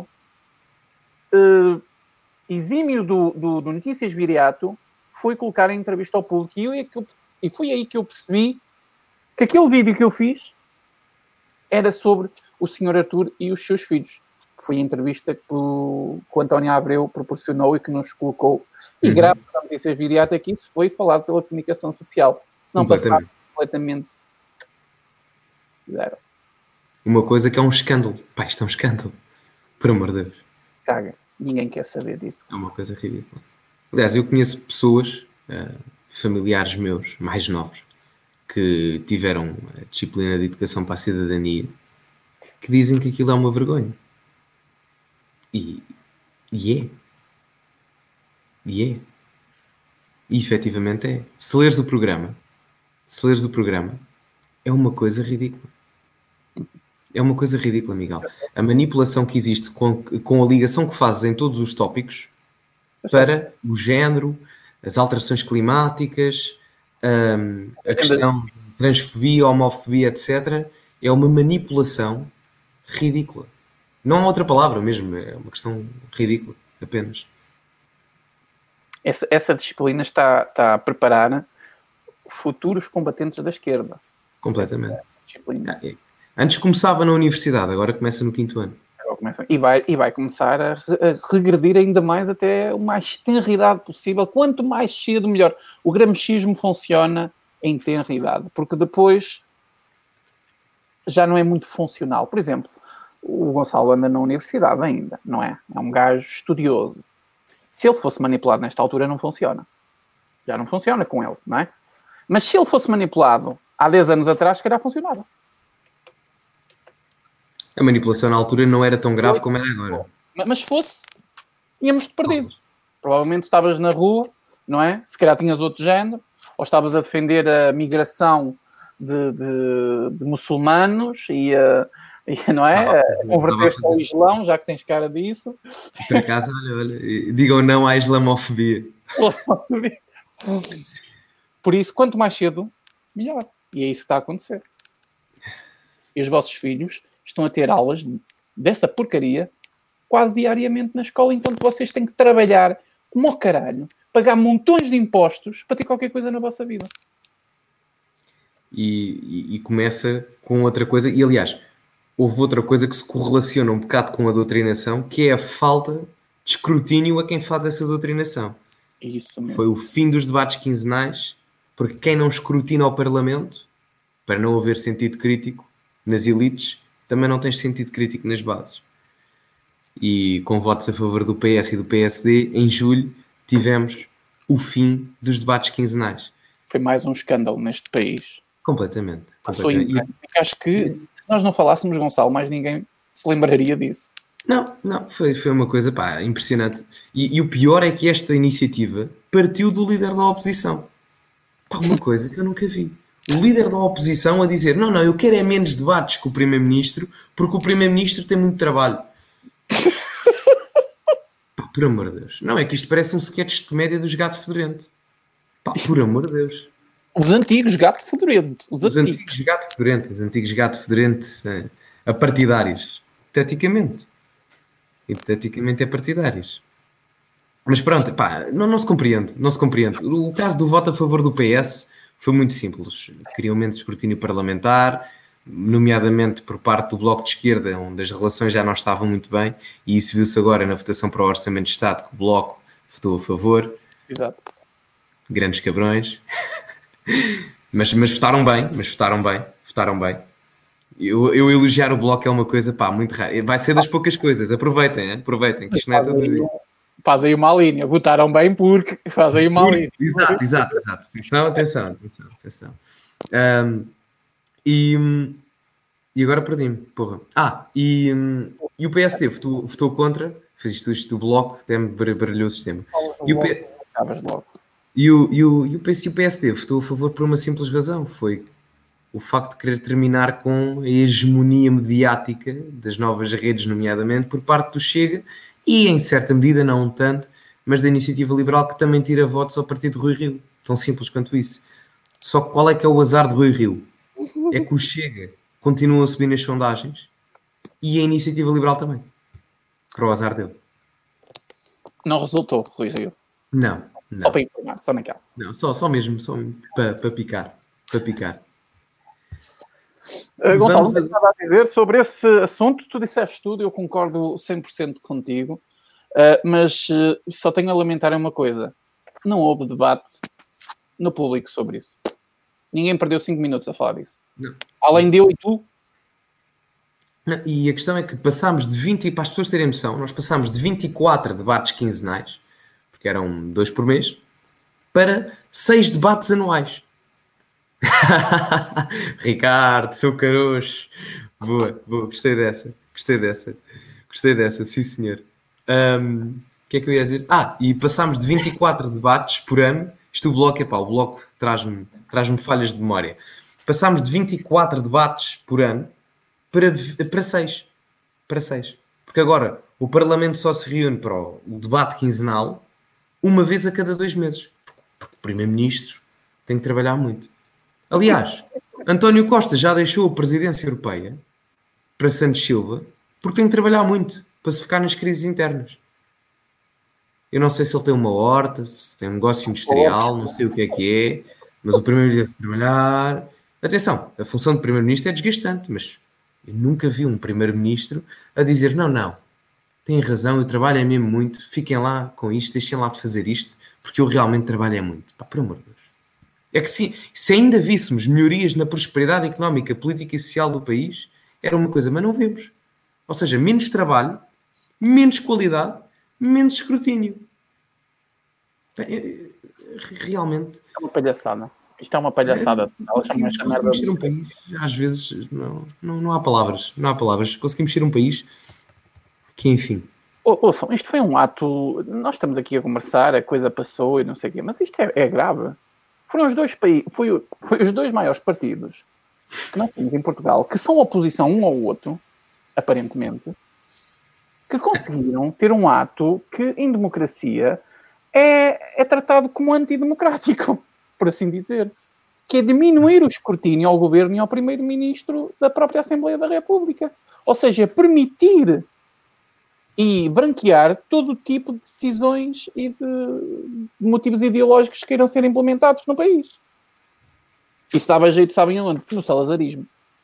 S2: exímio do Notícias Viriato foi colocar em entrevista ao público e foi aí que eu percebi que aquele vídeo que eu fiz era sobre o Sr. Arthur e os seus filhos, que foi a entrevista que o António Abreu proporcionou e que nos colocou. E graças à Notícias Viriato é que isso foi falado pela comunicação social. Se não passava completamente zero.
S1: Uma coisa que é um escândalo. Pá, isto é um escândalo. Por amor de Deus.
S2: Caga. Ninguém quer saber disso.
S1: É uma coisa ridícula. Aliás, eu conheço pessoas, familiares meus, mais novos, que tiveram a disciplina de educação para a cidadania, que dizem que aquilo é uma vergonha. E é. E efetivamente é. Se leres o programa, é uma coisa ridícula. É uma coisa ridícula, Miguel. A manipulação que existe com a ligação que fazes em todos os tópicos para o género, as alterações climáticas, a questão de transfobia, homofobia, etc. É uma manipulação ridícula. Não há outra palavra mesmo. É uma questão ridícula, apenas.
S2: Essa disciplina está a preparar futuros combatentes da esquerda.
S1: Completamente. Antes começava na universidade, agora começa no 5º ano.
S2: E vai começar a regredir ainda mais até o mais tenra idade possível. Quanto mais cedo, melhor. O gramscismo funciona em tenra idade, porque depois já não é muito funcional. Por exemplo, o Gonçalo anda na universidade ainda, não é? É um gajo estudioso. Se ele fosse manipulado nesta altura, não funciona. Já não funciona com ele, não é? Mas se ele fosse manipulado há 10 anos atrás, se calhar funcionava.
S1: A manipulação na altura não era tão grave como é agora.
S2: Mas se fosse, tínhamos-te perdido. Provavelmente estavas na rua, não é? Se calhar tinhas outro género, ou estavas a defender a migração de muçulmanos e não é? Converteste ao Islão, já que tens cara disso.
S1: Por acaso, olha, digam não à islamofobia.
S2: Por isso, quanto mais cedo, melhor. E é isso que está a acontecer. E os vossos filhos estão a ter aulas dessa porcaria quase diariamente na escola, enquanto vocês têm que trabalhar como ao caralho, pagar montões de impostos para ter qualquer coisa na vossa vida.
S1: E começa com outra coisa, e aliás, houve outra coisa que se correlaciona um bocado com a doutrinação, que é a falta de escrutínio a quem faz essa doutrinação.
S2: Isso mesmo.
S1: Foi o fim dos debates quinzenais, porque quem não escrutina o Parlamento, para não haver sentido crítico nas elites, também não tens sentido crítico nas bases. E com votos a favor do PS e do PSD, em julho, tivemos o fim dos debates quinzenais.
S2: Foi mais um escândalo neste país.
S1: Completamente.
S2: Passou e acho que se nós não falássemos, Gonçalo, mais ninguém se lembraria disso.
S1: Não, foi uma coisa impressionante. E o pior é que esta iniciativa partiu do líder da oposição. Uma coisa que eu nunca vi. O líder da oposição a dizer, não, eu quero é menos debates com o Primeiro-Ministro, porque o Primeiro-Ministro tem muito trabalho. Pá, por amor de Deus. Não, é que isto parece um sketch de comédia dos Gato Fedorento. Pá, por amor de Deus.
S2: Os antigos Gato Fedorento.
S1: Os antigos Gato Fedorento. Os antigos Gato Fedorento a partidários. Hipoteticamente é partidários. Mas pronto, pá, não se compreende. Não se compreende. O caso do voto a favor do PS foi muito simples. Queriam menos escrutínio parlamentar, nomeadamente por parte do Bloco de Esquerda, onde as relações já não estavam muito bem, e isso viu-se agora na votação para o Orçamento de Estado, que o Bloco votou a favor.
S2: Exato.
S1: Grandes cabrões. mas votaram bem, votaram bem. Eu elogiar o Bloco é uma coisa, pá, muito rara. Vai ser das poucas coisas, aproveitem, que isto não é todos os dias.
S2: Faz aí uma linha, votaram bem porque faz aí uma linha.
S1: Exato. Atenção. E agora perdi-me, porra. E o PSD votou contra, fez isto do Bloco, até me baralhou o sistema. E o PSD votou a favor por uma simples razão, foi o facto de querer terminar com a hegemonia mediática das novas redes, nomeadamente, por parte do Chega, e em certa medida, não tanto, mas da Iniciativa Liberal, que também tira votos ao partido de Rui Rio. Tão simples quanto isso. Só que qual é que é o azar de Rui Rio? É que o Chega continua a subir nas sondagens e a Iniciativa Liberal também. Para o azar dele.
S2: Não resultou, Rui Rio.
S1: Não.
S2: Só para informar, só naquela.
S1: Não, só mesmo para picar. Para picar.
S2: Gonçalo, o que estava a dizer sobre esse assunto? Tu disseste tudo, eu concordo 100% contigo, mas só tenho a lamentar uma coisa. Não houve debate no público sobre isso. Ninguém perdeu 5 minutos a falar disso.
S1: Não.
S2: Além de eu e tu.
S1: Não, e a questão é que passámos de 20, para as pessoas terem noção, nós passámos de 24 debates quinzenais, porque eram 2 por mês, para 6 debates anuais. Ricardo, seu caroço. Boa, gostei dessa, sim senhor. O que é que eu ia dizer? E passámos de 24 debates por ano. Isto o Bloco traz-me falhas de memória. Passámos de 24 debates por ano para 6. Porque agora o Parlamento só se reúne para o debate quinzenal uma vez a cada 2 meses. Porque o Primeiro-Ministro tem que trabalhar muito. Aliás, António Costa já deixou a presidência europeia para Santos Silva porque tem que trabalhar muito para se focar nas crises internas. Eu não sei se ele tem uma horta, se tem um negócio industrial, não sei o que é, mas o Primeiro-Ministro deve trabalhar. Atenção, a função de Primeiro-Ministro é desgastante, mas eu nunca vi um Primeiro-Ministro a dizer não, têm razão, eu trabalho é mesmo muito, fiquem lá com isto, deixem lá de fazer isto, porque eu realmente trabalho é muito. Pá, por amor de Deus. É que se ainda víssemos melhorias na prosperidade económica, política e social do país, era uma coisa, mas não vemos. Ou seja, menos trabalho, menos qualidade, menos escrutínio. Realmente...
S2: É uma palhaçada. Isto é uma palhaçada.
S1: Conseguimos mexer um país, às vezes, não há palavras. Não há palavras. Conseguimos ser um país que, enfim...
S2: Ouçam, isto foi um ato... Nós estamos aqui a conversar, a coisa passou e não sei o quê, mas isto é grave. Foram os dois foi os 2 maiores partidos que nós temos em Portugal, que são oposição um ao outro, aparentemente, que conseguiram ter um ato que, em democracia, é tratado como antidemocrático, por assim dizer, que é diminuir o escrutínio ao governo e ao primeiro-ministro da própria Assembleia da República. Ou seja, permitir e branquear todo tipo de decisões e de motivos ideológicos que queiram ser implementados no país. Isso dava jeito, sabem aonde? No salazarismo.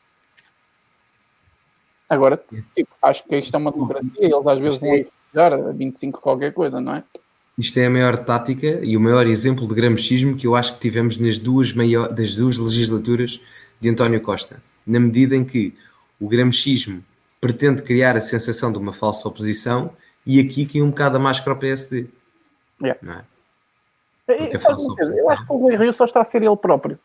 S2: Agora, acho que isto é uma democracia, eles às vezes vão festejar a 25 qualquer coisa, não é?
S1: Isto é a maior tática e o maior exemplo de gramscismo que eu acho que tivemos das duas legislaturas de António Costa. Na medida em que o gramscismo pretende criar a sensação de uma falsa oposição e aqui cai um bocado a máscara ao PSD.
S2: Yeah.
S1: Não é?
S2: Eu acho que o Rui Rio só está a ser ele próprio.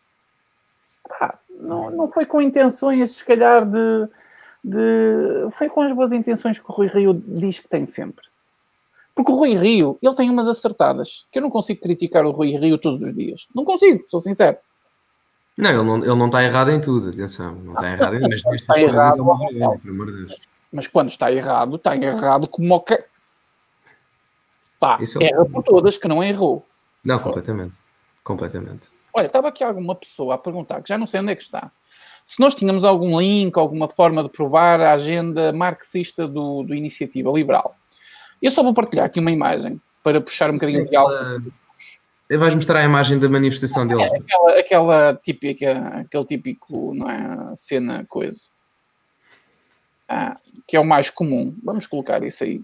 S2: Não foi com intenções, se calhar, foi com as boas intenções que o Rui Rio diz que tem sempre. Porque o Rui Rio, ele tem umas acertadas, que eu não consigo criticar o Rui Rio todos os dias. Não consigo, sou sincero.
S1: Não, ele não está errado em tudo, atenção. Não está errado em mas nestas
S2: está
S1: coisas
S2: errado,
S1: é uma vergonha, pelo amor de Deus.
S2: mas quando está errado como o que... Pá,
S1: Isso é
S2: erra por todas que não errou.
S1: Não, completamente. Completamente.
S2: Olha, estava aqui alguma pessoa a perguntar, que já não sei onde é que está, se nós tínhamos algum link, alguma forma de provar a agenda marxista do Iniciativa Liberal. Eu só vou partilhar aqui uma imagem para puxar um bocadinho de algo.
S1: Vais mostrar a imagem da manifestação deles.
S2: Aquele típico, não é, cena, coisa. Que é o mais comum. Vamos colocar isso aí.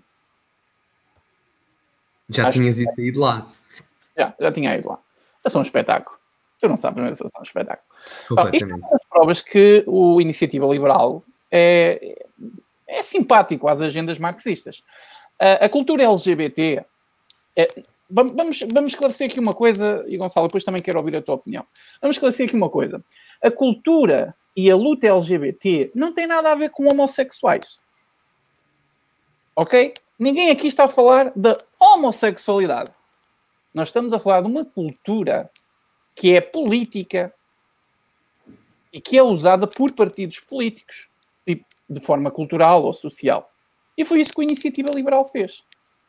S1: Já tinhas ido aí de lado.
S2: Já tinha ido lá. É só um espetáculo. Tu não sabes, mas é só um espetáculo.
S1: Completamente.
S2: Isto é uma das provas que o Iniciativa Liberal é simpático às agendas marxistas. A cultura LGBT... Vamos esclarecer aqui uma coisa, e Gonçalo, depois também quero ouvir a tua opinião. Vamos esclarecer aqui uma coisa. A cultura e a luta LGBT não tem nada a ver com homossexuais. Ok? Ninguém aqui está a falar da homossexualidade. Nós estamos a falar de uma cultura que é política e que é usada por partidos políticos de forma cultural ou social. E foi isso que a Iniciativa Liberal fez.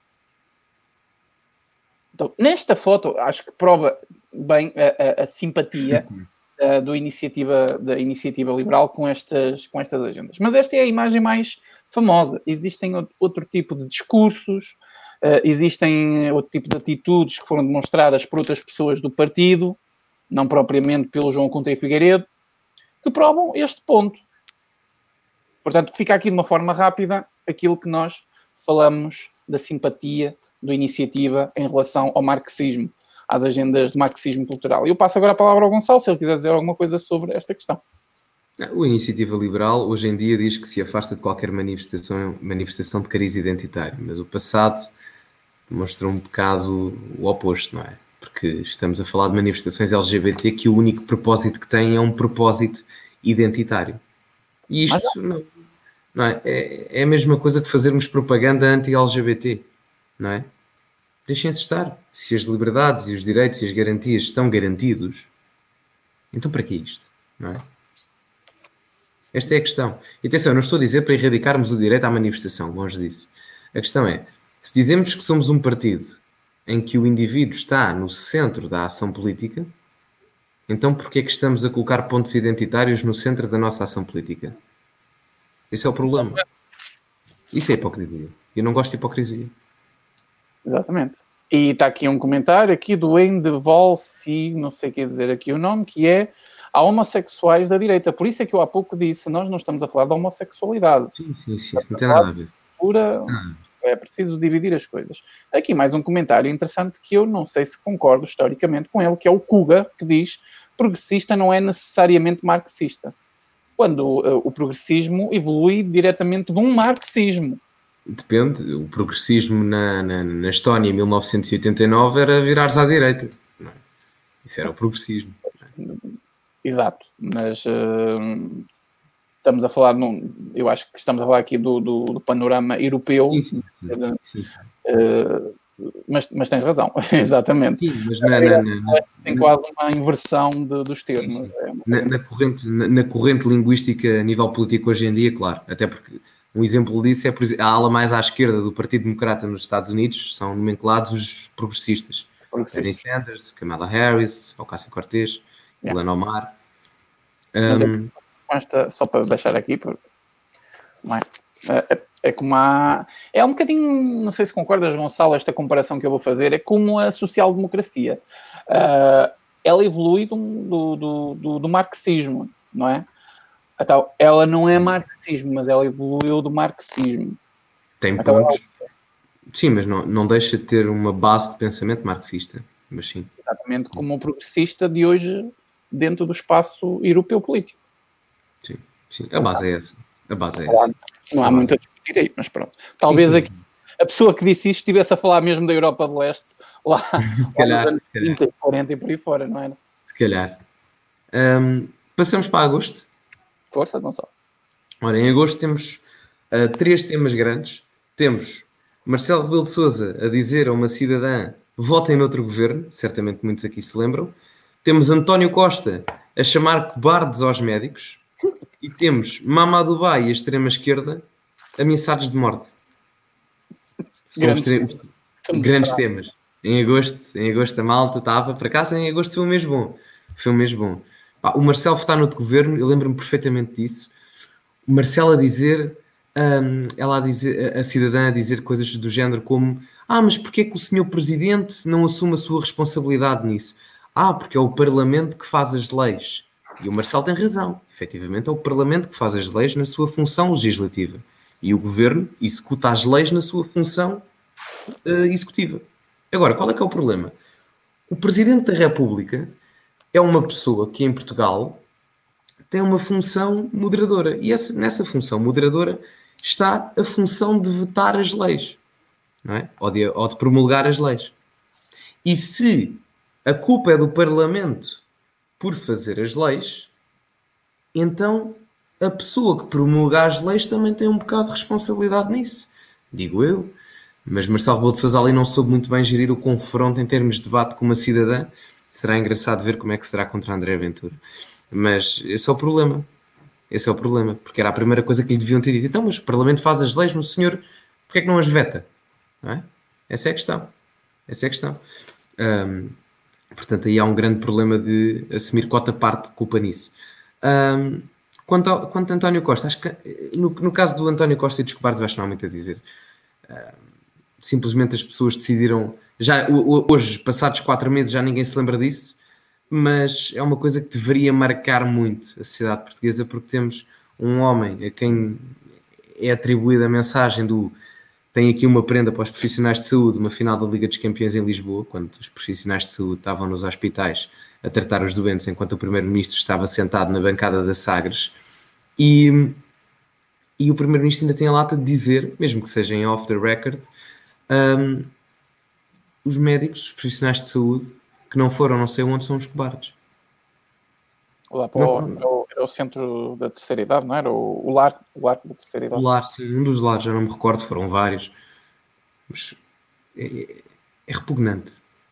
S2: Então, nesta foto, acho que prova bem a simpatia da Iniciativa Liberal com estas agendas. Mas esta é a imagem mais famosa. Existem outro tipo de discursos, existem outro tipo de atitudes que foram demonstradas por outras pessoas do partido, não propriamente pelo João Coutinho Figueiredo, que provam este ponto. Portanto, fica aqui de uma forma rápida aquilo que nós falamos da simpatia do Iniciativa em relação ao marxismo, às agendas de marxismo cultural. Eu passo agora a palavra ao Gonçalo, se ele quiser dizer alguma coisa sobre esta questão.
S1: O Iniciativa Liberal, hoje em dia, diz que se afasta de qualquer manifestação de cariz identitário, mas o passado mostrou um bocado o oposto, não é? Porque estamos a falar de manifestações LGBT que o único propósito que têm é um propósito identitário. E isto não é? É a mesma coisa que fazermos propaganda anti-LGBT, não é? Deixem-se estar. Se as liberdades e os direitos e as garantias estão garantidos, então para que isto? Não é? Esta é a questão. E atenção, eu não estou a dizer para erradicarmos o direito à manifestação, longe disso. A questão é, se dizemos que somos um partido em que o indivíduo está no centro da ação política, então porquê é que estamos a colocar pontos identitários no centro da nossa ação política? Esse é o problema. Isso é hipocrisia. Eu não gosto de hipocrisia.
S2: Exatamente. E está aqui um comentário aqui do Endevolsi, não sei o que dizer aqui o nome, que é há homossexuais da direita. Por isso é que eu há pouco disse, nós não estamos a falar de homossexualidade.
S1: Sim, isso não tem nada a ver.
S2: É preciso dividir as coisas. Aqui mais um comentário interessante que eu não sei se concordo historicamente com ele, que é o Kuga, que diz progressista não é necessariamente marxista. Quando o progressismo evolui diretamente de um marxismo.
S1: Depende. O progressismo na Estónia em 1989 era virares à direita. Não é? Isso era o progressismo.
S2: Exato. Mas estamos a falar, eu acho que estamos a falar aqui do panorama europeu.
S1: Sim.
S2: Mas tens razão, exatamente.
S1: Sim, mas
S2: tem quase uma inversão dos termos.
S1: Na corrente linguística a nível político hoje em dia, claro. Até porque um exemplo disso é, por exemplo, a ala mais à esquerda do Partido Democrata nos Estados Unidos são nomenclados os progressistas. Bernie Sanders, Kamala Harris, Ocasio-Cortez, Ilhan Omar.
S2: Só para deixar aqui, porque não é como é um bocadinho, não sei se concordas, Gonçalo, esta comparação que eu vou fazer, é como a social-democracia. Ela evolui do marxismo, não é? Então, ela não é marxismo, mas ela evoluiu do marxismo.
S1: Tem pontos. Sim, mas não deixa de ter uma base de pensamento marxista. Mas sim.
S2: Exatamente como um progressista de hoje dentro do espaço europeu político.
S1: Sim. A base é essa.
S2: Não há muito a discutir aí, mas pronto. Talvez aqui a pessoa que disse isto estivesse a falar mesmo da Europa de Leste, lá
S1: se calhar,
S2: nos anos 30, 40 e por aí fora, não era?
S1: Se calhar. Passamos para agosto.
S2: Força, Gonçalo.
S1: Ora, em agosto temos 3 temas grandes. Temos Marcelo Rebelo de Sousa a dizer a uma cidadã votem noutro governo, certamente muitos aqui se lembram. Temos António Costa a chamar cobardes aos médicos e temos Mamadou Ba e a extrema-esquerda ameaçados de morte. Grandes temas. Em agosto a malta estava, para casa, em agosto foi um mês bom. Pá, o Marcelo está no outro governo, eu lembro-me perfeitamente disso. O Marcelo a dizer, a cidadã a dizer coisas do género como: mas porquê é que o senhor Presidente não assume a sua responsabilidade nisso? Porque é o Parlamento que faz as leis. E o Marcelo tem razão. Efetivamente é o Parlamento que faz as leis na sua função legislativa. E o Governo executa as leis na sua função executiva. Agora, qual é que é o problema? O Presidente da República é uma pessoa que em Portugal tem uma função moderadora. E nessa função moderadora está a função de vetar as leis, não é? Ou de promulgar as leis. E se a culpa é do Parlamento por fazer as leis, então a pessoa que promulga as leis também tem um bocado de responsabilidade nisso. Digo eu. Mas Marcelo Rebelo de Sousa ali não soube muito bem gerir o confronto em termos de debate com uma cidadã. Será engraçado ver como é que será contra André Ventura. Mas esse é o problema. Porque era a primeira coisa que lhe deviam ter dito. Então, mas o Parlamento faz as leis, mas o senhor, porquê é que não as veta? Não é? Essa é a questão. Portanto, aí há um grande problema de assumir cota-parte de culpa nisso. Quanto a António Costa, acho que no caso do António Costa e dos cobardes, acho que não há muito a dizer. Simplesmente as pessoas decidiram, já hoje, passados 4 meses, já ninguém se lembra disso, mas é uma coisa que deveria marcar muito a sociedade portuguesa, porque temos um homem a quem é atribuída a mensagem do tem aqui uma prenda para os profissionais de saúde, uma final da Liga dos Campeões em Lisboa, quando os profissionais de saúde estavam nos hospitais a tratar os doentes, enquanto o Primeiro-Ministro estava sentado na bancada da Sagres, e o Primeiro-Ministro ainda tem a lata de dizer, mesmo que seja em off the record, os médicos, os profissionais de saúde que não foram não sei onde são os cobardes.
S2: Lá era o centro da terceira idade, não era? O lar da terceira idade.
S1: O lar, sim, um dos lares, já não me recordo, foram vários. Mas é repugnante.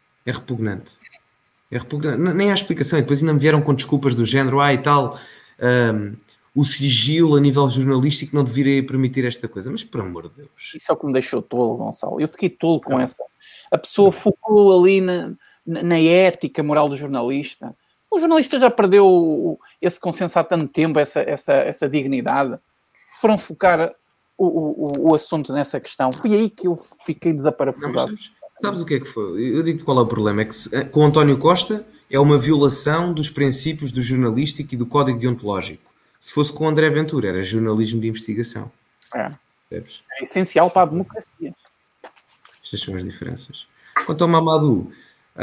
S1: Nem há explicação. E depois ainda me vieram com desculpas do género, e tal, o sigilo a nível jornalístico não deveria permitir esta coisa. Mas, por amor de Deus.
S2: Isso é o que me deixou tolo, Gonçalo. Eu fiquei tolo com essa. A pessoa focou ali na ética moral do jornalista. O jornalista já perdeu esse consenso há tanto tempo, essa dignidade. Foram focar o assunto nessa questão. Foi aí que eu fiquei desaparafusado.
S1: Sabes o que é que foi? Eu digo-te qual é o problema. É que com António Costa é uma violação dos princípios do jornalístico e do código deontológico. Se fosse com André Ventura, era jornalismo de investigação.
S2: É essencial para a democracia.
S1: Estas são as diferenças. Quanto ao Mamadou,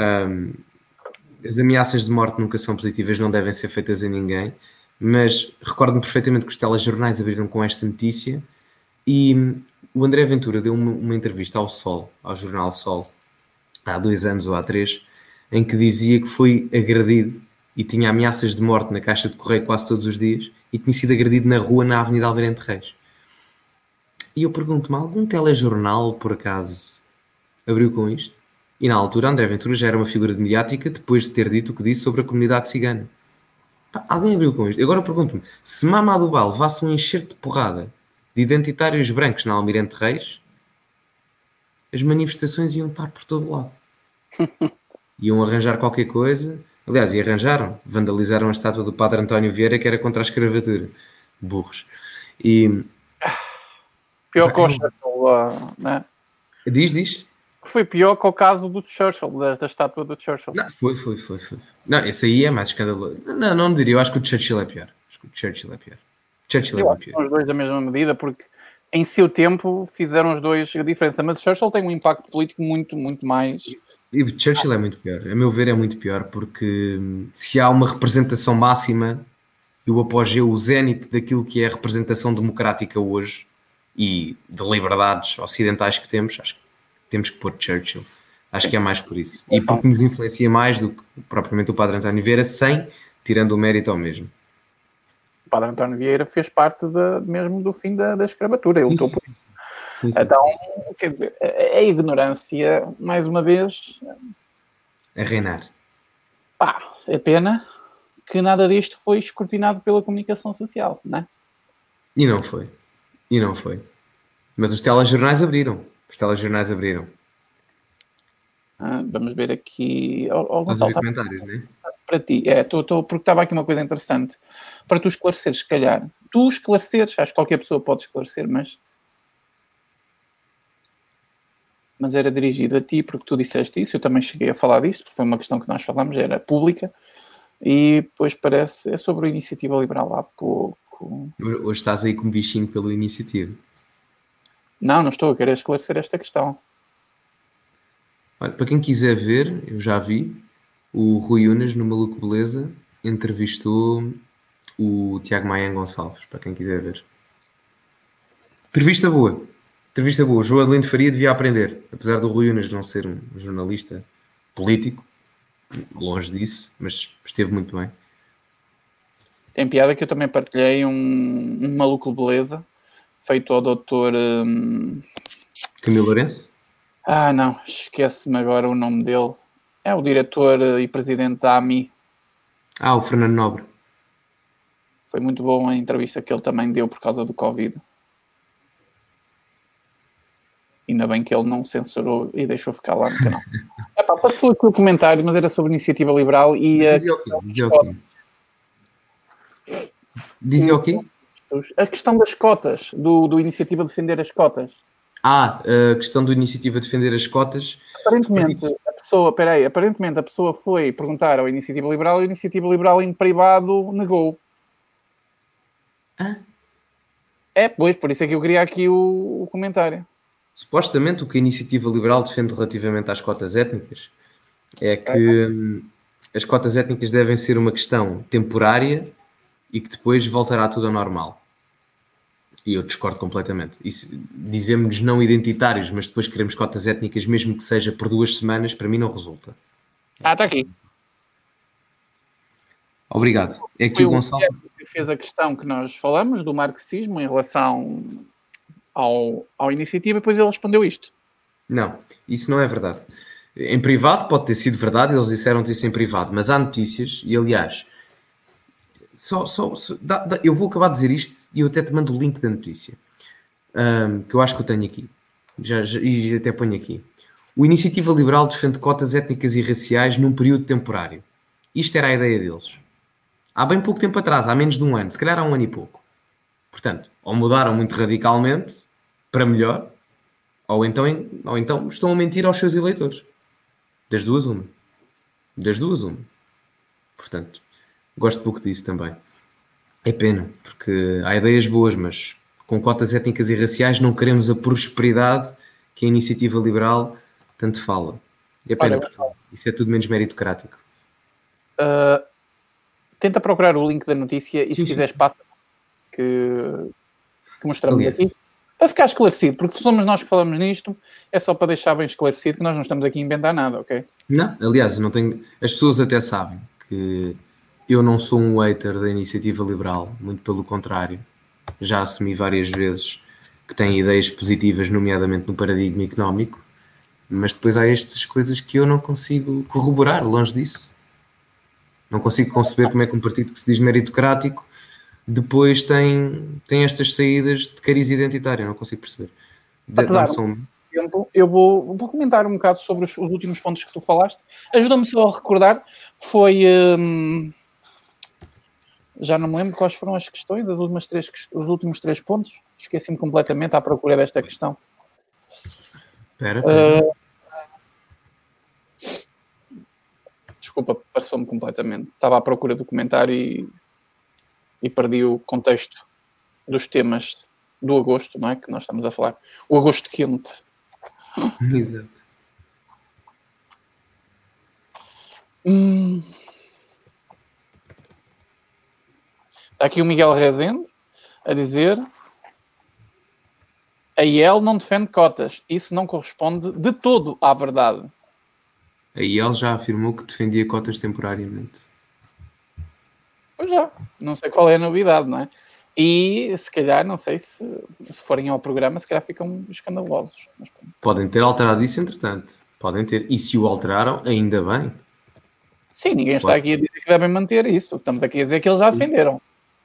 S1: as ameaças de morte nunca são positivas, não devem ser feitas a ninguém, mas recordo-me perfeitamente que os telejornais abriram com esta notícia e o André Ventura deu uma entrevista ao Sol, ao jornal Sol, há 2 anos ou há 3, em que dizia que foi agredido e tinha ameaças de morte na caixa de correio quase todos os dias e tinha sido agredido na rua, na Avenida Almirante Reis. E eu pergunto-me, algum telejornal, por acaso, abriu com isto? E na altura André Ventura já era uma figura mediática depois de ter dito o que disse sobre a comunidade cigana. Alguém abriu com isto? Agora pergunto-me, se Mamadou Ba levasse um enxerto de porrada de identitários brancos na Almirante Reis, as manifestações iam estar por todo lado. Iam arranjar qualquer coisa. Aliás, e arranjaram. Vandalizaram a estátua do Padre António Vieira, que era contra a escravatura. Burros. E...
S2: Pior que o Churchill, né?
S1: Diz?
S2: Foi pior que o caso do Churchill, da estátua do Churchill.
S1: Não, foi. Não, esse aí é mais escandaloso. Não diria. Eu acho que o Churchill é pior.
S2: Eu acho que são os dois da mesma medida, porque em seu tempo fizeram os dois a diferença. Mas o Churchill tem um impacto político muito, muito mais...
S1: E o Churchill é muito pior. A meu ver é muito pior, porque se há uma representação máxima e o apogeu, o zénite daquilo que é a representação democrática hoje e de liberdades ocidentais que temos, acho que temos que pôr Churchill. Acho que é mais por isso. E porque nos influencia mais do que propriamente o Padre António Vieira, tirando o mérito ao mesmo.
S2: O Padre António Vieira fez parte mesmo do fim da escravatura. Ele lutou por isso. Sim. Então, quer dizer, a ignorância, mais uma vez...
S1: A reinar.
S2: É pena. que nada disto foi escrutinado pela comunicação social, não é?
S1: E não foi. Mas os telejornais abriram.
S2: Vamos ver aqui.
S1: Estás a
S2: Gonçalo,
S1: ver comentários, não é?
S2: para ti, porque estava aqui uma coisa interessante para tu esclareceres, se calhar. Acho que qualquer pessoa pode esclarecer, mas era dirigido a ti, porque tu disseste isso, eu também cheguei a falar disso, foi uma questão que nós falamos, era pública, e depois é sobre a Iniciativa Liberal há pouco.
S1: Hoje estás aí com um bichinho pelo Iniciativa.
S2: Não estou, eu quero esclarecer esta questão.
S1: Olha, para quem quiser ver, eu já vi, o Rui Unas, no Maluco Beleza, entrevistou o Tiago Maia Gonçalves, para quem quiser ver. Entrevista boa. O João Adelino Faria devia aprender, apesar do Rui Unas não ser um jornalista político, longe disso, mas esteve muito bem.
S2: Tem piada que eu também partilhei um Maluco Beleza, feito ao doutor...
S1: Camilo Lourenço?
S2: Não, esquece-me agora o nome dele. É o diretor e presidente da AMI.
S1: O Fernando Nobre.
S2: Foi muito boa a entrevista que ele também deu por causa do Covid. Ainda bem que ele não censurou e deixou ficar lá no canal. Passou aqui o comentário, mas era sobre a Iniciativa Liberal e...
S1: Dizia o quê?
S2: A questão das cotas, do Iniciativa Defender as Cotas.
S1: A questão do Iniciativa Defender as Cotas.
S2: Aparentemente a pessoa foi perguntar ao Iniciativa Liberal e a Iniciativa Liberal em privado negou. Pois, por isso é que eu queria aqui o comentário.
S1: Supostamente o que a Iniciativa Liberal defende relativamente às cotas étnicas é que as cotas étnicas devem ser uma questão temporária e que depois voltará tudo ao normal. E eu discordo completamente. Dizemos não identitários, mas depois queremos cotas étnicas, mesmo que seja por 2 semanas, para mim não resulta.
S2: Está aqui.
S1: Obrigado. É aqui o Gonçalo
S2: que fez a questão que nós falamos do marxismo em relação ao Iniciativa, e depois ele respondeu isto.
S1: Não, isso não é verdade. Em privado pode ter sido verdade, eles disseram-te isso em privado, mas há notícias, e aliás, eu vou acabar de dizer isto e eu até te mando o link da notícia, que eu acho que eu tenho aqui, e até ponho aqui. O Iniciativa Liberal defende cotas étnicas e raciais num período temporário. Isto era a ideia deles. Há bem pouco tempo atrás, há menos de um ano, se calhar há um ano e pouco. Portanto, ou mudaram muito radicalmente para melhor, ou então estão a mentir aos seus eleitores. Das duas uma. Portanto, gosto pouco disso também. É pena, porque há ideias boas, mas com cotas étnicas e raciais não queremos a prosperidade que a Iniciativa Liberal tanto fala. É pena, porque isso é tudo menos meritocrático.
S2: Tenta procurar o link da notícia e se quiseres passa que mostramos aqui. Para ficar esclarecido, porque somos nós que falamos nisto, é só para deixar bem esclarecido que nós não estamos aqui a inventar nada, ok?
S1: Não, aliás, eu não tenho... As pessoas até sabem que eu não sou um hater da Iniciativa Liberal, muito pelo contrário. Já assumi várias vezes que tem ideias positivas, nomeadamente no paradigma económico, mas depois há estas coisas que eu não consigo corroborar, longe disso. Não consigo conceber como é que um partido que se diz meritocrático depois tem estas saídas de cariz identitário. Não consigo perceber.
S2: Eu vou comentar um bocado sobre os últimos pontos que tu falaste. Ajuda-me só a recordar. Foi... já não me lembro quais foram as questões, os últimos 3 pontos. Esqueci-me completamente à procura desta questão.
S1: Espera.
S2: Desculpa, passou-me completamente. Estava à procura do comentário e perdi o contexto dos temas do agosto, não é? Que nós estamos a falar. O agosto quente.
S1: Exato.
S2: Está aqui o Miguel Rezende a dizer: a IEL não defende cotas. Isso não corresponde de todo à verdade.
S1: A IEL já afirmou que defendia cotas temporariamente.
S2: Pois já. Não sei qual é a novidade, não é? E se calhar, não sei se forem ao programa, se calhar ficam escandalosos. Mas,
S1: podem ter alterado isso, entretanto. Podem ter. E se o alteraram, ainda bem.
S2: Sim, ninguém está aqui a dizer que devem manter isso. Estamos aqui a dizer que eles já defenderam.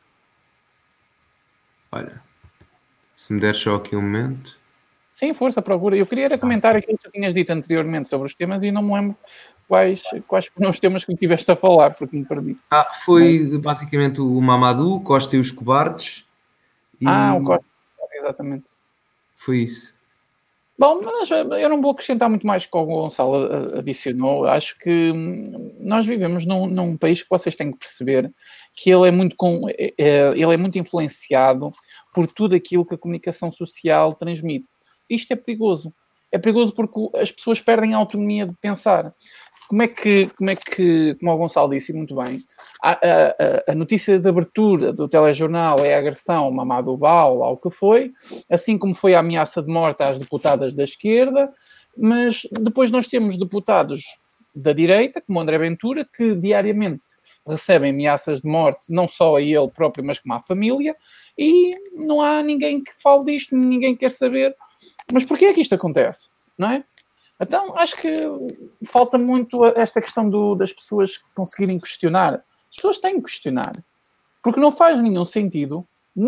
S1: Olha, se me der só aqui um momento.
S2: Sim, força, procura. Eu queria comentar aquilo que tu tinhas dito anteriormente sobre os temas e não me lembro quais foram os temas que tiveste a falar, porque me perdi.
S1: Foi basicamente o Mamadou, Costa e os cobardes.
S2: O Costa, exatamente.
S1: Foi isso.
S2: Bom, mas eu não vou acrescentar muito mais que o Gonçalo adicionou. Acho que nós vivemos num país que vocês têm que perceber que ele é muito influenciado por tudo aquilo que a comunicação social transmite. Isto é perigoso. É perigoso porque as pessoas perdem a autonomia de pensar. Como o Gonçalo disse muito bem, a notícia de abertura do telejornal é a agressão ao Mamadou Bal, ao que foi, assim como foi a ameaça de morte às deputadas da esquerda, mas depois nós temos deputados da direita, como André Ventura, que diariamente recebem ameaças de morte, não só a ele próprio, mas como à família, e não há ninguém que fale disto, ninguém quer saber. Mas porquê é que isto acontece? Não é? Então, acho que falta muito esta questão das pessoas conseguirem questionar. As pessoas têm que questionar. Porque não faz nenhum sentido,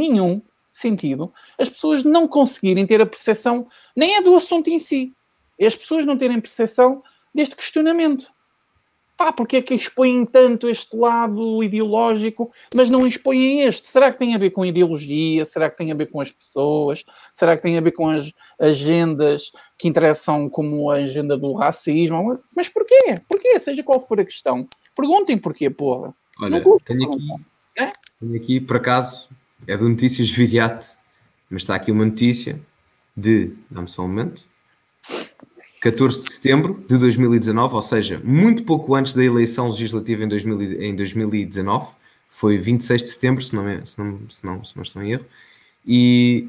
S2: as pessoas não conseguirem ter a percepção, nem é do assunto em si, é as pessoas não terem percepção deste questionamento. Porque é que expõem tanto este lado ideológico, mas não expõem este? Será que tem a ver com ideologia? Será que tem a ver com as pessoas? Será que tem a ver com as agendas que interessam, como a agenda do racismo? Mas porquê? Porquê? Seja qual for a questão. Perguntem porquê, porra.
S1: Olha, tenho aqui, por acaso, é do Notícias Viriate, mas está aqui uma notícia dá-me só um momento, 14 de setembro de 2019, ou seja, muito pouco antes da eleição legislativa em 2019, foi 26 de setembro, se não estou em erro, e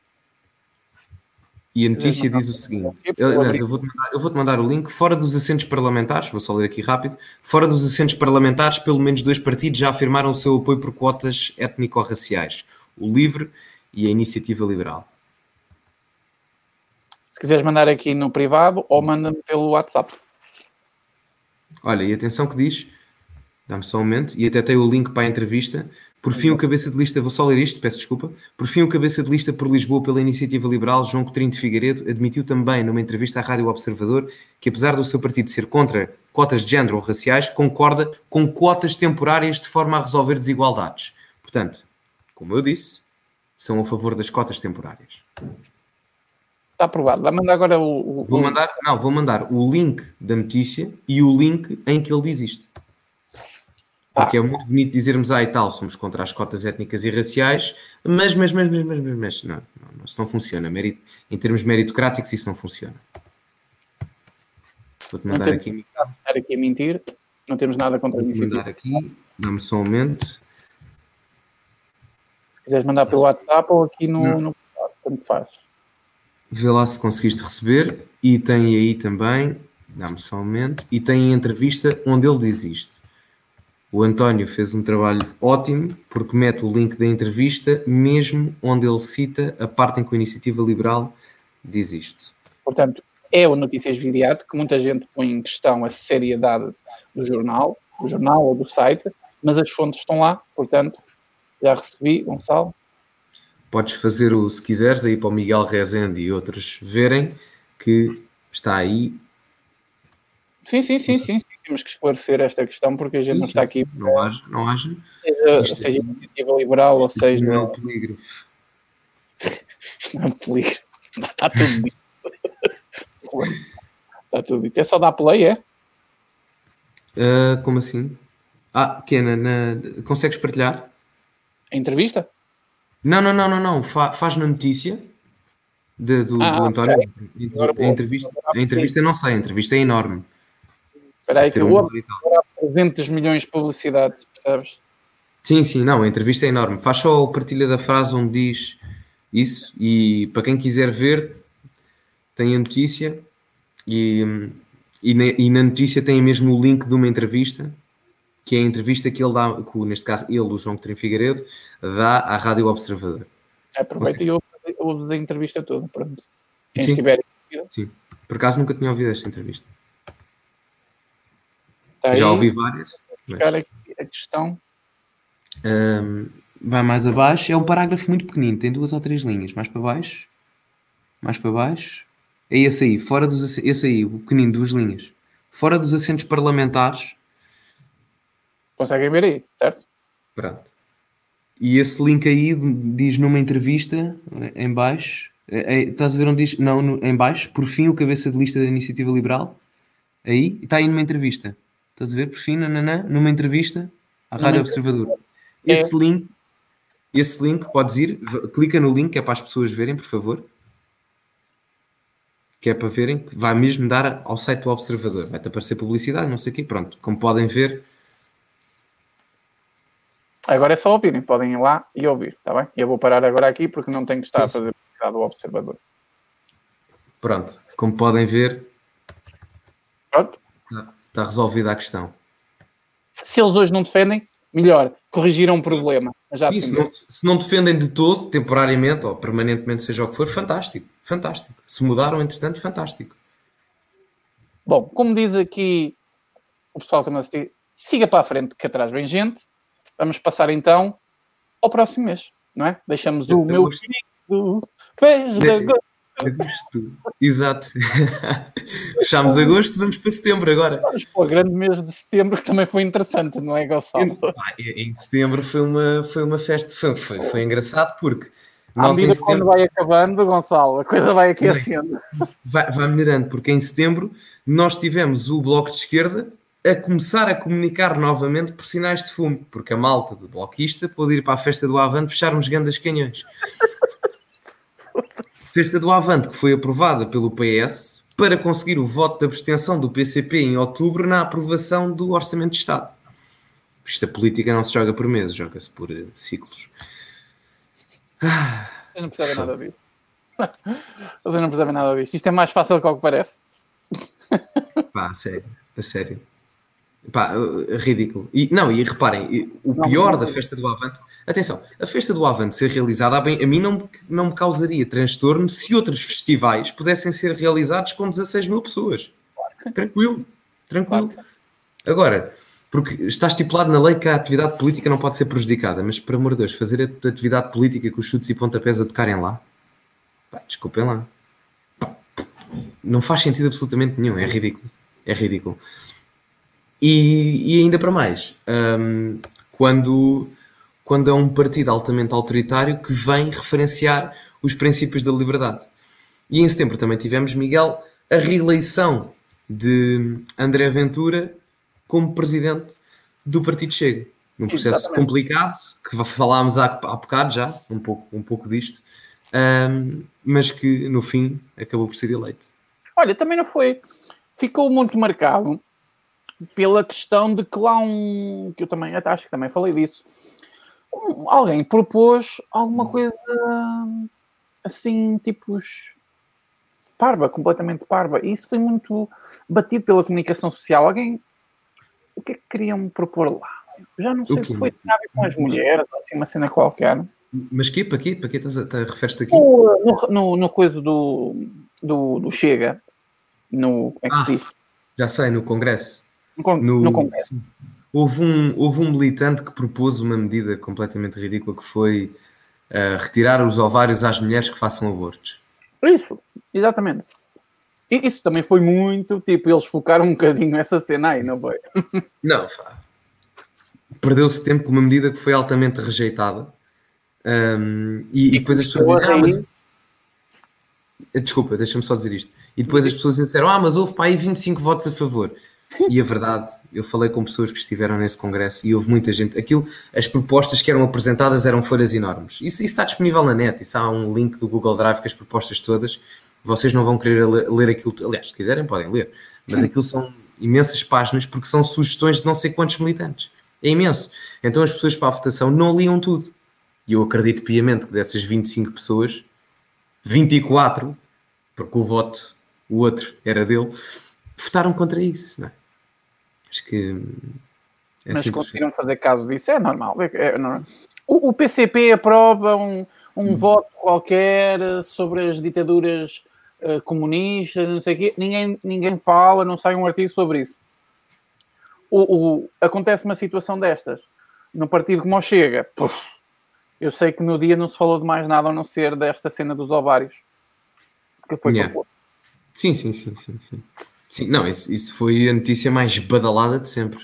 S1: a notícia diz o seguinte, aliás, eu vou-te mandar o link, fora dos assentos parlamentares, vou só ler aqui rápido, fora dos assentos parlamentares, pelo menos 2 partidos já afirmaram o seu apoio por cotas étnico-raciais, o LIVRE e a Iniciativa Liberal.
S2: Se quiseres mandar aqui no privado ou manda-me pelo WhatsApp.
S1: Olha, e atenção que diz, dá-me só um momento, e até tem o link para a entrevista. Por fim, o cabeça de lista, vou só ler isto, peço desculpa. Por fim, o cabeça de lista por Lisboa pela Iniciativa Liberal, João Coutinho de Figueiredo, admitiu também numa entrevista à Rádio Observador que, apesar do seu partido ser contra cotas de género ou raciais, concorda com cotas temporárias de forma a resolver desigualdades. Portanto, como eu disse, são a favor das cotas temporárias.
S2: Está aprovado. Vai mandar agora o
S1: vou mandar o link da notícia e o link em que ele diz isto. Porque é muito bonito dizermos, e tal, somos contra as cotas étnicas e raciais, mas não, isso não funciona. Em termos meritocráticos, isso não funciona. Vou-te mandar aqui.
S2: Estar aqui a mentir, não temos nada contra a iniciativa.
S1: Vou mandar aqui, dá-me só um momento.
S2: Se quiseres mandar pelo WhatsApp ou aqui no tanto faz.
S1: Vê lá se conseguiste receber. E tem aí também, dá-me só um momento, e tem a entrevista onde ele diz isto. O António fez um trabalho ótimo porque mete o link da entrevista mesmo onde ele cita a parte em que a Iniciativa Liberal diz isto.
S2: Portanto, é o Notícias Viriate que muita gente põe em questão a seriedade do jornal ou do site, mas as fontes estão lá, portanto, já recebi, Gonçalo.
S1: Podes fazer se quiseres, aí para o Miguel Rezende e outros verem que está aí.
S2: Sim. Temos que esclarecer esta questão porque a gente não está aqui.
S1: Não haja.
S2: Seja iniciativa liberal ou seja.
S1: Não é um polígrafo.
S2: Isto não é um polígrafo. Está tudo dito. Está tudo dito. É só dar play, é?
S1: Como assim? Consegues partilhar?
S2: A entrevista?
S1: Não. Faz na notícia do António.
S2: Okay.
S1: A entrevista não sei, a entrevista é enorme.
S2: Espera aí que eu agora há 300 milhões de publicidade, percebes?
S1: Sim, não, a entrevista é enorme. Faz só a partilha da frase onde diz isso e para quem quiser ver tem a notícia e na notícia tem mesmo o link de uma entrevista, que é a entrevista que ele dá, neste caso ele, o João Coutinho Figueiredo, dá à Rádio Observador.
S2: Aproveita e ouve a entrevista toda, pronto. Quem
S1: Sim.
S2: estiver...
S1: Sim, por acaso nunca tinha ouvido esta entrevista.
S2: Tá,
S1: já ouvi várias.
S2: Buscar aqui a questão.
S1: Vai mais abaixo. É um parágrafo muito pequenino, tem 2 ou 3 linhas. Mais para baixo. Mais para baixo. É esse aí, esse aí, o pequenino, 2 linhas. Fora dos assentos parlamentares.
S2: Conseguem ver aí, certo?
S1: Pronto. E esse link aí diz numa entrevista, em baixo, estás a ver onde diz? Não, em baixo, por fim, o cabeça de lista da Iniciativa Liberal. Aí, está aí numa entrevista. Estás a ver? Por fim, numa entrevista à Rádio Observador. Esse link, podes ir, clica no link, é para as pessoas verem, por favor. Que é para verem, que vai mesmo dar ao site do Observador. Vai-te aparecer publicidade, não sei o quê. Pronto, como podem ver.
S2: Agora é só ouvirem, podem ir lá e ouvir, está bem? Eu vou parar agora aqui porque não tenho que estar a fazer publicidade do Observador.
S1: Pronto, como podem ver,
S2: Pronto.
S1: está resolvida a questão.
S2: Se eles hoje não defendem, melhor, corrigiram um problema. Já
S1: se não defendem de todo, temporariamente ou permanentemente, seja o que for, fantástico. Fantástico. Se mudaram, entretanto, fantástico.
S2: Bom, como diz aqui o pessoal que não assistiu, siga para a frente que atrás vem gente. Vamos passar então ao próximo mês, não é? Deixamos o meu querido mês de agosto.
S1: Exato. Fechámos agosto, vamos para setembro agora.
S2: Vamos para o grande mês de setembro, que também foi interessante, não é, Gonçalo?
S1: Em setembro foi uma festa, foi engraçado porque
S2: à medida que quando vai acabando, Gonçalo, a coisa vai aquecendo.
S1: Vai melhorando, porque em setembro nós tivemos o Bloco de Esquerda a começar a comunicar novamente por sinais de fumo, porque a malta de bloquista pôde ir para a festa do Avante fecharmos grandes canhões. Festa do Avante que foi aprovada pelo PS para conseguir o voto de abstenção do PCP em outubro na aprovação do Orçamento de Estado. Esta política não se joga por meses, joga-se por ciclos.
S2: Eu não percebo nada disso. Você não percebe nada disto. Isto é mais fácil do que o que parece.
S1: Pá, a sério. Pá, ridículo. E reparem, o pior da Festa do Avante... Atenção, a Festa do Avante ser realizada, a mim não me causaria transtorno se outros festivais pudessem ser realizados com 16 mil pessoas. Tranquilo. Claro. Agora, porque está estipulado na lei que a atividade política não pode ser prejudicada, mas, por amor de Deus, fazer a atividade política com os chutes e pontapés a tocarem lá, pá, desculpem lá. Não faz sentido absolutamente nenhum, é ridículo. E ainda para mais, quando é um partido altamente autoritário que vem referenciar os princípios da liberdade. E em setembro também tivemos, Miguel, a reeleição de André Ventura como presidente do Partido Chega. Num processo complicado, que falámos há bocado já, um pouco disto, mas que no fim acabou por ser eleito.
S2: Olha, também não foi. Ficou muito marcado pela questão de que lá que eu também acho que também falei disso. Alguém propôs alguma coisa assim, tipos parva, completamente parva. E isso foi muito batido pela comunicação social. O que é que queriam propor lá? Já não sei o que foi. Tinha a ver com as mulheres, assim, uma cena qualquer.
S1: Mas para quê? Referes-te aqui?
S2: No coisa do Chega. Como é que se diz?
S1: Já sei, no Congresso.
S2: No Congresso.
S1: Sim. Houve um militante que propôs uma medida completamente ridícula que foi retirar os ovários às mulheres que façam abortos.
S2: Isso, exatamente. E isso também foi muito, eles focaram um bocadinho essa cena aí, não foi?
S1: Não, perdeu-se tempo com uma medida que foi altamente rejeitada. E depois as pessoas dizem, desculpa, deixa-me só dizer isto. E depois as pessoas disseram, mas houve para aí 25 votos a favor. E a verdade, eu falei com pessoas que estiveram nesse congresso e houve muita gente. As propostas que eram apresentadas eram folhas enormes. Isso está disponível na net. Isso há um link do Google Drive com as propostas todas. Vocês não vão querer ler aquilo. Aliás, se quiserem, podem ler. Mas aquilo são imensas páginas porque são sugestões de não sei quantos militantes. É imenso. Então as pessoas para a votação não liam tudo. E eu acredito piamente que dessas 25 pessoas, 24, porque o outro era dele, votaram contra isso, não é? Acho que
S2: mas conseguiram fazer caso disso, é normal. O PCP aprova um voto qualquer sobre as ditaduras comunistas, não sei o quê. Ninguém fala, não sai um artigo sobre isso. acontece uma situação destas no partido como o Chega, eu sei que no dia não se falou de mais nada a não ser desta cena dos ovários. Que foi
S1: Sim. Sim, não, isso foi a notícia mais badalada de sempre.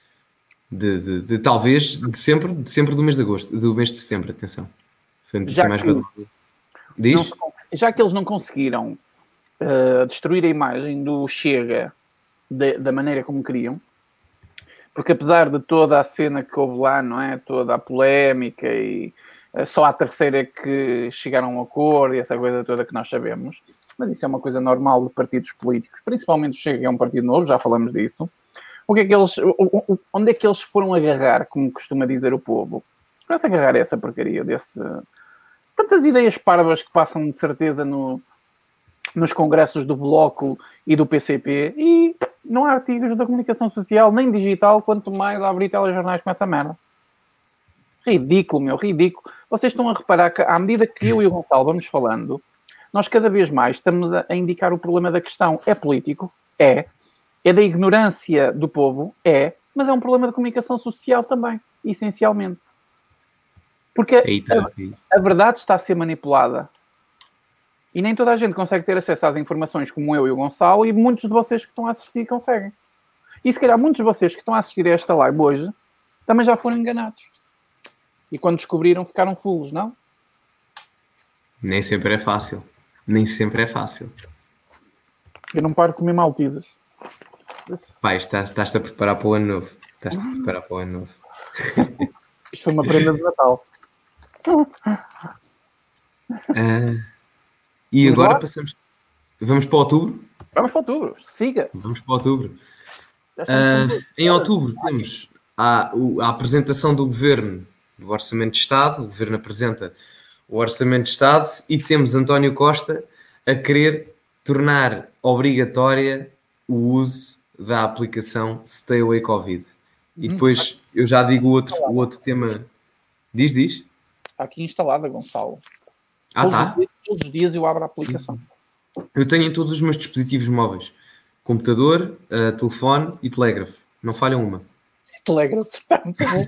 S1: Talvez de sempre do mês de agosto, do mês de setembro, atenção. Foi a notícia mais badalada. Diz?
S2: Já que eles não conseguiram destruir a imagem do Chega da maneira como queriam, porque apesar de toda a cena que houve lá, não é? Toda a polémica e só à terceira que chegaram a um acordo e essa coisa toda que nós sabemos, mas isso é uma coisa normal de partidos políticos, principalmente o Chega é um partido novo, já falamos disso. Onde é que eles foram agarrar, como costuma dizer o povo? Para se agarrar essa porcaria tantas ideias parvas que passam de certeza nos congressos do Bloco e do PCP e não há artigos da comunicação social, nem digital, quanto mais abrir telejornais com essa merda. Ridículo, ridículo. Vocês estão a reparar que à medida que eu e o Gonçalo vamos falando, nós cada vez mais estamos a indicar o problema da questão. É político? É da ignorância do povo? É, mas é um problema de comunicação social também, essencialmente. Porque a verdade está a ser manipulada. E nem toda a gente consegue ter acesso às informações como eu e o Gonçalo, e muitos de vocês que estão a assistir conseguem. E se calhar muitos de vocês que estão a assistir a esta live hoje também já foram enganados. E quando descobriram ficaram fulos, não?
S1: Nem sempre é fácil.
S2: Eu não paro de comer maltesas.
S1: Pai, estás-te a preparar para o ano novo.
S2: Isto foi uma prenda de Natal.
S1: E agora passamos... Vamos para outubro?
S2: Vamos para outubro. Siga.
S1: Vamos para outubro. Em outubro temos a apresentação do Governo do Orçamento de Estado. O Governo apresenta o Orçamento de Estado e temos António Costa a querer tornar obrigatória o uso da aplicação Stay Away Covid. E depois eu já digo o outro tema. Diz.
S2: Está aqui instalada, Gonçalo.
S1: Tá?
S2: Todos os dias eu abro a aplicação.
S1: Eu tenho em todos os meus dispositivos móveis. Computador, telefone e telégrafo. Não falha uma.
S2: Telégrafo, está muito bom.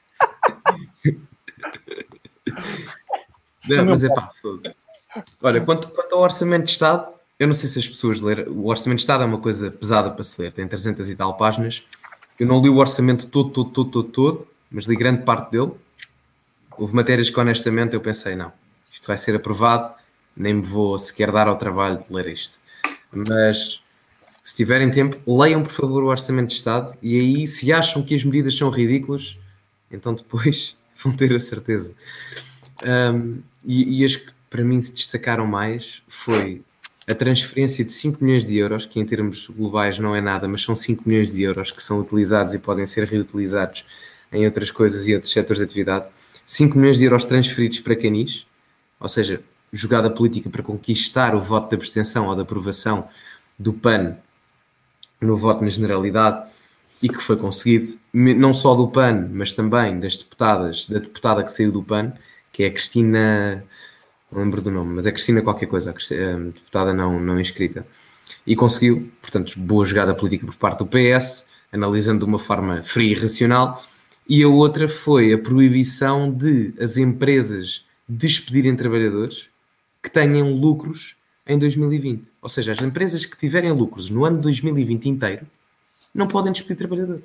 S1: Não, mas é pá. Olha, quanto ao Orçamento de Estado, eu não sei se as pessoas leram. O Orçamento de Estado é uma coisa pesada para se ler. Tem 300 e tal páginas. Eu não li o orçamento todo, mas li grande parte dele. Houve matérias que honestamente eu pensei, não, isto vai ser aprovado, nem me vou sequer dar ao trabalho de ler isto. Mas se tiverem tempo, leiam por favor o Orçamento de Estado e aí se acham que as medidas são ridículas, então depois vão ter a certeza. E as que para mim se destacaram mais foi a transferência de 5 milhões de euros, que em termos globais não é nada, mas são 5 milhões de euros que são utilizados e podem ser reutilizados em outras coisas e outros setores de atividade. 5 milhões de euros transferidos para canis, ou seja, jogada política para conquistar o voto de abstenção ou de aprovação do PAN no voto na generalidade e que foi conseguido, não só do PAN, mas também da deputada que saiu do PAN, que é a Cristina... Não lembro do nome, mas é Cristina qualquer coisa, a deputada não inscrita. E conseguiu, portanto, boa jogada política por parte do PS, analisando de uma forma fria e racional. E a outra foi a proibição de as empresas despedirem trabalhadores que tenham lucros em 2020. Ou seja, as empresas que tiverem lucros no ano de 2020 inteiro não podem despedir trabalhadores.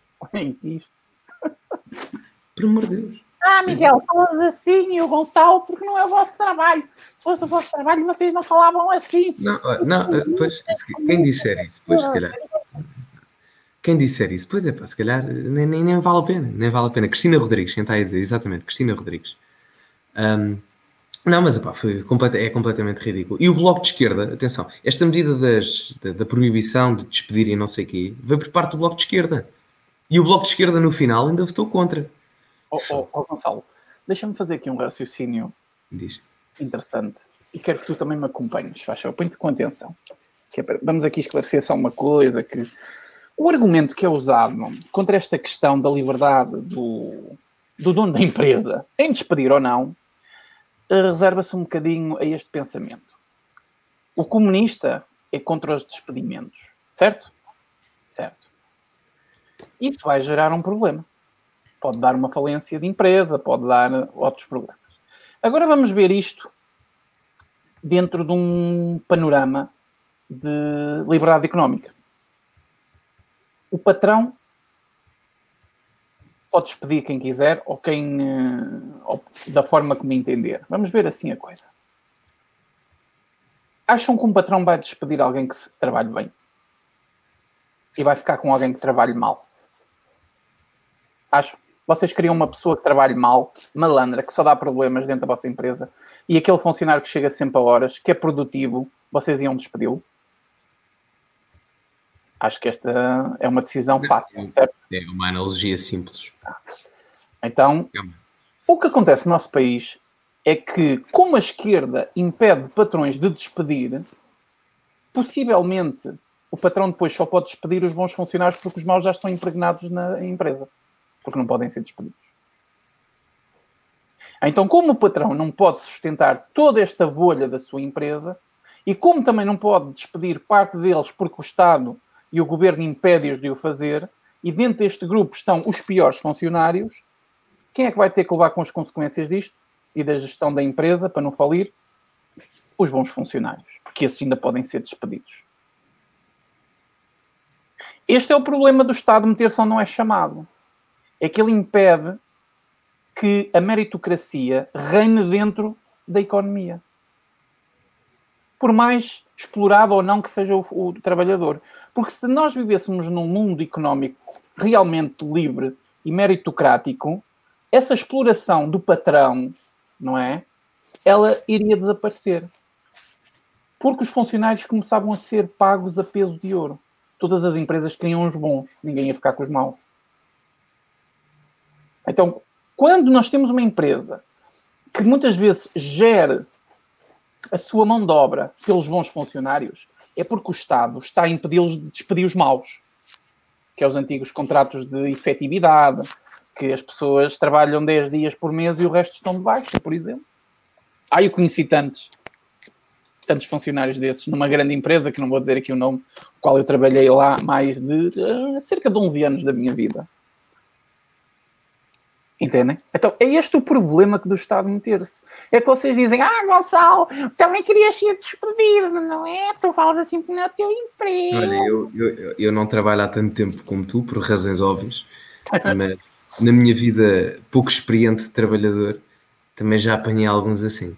S1: Por amor de Deus.
S2: Miguel, falas assim e o Gonçalo porque não é o vosso trabalho. Se fosse o vosso trabalho, vocês não falavam assim.
S1: Não, pois, quem disser isso, pois, se calhar. Quem disser isso, pois é, se calhar nem vale a pena. Nem vale a pena. Cristina Rodrigues, quem está a dizer, exatamente, Cristina Rodrigues. Não, mas é completamente ridículo. E o Bloco de Esquerda, atenção, esta medida da proibição de despedir e não sei o quê, veio por parte do Bloco de Esquerda. E o Bloco de Esquerda, no final, ainda votou contra.
S2: Gonçalo, deixa-me fazer aqui um raciocínio interessante e quero que tu também me acompanhes, faz favor, põe-te com atenção. Vamos aqui esclarecer só uma coisa, que o argumento que é usado contra esta questão da liberdade do dono da empresa em despedir ou não, reserva-se um bocadinho a este pensamento. O comunista é contra os despedimentos, certo? Certo. Isso vai gerar um problema. Pode dar uma falência de empresa, pode dar outros problemas. Agora vamos ver isto dentro de um panorama de liberdade económica. O patrão pode despedir quem quiser ou da forma como entender. Vamos ver assim a coisa. Acham que um patrão vai despedir alguém que trabalhe bem? E vai ficar com alguém que trabalhe mal? Acham? Vocês queriam uma pessoa que trabalhe mal, malandra, que só dá problemas dentro da vossa empresa, e aquele funcionário que chega sempre a horas, que é produtivo, vocês iam despedi-lo? Acho que esta é uma decisão fácil, certo?
S1: É uma analogia simples.
S2: Então, o que acontece no nosso país é que, como a esquerda impede patrões de despedir, possivelmente o patrão depois só pode despedir os bons funcionários porque os maus já estão impregnados na empresa. Porque não podem ser despedidos. Então, como o patrão não pode sustentar toda esta bolha da sua empresa, e como também não pode despedir parte deles porque o Estado e o Governo impedem-os de o fazer, e dentro deste grupo estão os piores funcionários, quem é que vai ter que levar com as consequências disto e da gestão da empresa, para não falir? Os bons funcionários, porque esses ainda podem ser despedidos. Este é o problema do Estado meter-se onde não é chamado. É que ele impede que a meritocracia reine dentro da economia. Por mais explorado ou não que seja o trabalhador. Porque se nós vivêssemos num mundo económico realmente livre e meritocrático, essa exploração do patrão, não é? Ela iria desaparecer. Porque os funcionários começavam a ser pagos a peso de ouro. Todas as empresas queriam os bons, ninguém ia ficar com os maus. Então, quando nós temos uma empresa que muitas vezes gere a sua mão de obra pelos bons funcionários, é porque o Estado está a impedi-los de despedir os maus, que é os antigos contratos de efetividade, que as pessoas trabalham 10 dias por mês e o resto estão de baixa, por exemplo. Eu conheci tantos funcionários desses numa grande empresa, que não vou dizer aqui o nome, o qual eu trabalhei lá mais de cerca de 11 anos da minha vida. Entendem? Então, é este o problema que do Estado meter-se. É que vocês dizem, Gonçalo, também querias ser despedido, não é? Tu falas assim que não é o teu emprego.
S1: Olha, eu não trabalho há tanto tempo como tu, por razões óbvias, mas na minha vida pouco experiente de trabalhador, também já apanhei alguns assim.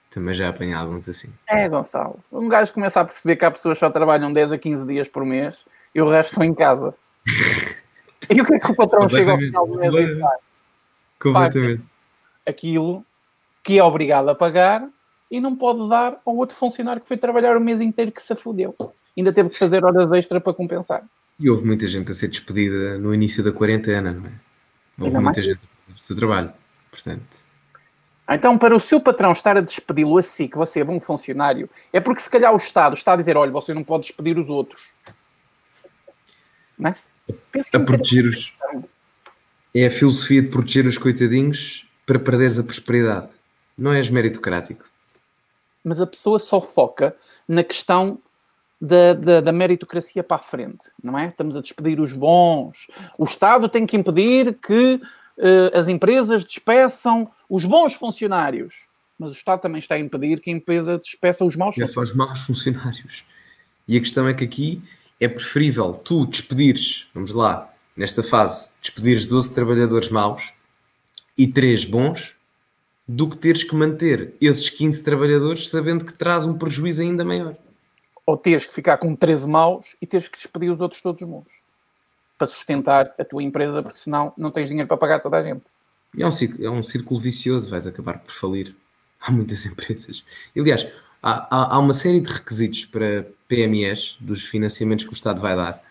S2: Gonçalo. Um gajo começa a perceber que há pessoas que só trabalham 10 a 15 dias por mês e o resto estão em casa. E o que é que o patrão chega ao final do mês e faz?
S1: Completamente.
S2: Aquilo que é obrigado a pagar e não pode dar ao outro funcionário que foi trabalhar o mês inteiro que se afudeu. Ainda teve que fazer horas extra para compensar.
S1: E houve muita gente a ser despedida no início da quarentena, não é? Houve muita gente a perder o seu trabalho. Portanto...
S2: Então, para o seu patrão estar a despedi-lo assim, que você é bom funcionário, é porque se calhar o Estado está a dizer, olha, você não pode despedir os outros. Não é?
S1: A proteger-os. É a filosofia de proteger os coitadinhos para perderes a prosperidade. Não és meritocrático.
S2: Mas a pessoa só foca na questão da meritocracia para a frente, não é? Estamos a despedir os bons. O Estado tem que impedir que as empresas despeçam os bons funcionários. Mas o Estado também está a impedir que a empresa despeça os maus funcionários.
S1: É só os maus funcionários. E a questão é que aqui é preferível tu despedires, vamos lá, nesta fase, despedires 12 trabalhadores maus e 3 bons, do que teres que manter esses 15 trabalhadores sabendo que traz um prejuízo ainda maior.
S2: Ou teres que ficar com 13 maus e teres que despedir os outros todos bons. Para sustentar a tua empresa, porque senão não tens dinheiro para pagar toda a gente.
S1: É um círculo vicioso, vais acabar por falir. Há muitas empresas. Aliás, há uma série de requisitos para PMEs, dos financiamentos que o Estado vai dar,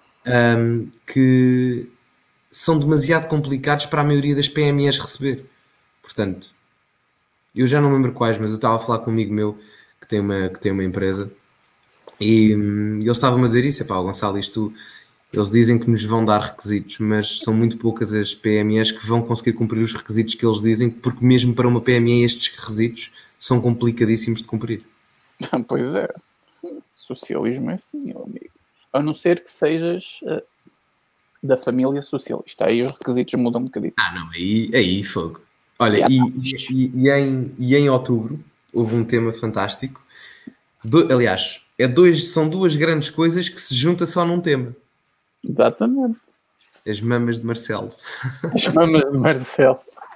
S1: que são demasiado complicados para a maioria das PMEs receber. Portanto, eu já não me lembro quais, mas eu estava a falar com um amigo meu que tem uma empresa e ele estava-me a dizer isso, Gonçalo, eles dizem que nos vão dar requisitos, mas são muito poucas as PMEs que vão conseguir cumprir os requisitos que eles dizem, porque mesmo para uma PME estes requisitos são complicadíssimos de cumprir.
S2: Pois é. Socialismo é assim, meu amigo. A não ser que sejas da família socialista. Aí os requisitos mudam um bocadinho.
S1: Não, aí fogo. Olha, e em outubro houve um tema fantástico. Aliás, são duas grandes coisas que se juntam só num tema.
S2: Exatamente.
S1: As mamas de Marcelo.
S2: As mamas de Marcelo.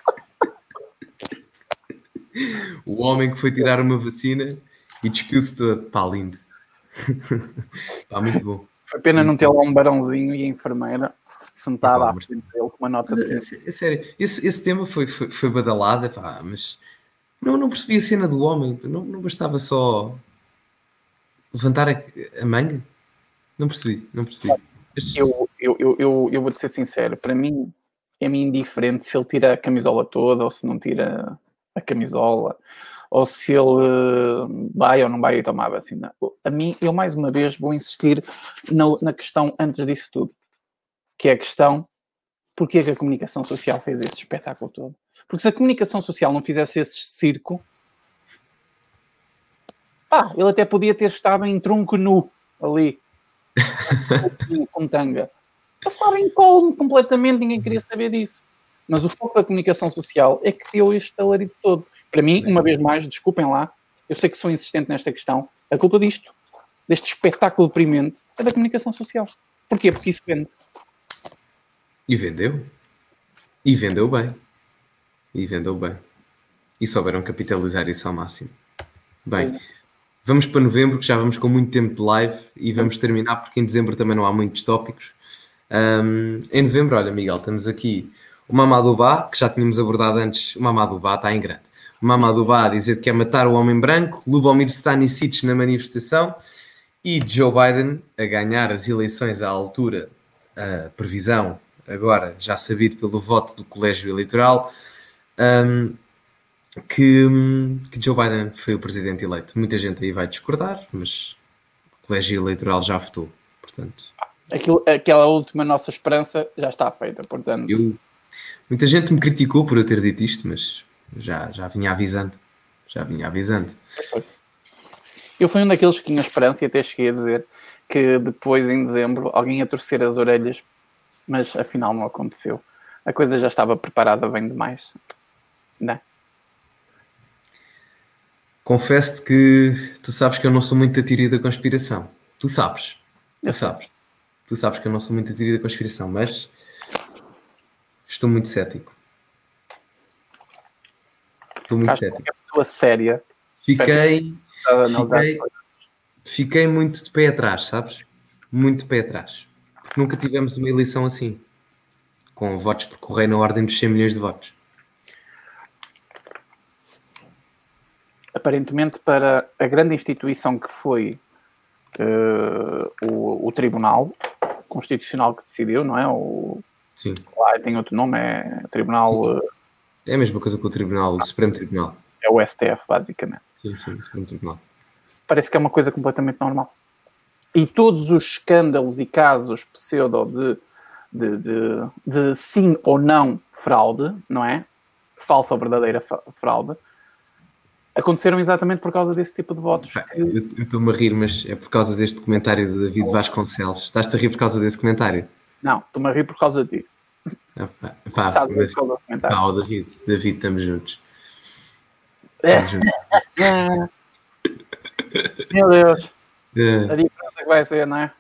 S1: O homem que foi tirar uma vacina e despiu-se todo. Pá, lindo. Pá, muito bom.
S2: Foi pena não ter lá um barãozinho e a enfermeira sentada à frente dele com uma nota
S1: de... Sério, esse tema foi badalada, pá, mas não percebi a cena do homem. Não bastava só levantar a manga? Não percebi.
S2: Eu vou-te ser sincero, para mim é-me indiferente se ele tira a camisola toda ou se não tira a camisola, ou se ele vai ou não vai tomar a vacina. A mim, eu mais uma vez vou insistir na questão antes disso tudo, que é a questão porque é que a comunicação social fez esse espetáculo todo. Porque se a comunicação social não fizesse esse circo, ele até podia ter estado em tronco nu ali, com tanga. Passava em colmo completamente, ninguém queria saber disso. Mas o foco da comunicação social é que criou este alarido todo. Para mim, uma vez mais, desculpem lá, eu sei que sou insistente nesta questão, a culpa deste espetáculo deprimente, é da comunicação social. Porquê? Porque isso vende.
S1: E vendeu. E vendeu bem. E souberam capitalizar isso ao máximo. Bem, vamos para novembro, que já vamos com muito tempo de live, e vamos terminar, porque em dezembro também não há muitos tópicos. Em novembro, olha, Miguel, temos aqui o Mamadou Ba, que já tínhamos abordado antes. O Mamadou Ba está em grande. O Mamadou Ba a dizer que quer matar o homem branco, Lubomir Stanisic na manifestação e Joe Biden a ganhar as eleições à altura, a previsão, agora já sabido pelo voto do colégio eleitoral, que Joe Biden foi o presidente eleito. Muita gente aí vai discordar, mas o colégio eleitoral já votou, portanto...
S2: Aquela última nossa esperança já está feita, portanto...
S1: Muita gente me criticou por eu ter dito isto, mas já vinha avisando.
S2: Eu fui um daqueles que tinha esperança e até cheguei a dizer que depois, em dezembro, alguém ia torcer as orelhas, mas afinal não aconteceu. A coisa já estava preparada bem demais. Não.
S1: Confesso-te que tu sabes que eu não sou muito da teoria da conspiração. Tu sabes que eu não sou muito da teoria da conspiração, mas estou muito cético.
S2: Acho que é uma pessoa séria.
S1: Fiquei muito de pé atrás, sabes? Muito de pé atrás. Porque nunca tivemos uma eleição assim. Com votos por correio na ordem dos 100 milhões de votos.
S2: Aparentemente, para a grande instituição que foi o Tribunal Constitucional que decidiu, não é?
S1: Sim.
S2: Lá tem outro nome, é Tribunal...
S1: É a mesma coisa que o Tribunal, o Supremo Tribunal.
S2: É o STF, basicamente.
S1: Sim, o Supremo Tribunal.
S2: Parece que é uma coisa completamente normal. E todos os escândalos e casos pseudo de sim ou não fraude, não é? Falsa ou verdadeira fraude, aconteceram exatamente por causa desse tipo de votos.
S1: Eu estou-me a rir, mas é por causa deste comentário de David Vasconcelos. Estás-te a rir por causa desse comentário?
S2: Não, estou-me a rir por causa de ti.
S1: O David, estamos juntos.
S2: Meu Deus. A diferença que vai ser, não é?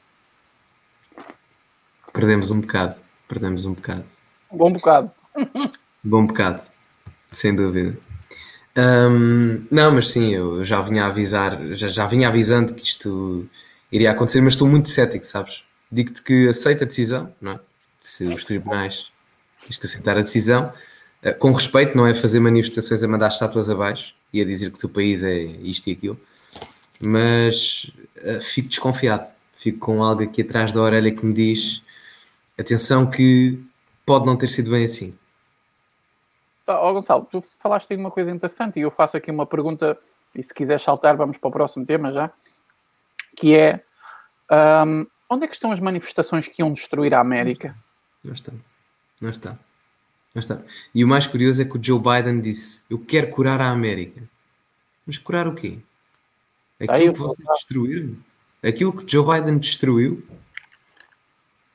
S1: Perdemos um bocado.
S2: Um bom bocado.
S1: Sem dúvida. Não, mas sim, eu já vinha a avisar, já vinha avisando que isto iria acontecer, mas estou muito cético, sabes? Digo-te que aceito a decisão, não é? Se os tribunais tens que aceitar a decisão, com respeito, não é fazer manifestações a mandar estátuas abaixo e a dizer que o teu país é isto e aquilo, mas fico desconfiado, fico com algo aqui atrás da orelha que me diz atenção que pode não ter sido bem assim.
S2: Gonçalo, tu falaste aí de uma coisa interessante e eu faço aqui uma pergunta, e se quiseres saltar vamos para o próximo tema já, que é onde é que estão as manifestações que iam destruir a América?
S1: Não está. E o mais curioso é que o Joe Biden disse, eu quero curar a América. Mas curar o quê? Aquilo que vocês destruíram? Aquilo que Joe Biden destruiu?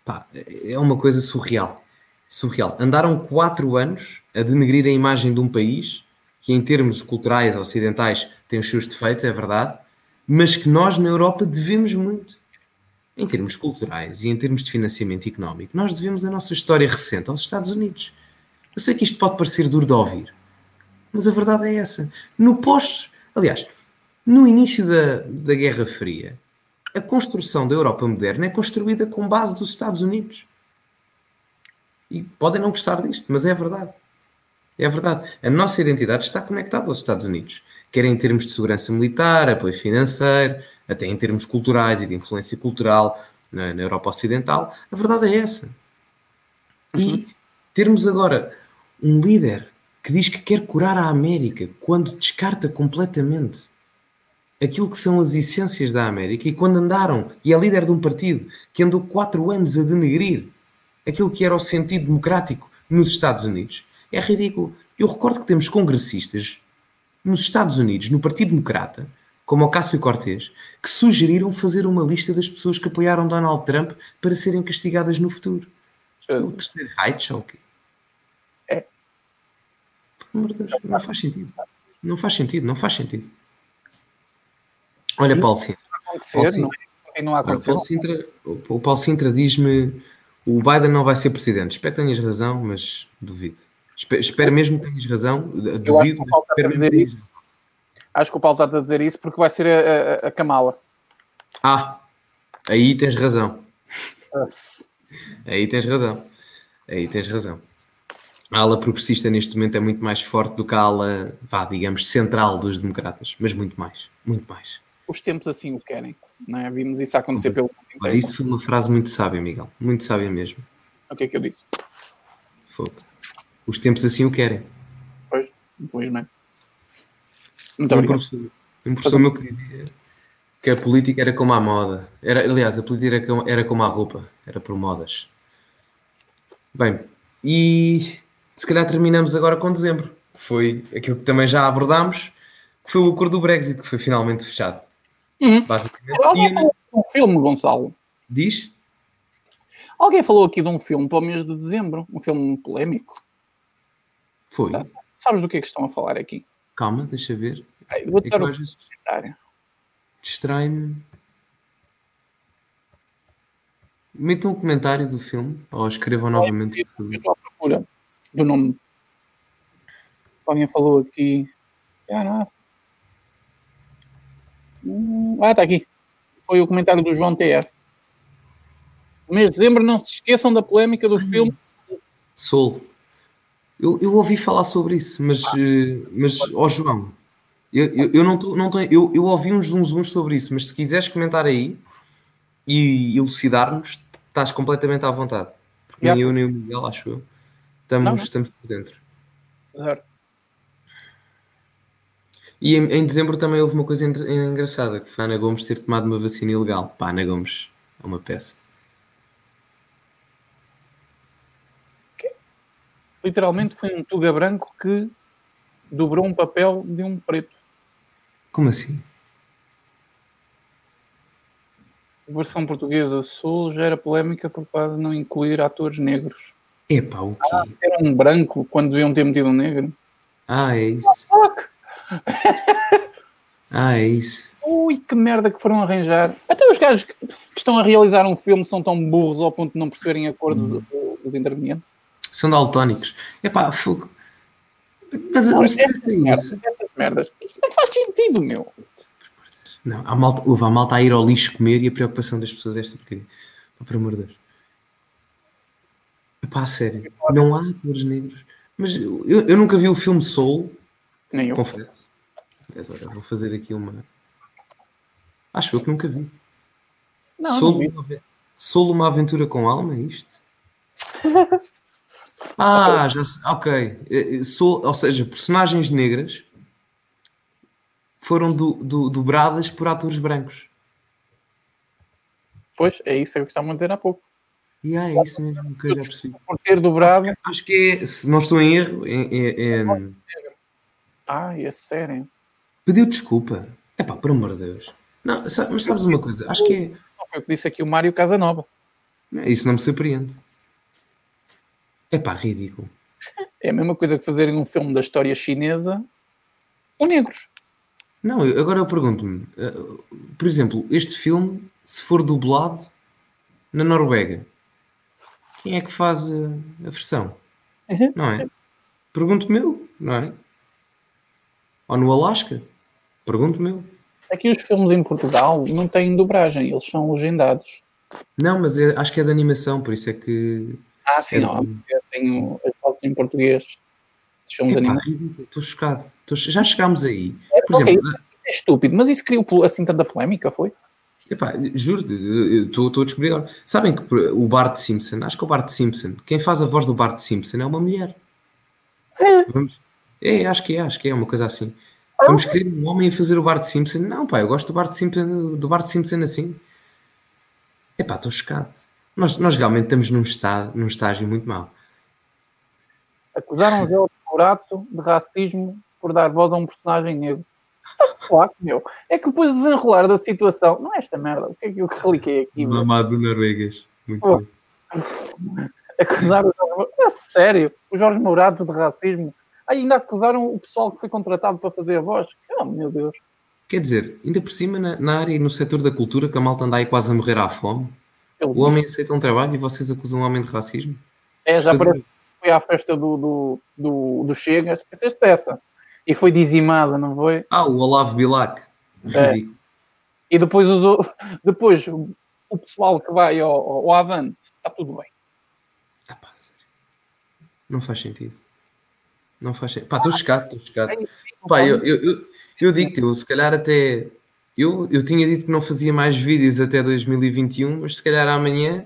S1: Pá, é uma coisa surreal. Surreal. Andaram 4 anos a denegrir a imagem de um país que, em termos culturais ocidentais, tem os seus defeitos, é verdade, mas que nós, na Europa, devemos muito. Em termos culturais e em termos de financiamento económico, nós devemos a nossa história recente aos Estados Unidos. Eu sei que isto pode parecer duro de ouvir, mas a verdade é essa. Aliás, no início da Guerra Fria, a construção da Europa moderna é construída com base dos Estados Unidos. E podem não gostar disto, mas é verdade. É verdade. A nossa identidade está conectada aos Estados Unidos. Quer em termos de segurança militar, apoio financeiro, até em termos culturais e de influência cultural na Europa Ocidental. A verdade é essa. E termos agora um líder que diz que quer curar a América quando descarta completamente aquilo que são as essências da América, e quando andaram, e é líder de um partido que andou 4 anos a denegrir aquilo que era o sentido democrático nos Estados Unidos, é ridículo. Eu recordo que temos congressistas nos Estados Unidos, no Partido Democrata, como o Cássio Cortez, que sugeriram fazer uma lista das pessoas que apoiaram Donald Trump para serem castigadas no futuro. O terceiro Reich, ou o quê?
S2: É.
S1: Pelo amor de Deus, não faz sentido. Não faz sentido, não faz sentido. Olha, Paulo Sintra.
S2: Continua a acontecer.
S1: O Paulo Sintra diz-me: o Biden não vai ser presidente. Espero que tenhas razão, mas duvido. Espero mesmo que tenhas razão. Duvido, mas espero mesmo que tenhas razão.
S2: Acho que o Paulo está a dizer isso porque vai ser a Kamala.
S1: Aí tens razão. Aí tens razão. A ala progressista neste momento é muito mais forte do que a ala, digamos, central dos democratas. Mas muito mais. Muito mais.
S2: Os tempos assim o querem. Não é? Vimos isso acontecer pelo mundo inteiro.
S1: Isso foi uma frase muito sábia, Miguel. Muito sábia mesmo.
S2: O que é que eu disse?
S1: Fogo. Os tempos assim o querem.
S2: Pois, infelizmente. Muito obrigado.
S1: Um professor meu que dizia que a política era como a moda. Aliás, a política era como a roupa. Era por modas. Bem, e se calhar terminamos agora com dezembro. Que foi aquilo que também já abordámos, que foi o acordo do Brexit, que foi finalmente fechado.
S2: Alguém falou aqui de um filme, Gonçalo?
S1: Diz?
S2: Alguém falou aqui de um filme para o mês de dezembro. Um filme polémico.
S1: Foi.
S2: Tá. Sabes do que é que estão a falar aqui?
S1: Calma, deixa ver.
S2: Vou-te dar um comentário.
S1: Distrai-me. Metam um comentário do filme ou escrevam novamente.
S2: Eu estou à procura do nome. Alguém falou aqui. Está aqui. Foi o comentário do João TF. No mês de dezembro, não se esqueçam da polémica do filme
S1: Soul. Eu ouvi falar sobre isso, mas João, eu não tenho. Eu ouvi uns zunzuns sobre isso, mas se quiseres comentar aí e elucidar-nos, estás completamente à vontade. Porque nem eu nem o Miguel, acho eu, estamos por dentro.
S2: Zero.
S1: E em dezembro também houve uma coisa engraçada, que foi a Ana Gomes ter tomado uma vacina ilegal. Pá, Ana Gomes é uma peça.
S2: Literalmente foi um tuga branco que dobrou um papel de um preto.
S1: Como assim?
S2: A versão portuguesa Soul já era polémica por quase não incluir atores negros.
S1: Epá, o quê?
S2: Era um branco quando deviam ter metido um negro.
S1: É isso. É isso.
S2: Ui, que merda que foram arranjar. Até os gajos que estão a realizar um filme são tão burros ao ponto de não perceberem a cor dos intervenientes.
S1: São daltónicos. Epá, fogo. Mas o stress é isso.
S2: Essas merdas. Isto não faz sentido, meu.
S1: Não, a malta a ir ao lixo comer e a preocupação das pessoas é esta porcaria. Por amor de Deus. Epá, sério. Não há atores negros. Mas eu nunca vi o filme Soul.
S2: Nem eu.
S1: Confesso. Mas, olha, vou fazer aqui uma... Acho eu que nunca vi.
S2: Não,
S1: Soul,
S2: não vi.
S1: Soul, uma aventura com alma, é isto? Já sei. Ok. Ou seja, personagens negras foram dobradas por atores brancos.
S2: Pois, é isso que estavam a dizer há pouco.
S1: É isso mesmo que eu já percebi.
S2: Por ter dobrado...
S1: Acho que é, se não estou em erro,
S2: é sério.
S1: Pediu desculpa. Por amor de Deus. Não, mas sabes uma coisa? Acho que é...
S2: Foi o que disse aqui o Mário Casanova.
S1: Isso não me surpreende. É pá, ridículo.
S2: É a mesma coisa que fazerem um filme da história chinesa com negros.
S1: Não, agora eu pergunto-me, por exemplo, este filme, se for dublado na Noruega, quem é que faz a versão? Não é? Pergunto-me eu, não é? Ou no Alasca? Pergunto-me eu.
S2: Aqui os filmes em Portugal não têm dobragem, eles são legendados.
S1: Não, mas acho que é de animação, por isso é que...
S2: Sim,
S1: É
S2: não.
S1: de...
S2: Eu tenho as fotos em português dos filmes
S1: Epá,
S2: animados.
S1: ridículo, estou chocado. Já chegámos aí. Por
S2: Ok,
S1: exemplo,
S2: isso é estúpido, mas isso criou assim tanta polémica, foi?
S1: epá, juro-te, estou a descobrir agora. Sabem que o Bart Simpson, acho que é o Bart Simpson, quem faz a voz do Bart Simpson é uma mulher. Vamos... acho que é uma coisa assim. Vamos querer um homem a fazer o Bart Simpson? Não, pá, eu gosto do Bart Simpson assim. Epá, estou chocado. Nós realmente estamos num estágio muito mau.
S2: Acusaram o Zé Morato de racismo por dar voz a um personagem negro. Claro, meu. É que depois do desenrolar da situação, não é esta merda, o que é que eu cliquei aqui, meu?
S1: Mamado norueguês. Muito
S2: Pô.
S1: bem.
S2: Acusar o Jorge Mourato. É sério, o Jorge Mourato de racismo. Ainda acusaram o pessoal que foi contratado para fazer a voz. Oh, meu Deus.
S1: Quer dizer, ainda por cima, na área e no setor da cultura, que a malta anda aí quase a morrer à fome, o homem aceita um trabalho e vocês acusam o homem de racismo?
S2: Já parece que foi à festa do Chega, esqueceste dessa. E foi dizimada, não foi?
S1: O Olavo Bilac. Ridículo.
S2: E depois, depois o pessoal que vai ao Avante, está tudo bem.
S1: Pá, sério. Não faz sentido. Não faz sentido. Pá, estou chocado. Pá, eu digo-te, eu se calhar até... Eu tinha dito que não fazia mais vídeos até 2021, mas se calhar amanhã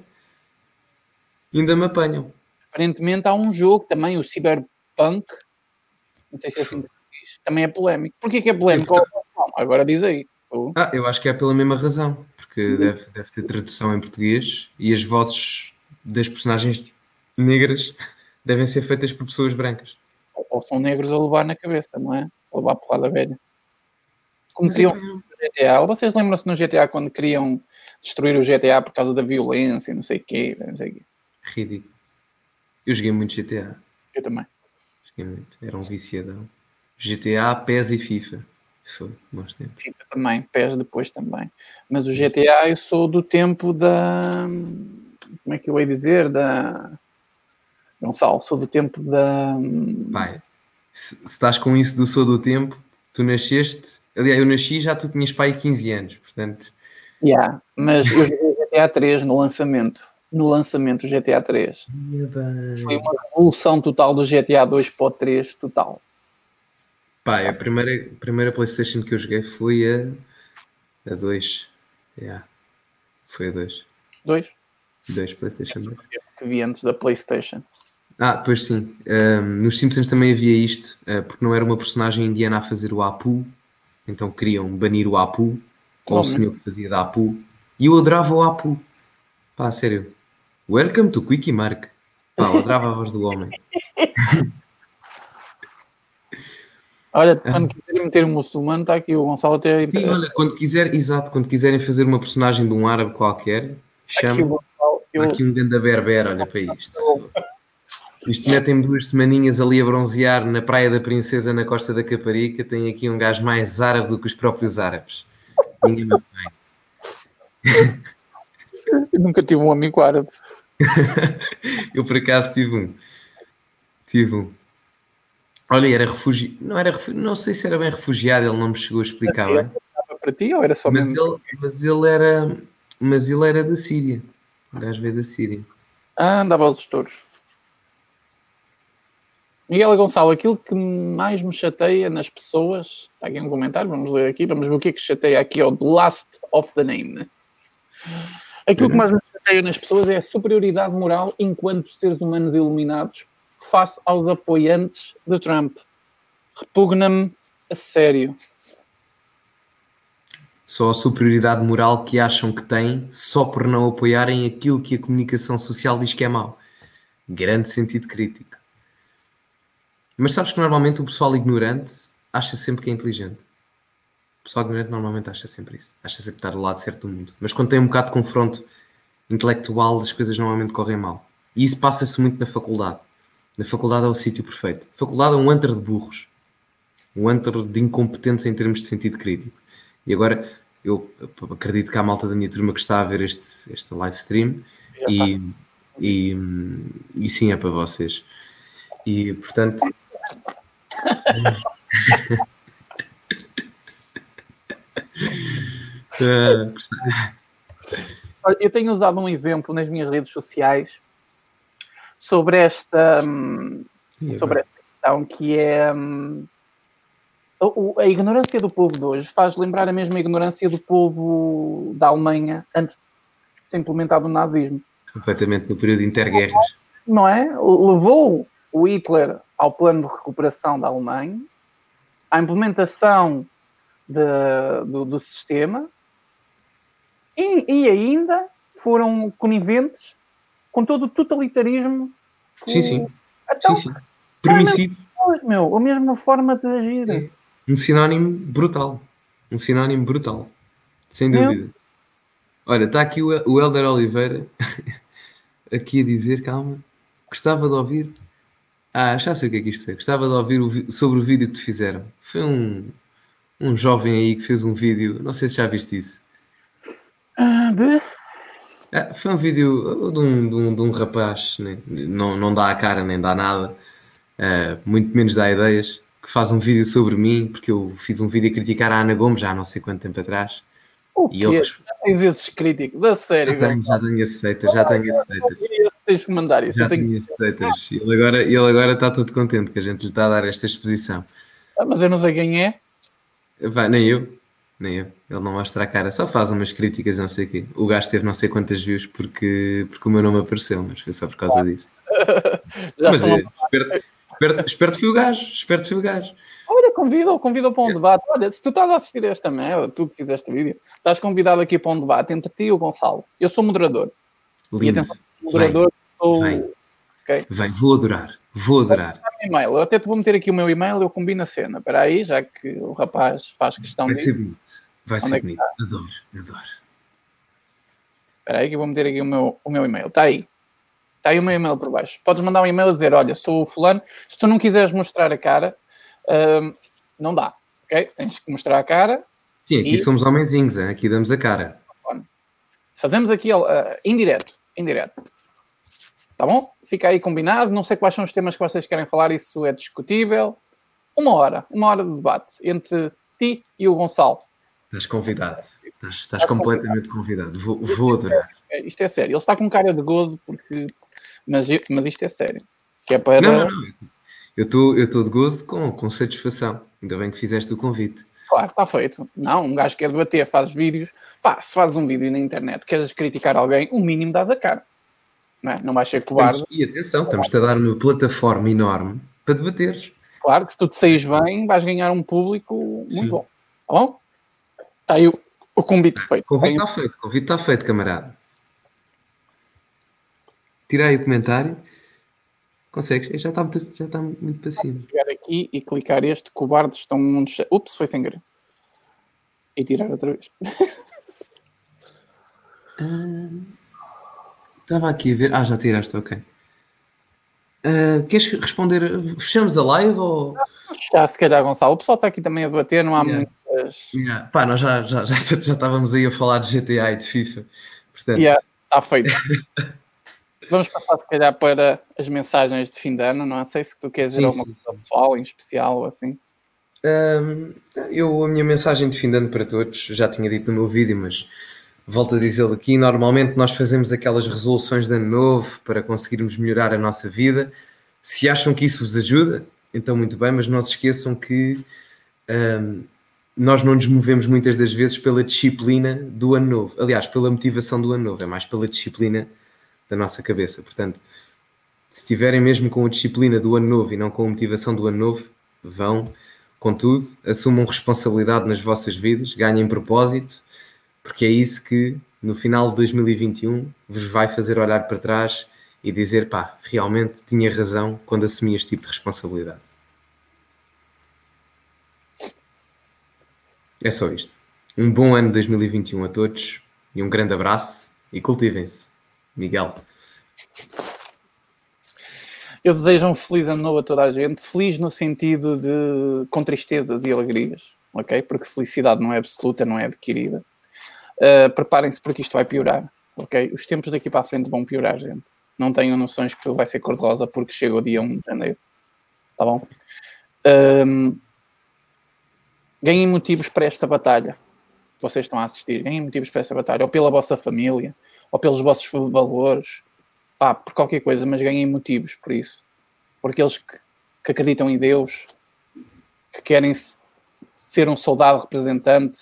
S1: ainda me apanham.
S2: Aparentemente há um jogo também, o Cyberpunk, não sei se é assim que diz, também é polémico. Porquê que é polémico? Agora diz aí.
S1: Eu acho que é pela mesma razão, porque deve ter tradução em português e as vozes das personagens negras devem ser feitas por pessoas brancas.
S2: Ou são negros a levar na cabeça, não é? A levar a porrada velha. Como queriam no GTA. Vocês lembram-se no GTA quando queriam destruir o GTA por causa da violência e não sei o quê?
S1: Ridículo. Eu joguei muito GTA.
S2: Eu também.
S1: Joguei muito. Era um viciadão. GTA, PES e FIFA. Foi, bons tempos.
S2: FIFA também. PES depois também. Mas o GTA eu sou do tempo da... Como é que eu ia dizer? Gonçalo, sou do tempo da...
S1: Pai, se estás com isso do sou do tempo, tu nasceste... Aliás, eu nasci já tu tinhas pai 15 anos, portanto...
S2: Mas eu joguei GTA 3 no lançamento. No lançamento do GTA 3. Foi uma revolução total do GTA 2 para o 3, total.
S1: Pai, a primeira PlayStation que eu joguei foi a 2. Foi a 2.
S2: 2?
S1: 2, PlayStation 2.
S2: Que vi antes da PlayStation.
S1: Pois sim. Nos Simpsons também havia isto, porque não era uma personagem indiana a fazer o Apu, então queriam banir o Apu, ou o senhor que fazia da Apu, e eu adorava o Apu. Pá, sério. Welcome to Quickie Mark. Pá, eu adorava a voz do homem.
S2: Olha, quando quiserem meter um muçulmano, está aqui o Gonçalo até...
S1: Sim, olha, quando quiserem fazer uma personagem de um árabe qualquer, chama. Há aqui um ganda berber, olha para isto. Isto metem-me 2 semaninhas ali a bronzear na Praia da Princesa, na Costa da Caparica. Tem aqui um gajo mais árabe do que os próprios árabes. Ninguém me apanha.
S2: Eu nunca tive um amigo árabe.
S1: Eu, por acaso, tive um. Olha, era refugiado. Não sei se era bem refugiado, ele não me chegou a explicar bem.
S2: Era para ti ou era só mesmo?
S1: Mas ele era da Síria. O gajo veio da Síria.
S2: Andava aos estouros. Miguel Gonçalo, aquilo que mais me chateia nas pessoas... Está aqui um comentário, vamos ler aqui. Vamos ver o que é que chateia aqui ao The Last of the Name. Aquilo que mais me chateia nas pessoas é a superioridade moral enquanto seres humanos iluminados face aos apoiantes de Trump. Repugna-me a sério.
S1: Só a superioridade moral que acham que têm só por não apoiarem aquilo que a comunicação social diz que é mau. Grande sentido crítico. Mas sabes que normalmente o pessoal ignorante acha sempre que é inteligente. O pessoal ignorante normalmente acha sempre isso. Acha sempre que está do lado certo do mundo. Mas quando tem um bocado de confronto intelectual as coisas normalmente correm mal. E isso passa-se muito na faculdade. Na faculdade é o sítio perfeito. A faculdade é um antro de burros. Um antro de incompetentes em termos de sentido crítico. E agora, eu acredito que há malta da minha turma que está a ver este live stream e sim, é para vocês. E, portanto...
S2: Eu tenho usado um exemplo nas minhas redes sociais sobre esta questão, que é a ignorância do povo de hoje faz lembrar a mesma ignorância do povo da Alemanha antes de ser implementado o nazismo.
S1: Completamente no período de interguerras.
S2: Não é? Levou o Hitler ao plano de recuperação da Alemanha, à implementação do sistema, e ainda foram coniventes com todo o totalitarismo.
S1: Sim.
S2: Então,
S1: sim. Permissivo.
S2: A mesma forma de agir.
S1: É. Um sinónimo brutal. Sem dúvida. Olha, está aqui o Helder Oliveira aqui a dizer, calma, gostava de ouvir. Já sei o que é que isto é. Gostava de ouvir sobre o vídeo que te fizeram. Foi um jovem aí que fez um vídeo, não sei se já viste isso. Foi um vídeo de um rapaz, né? Não dá a cara nem dá nada, muito menos dá ideias, que faz um vídeo sobre mim, porque eu fiz um vídeo a criticar a Ana Gomes já há não sei quanto tempo atrás.
S2: O quê? Já tens esses críticos, a sério?
S1: Já tenho esse haters.
S2: Tens que mandar isso.
S1: Já tenho esse haters. Ele agora está todo contente que a gente lhe está a dar esta exposição.
S2: Mas eu não sei quem é.
S1: Nem eu. Ele não mostra a cara, só faz umas críticas, não sei o quê. O gajo teve não sei quantas views porque o meu nome apareceu, mas foi só por causa disso. Mas esperto foi o gajo.
S2: Olha, convida para um debate. Olha, se tu estás a assistir a esta merda, tu que fizeste o vídeo, estás convidado aqui para um debate entre ti e o Gonçalo. Eu sou moderador.
S1: Lindo.
S2: E atenção, moderador
S1: Vem. Okay? Vem, vou adorar.
S2: Eu até te vou meter aqui o meu e-mail, eu combino a cena. Espera aí, já que o rapaz faz questão disso.
S1: Vai ser bonito. Adoro.
S2: Espera aí que eu vou meter aqui o meu e-mail. Está aí. Está aí o meu e-mail por baixo. Podes mandar um e-mail a dizer, olha, sou o fulano. Se tu não quiseres mostrar a cara, não dá. Ok? Tens que mostrar a cara.
S1: Sim, aqui somos homenzinhos, hein? Aqui damos a cara.
S2: Fazemos aqui indireto. Tá bom? Fica aí combinado. Não sei quais são os temas que vocês querem falar. Isso é discutível. Uma hora de debate entre ti e o Gonçalo.
S1: Estás convidado. Estás completamente convidado. Vou adorar.
S2: Isto é sério. Ele está com cara de gozo porque... Mas isto é sério. Que é para...
S1: Não. Eu estou de gozo com satisfação. Ainda bem que fizeste o convite.
S2: Claro, está feito. Não, um gajo quer debater, faz vídeos. Se fazes um vídeo na internet, queres criticar alguém, o mínimo dás a cara. Não vais ser cobarde.
S1: E atenção, estamos-te a dar uma plataforma enorme para debateres.
S2: Claro que se tu te saís bem, vais ganhar um público muito bom. Tá bom? Está aí o convite feito.
S1: O convite está feito, camarada. Tira aí o comentário. Consegues? Já está muito para cima.
S2: Vou chegar aqui e clicar este. Cobardes estão muito... Ups, foi sem querer. E tirar outra vez.
S1: Estava aqui a ver. Já tiraste, ok. Queres responder? Fechamos a live ou...
S2: Já, se calhar, Gonçalo. O pessoal está aqui também a debater, não há muitas...
S1: Nós já estávamos aí a falar de GTA e de FIFA. Portanto...
S2: Está feito. Vamos passar, se calhar, para as mensagens de fim de ano. Não sei se tu queres dizer alguma coisa pessoal, em especial, ou assim.
S1: A minha mensagem de fim de ano para todos, já tinha dito no meu vídeo, mas volto a dizê-lo aqui. Normalmente nós fazemos aquelas resoluções de ano novo para conseguirmos melhorar a nossa vida. Se acham que isso vos ajuda, então muito bem, mas não se esqueçam que nós não nos movemos muitas das vezes pela disciplina do ano novo. Aliás, pela motivação do ano novo, é mais pela disciplina da nossa cabeça. Portanto, se estiverem mesmo com a disciplina do ano novo e não com a motivação do ano novo, vão, contudo, assumam responsabilidade nas vossas vidas, ganhem propósito, porque é isso que no final de 2021 vos vai fazer olhar para trás e dizer, realmente tinha razão quando assumi este tipo de responsabilidade. É só isto. Um bom ano de 2021 a todos e um grande abraço e cultivem-se. Miguel.
S2: Eu desejo um feliz ano novo a toda a gente. Feliz no sentido de com tristezas e alegrias, ok? Porque felicidade não é absoluta, não é adquirida. Preparem-se porque isto vai piorar, ok? Os tempos daqui para a frente vão piorar, gente. Não tenham noções que tudo vai ser cor-de-rosa porque chega o dia 1 de janeiro. Tá bom? Ganhem motivos para esta batalha. Vocês estão a assistir. Ganhem motivos para esta batalha. Ou pela vossa família, ou pelos vossos valores. Pá, por qualquer coisa, mas ganhem motivos por isso. Por aqueles que acreditam em Deus, que querem ser um soldado representante,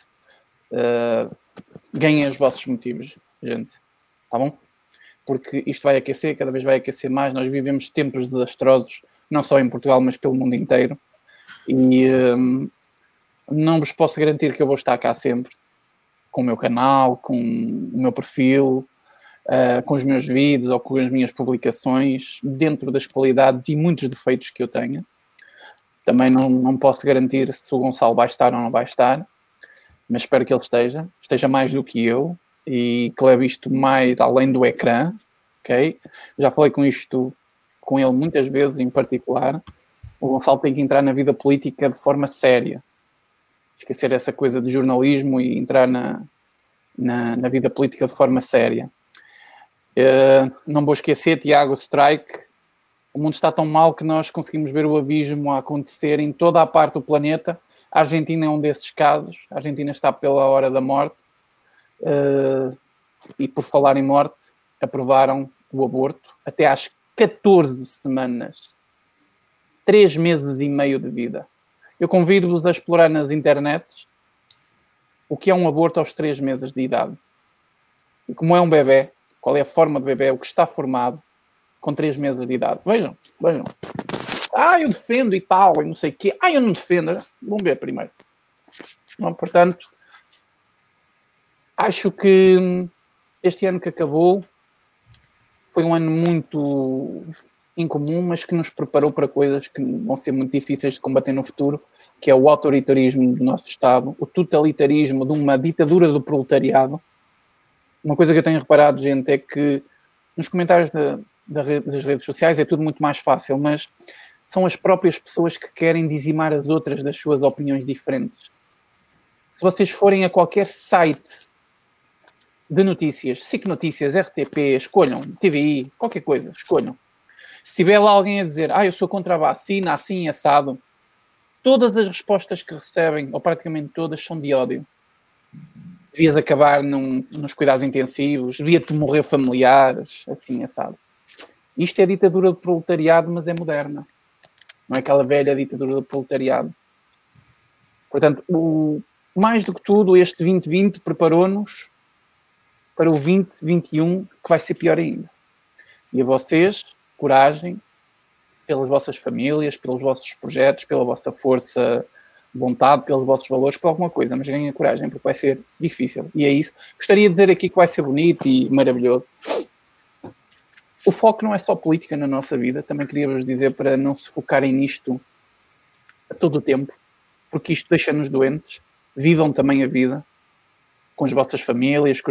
S2: ganhem os vossos motivos, gente. Tá bom? Porque isto vai aquecer, cada vez vai aquecer mais. Nós vivemos tempos desastrosos, não só em Portugal, mas pelo mundo inteiro. E não vos posso garantir que eu vou estar cá sempre, com o meu canal, com o meu perfil, com os meus vídeos ou com as minhas publicações, dentro das qualidades e muitos defeitos que eu tenho. Também não posso garantir se o Gonçalo vai estar ou não vai estar, mas espero que ele esteja mais do que eu e que leve isto mais além do ecrã, ok? Já falei com ele muitas vezes, em particular. O Gonçalo tem que entrar na vida política de forma séria. Esquecer essa coisa de jornalismo e entrar na vida política de forma séria. Não vou esquecer, Tiago Strike, o mundo está tão mal que nós conseguimos ver o abismo a acontecer em toda a parte do planeta. A Argentina é um desses casos. A Argentina está pela hora da morte. E por falar em morte, aprovaram o aborto até às 14 semanas. 3 meses e meio de vida. Eu convido-vos a explorar nas internets o que é um aborto aos 3 meses de idade. E como é um bebê, qual é a forma de bebê, o que está formado com 3 meses de idade. Vejam. Eu defendo e tal, e não sei o quê. Eu não defendo. Vamos ver primeiro. Não, portanto, acho que este ano que acabou foi um ano muito incomum, mas que nos preparou para coisas que vão ser muito difíceis de combater no futuro, que é o autoritarismo do nosso Estado, o totalitarismo de uma ditadura do proletariado. Uma coisa que eu tenho reparado, gente, é que nos comentários das redes sociais é tudo muito mais fácil, mas são as próprias pessoas que querem dizimar as outras das suas opiniões diferentes. Se vocês forem a qualquer site de notícias, SIC Notícias, RTP, escolham, TVI, qualquer coisa, escolham. Se tiver lá alguém a dizer, eu sou contra a vacina, assim, assado, todas as respostas que recebem, ou praticamente todas, são de ódio. Devias acabar nos cuidados intensivos, devia-te morrer familiares, assim, assado. Isto é ditadura do proletariado, mas é moderna. Não é aquela velha ditadura do proletariado. Portanto, mais do que tudo, este 2020 preparou-nos para o 2021, que vai ser pior ainda. E a vocês, coragem, pelas vossas famílias, pelos vossos projetos, pela vossa força de vontade, pelos vossos valores, por alguma coisa, mas ganhem coragem, porque vai ser difícil. E é isso. Gostaria de dizer aqui que vai ser bonito e maravilhoso. O foco não é só política na nossa vida, também queria-vos dizer para não se focarem nisto a todo o tempo, porque isto deixa-nos doentes. Vivam também a vida com as vossas famílias,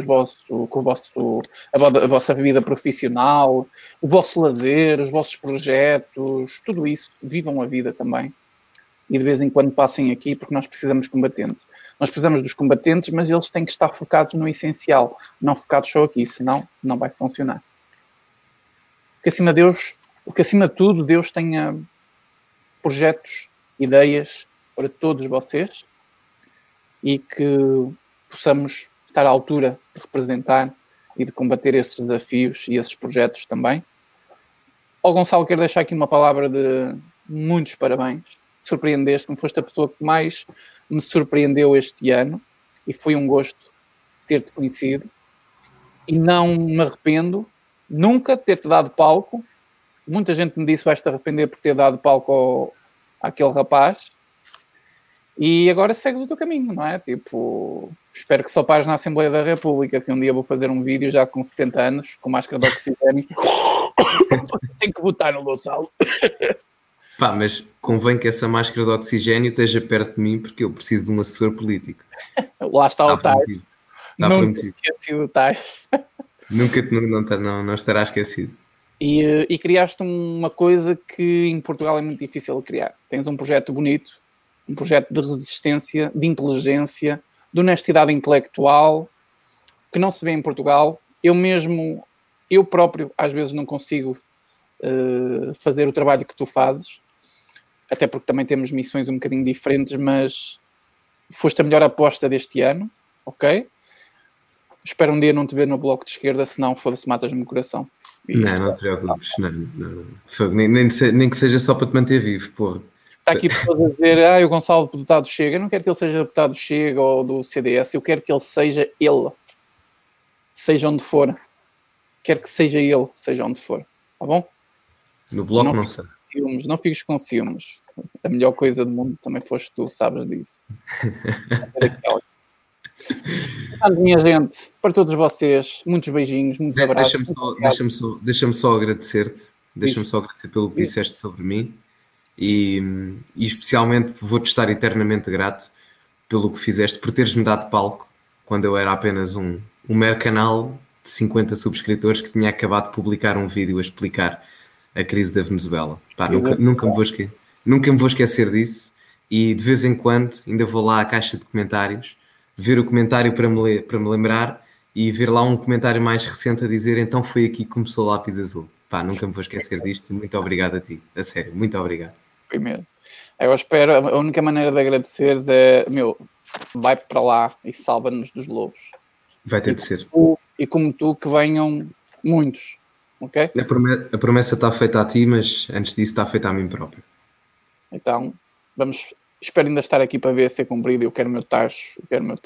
S2: a vossa vida profissional, o vosso lazer, os vossos projetos, tudo isso. Vivam a vida também. E de vez em quando passem aqui, porque nós precisamos de combatentes. Nós precisamos dos combatentes, mas eles têm que estar focados no essencial, não focados só aqui, senão não vai funcionar. Porque acima de tudo, Deus tenha projetos, ideias para todos vocês e que possamos estar à altura de representar e de combater esses desafios e esses projetos também. Ao Gonçalo, quero deixar aqui uma palavra de muitos parabéns. Surpreendeste-me, foste a pessoa que mais me surpreendeu este ano e foi um gosto ter-te conhecido e não me arrependo nunca de ter-te dado palco. Muita gente me disse vais-te arrepender por ter dado palco àquele rapaz e agora segues o teu caminho, não é? Tipo, espero que só pares na Assembleia da República, que um dia vou fazer um vídeo já com 70 anos, com máscara de oxigênio. Tenho que botar no Gonçalo.
S1: Pá, mas convém que essa máscara de oxigênio esteja perto de mim, porque eu preciso de um assessor político.
S2: Lá está o Tais. Nunca esqueci o Tais.
S1: Nunca não estará esquecido.
S2: E criaste uma coisa que em Portugal é muito difícil de criar. Tens um projeto bonito, um projeto de resistência, de inteligência, de honestidade intelectual, que não se vê em Portugal. Eu próprio, às vezes não consigo fazer o trabalho que tu fazes, até porque também temos missões um bocadinho diferentes, mas foste a melhor aposta deste ano, ok? Espero um dia não te ver no Bloco de Esquerda, senão foda-se, matas-me o coração.
S1: Não te preocupes, não. Nem que seja só para te manter vivo, porra.
S2: Está aqui pessoas a dizer, o Gonçalo deputado Chega. Eu não quero que ele seja deputado Chega ou do CDS, eu quero que ele seja ele. Seja onde for. Quero que seja ele, seja onde for. Tá bom?
S1: No Bloco não sei.
S2: Não fiques com ciúmes. A melhor coisa do mundo também foste tu, sabes disso. Minha gente, para todos vocês, muitos beijinhos, muitos abraços.
S1: Deixa-me só agradecer-te. Deixa-me só agradecer pelo que disseste sobre mim. E especialmente vou-te estar eternamente grato pelo que fizeste, por teres-me dado palco quando eu era apenas um mero canal de 50 subscritores que tinha acabado de publicar um vídeo a explicar a crise da Venezuela. Pá, nunca me vou esquecer disso, e de vez em quando ainda vou lá à caixa de comentários ver o comentário para me lembrar, e ver lá um comentário mais recente a dizer: então foi aqui que começou o Lápis Azul. Pá, nunca me vou esquecer disto. Muito obrigado a ti, a sério, muito obrigado.
S2: Foi mesmo. Eu espero, a única maneira de agradeceres é, vai para lá e salva-nos dos lobos.
S1: Vai ter de ser.
S2: E como tu, que venham muitos, ok?
S1: A promessa está feita a ti, mas antes disso está feita a mim próprio.
S2: Então, espero ainda estar aqui para ver se é cumprido. Eu quero meu tacho.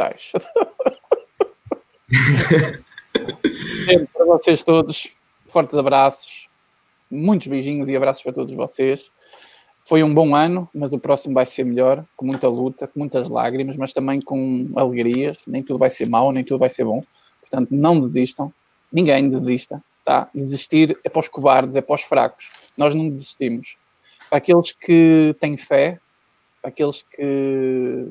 S2: Para vocês todos, fortes abraços, muitos beijinhos e abraços para todos vocês. Foi um bom ano, mas o próximo vai ser melhor, com muita luta, com muitas lágrimas, mas também com alegrias. Nem tudo vai ser mau, nem tudo vai ser bom. Portanto, não desistam. Ninguém desista, tá? Desistir é para os cobardes, é para os fracos. Nós não desistimos. Para aqueles que têm fé, para aqueles que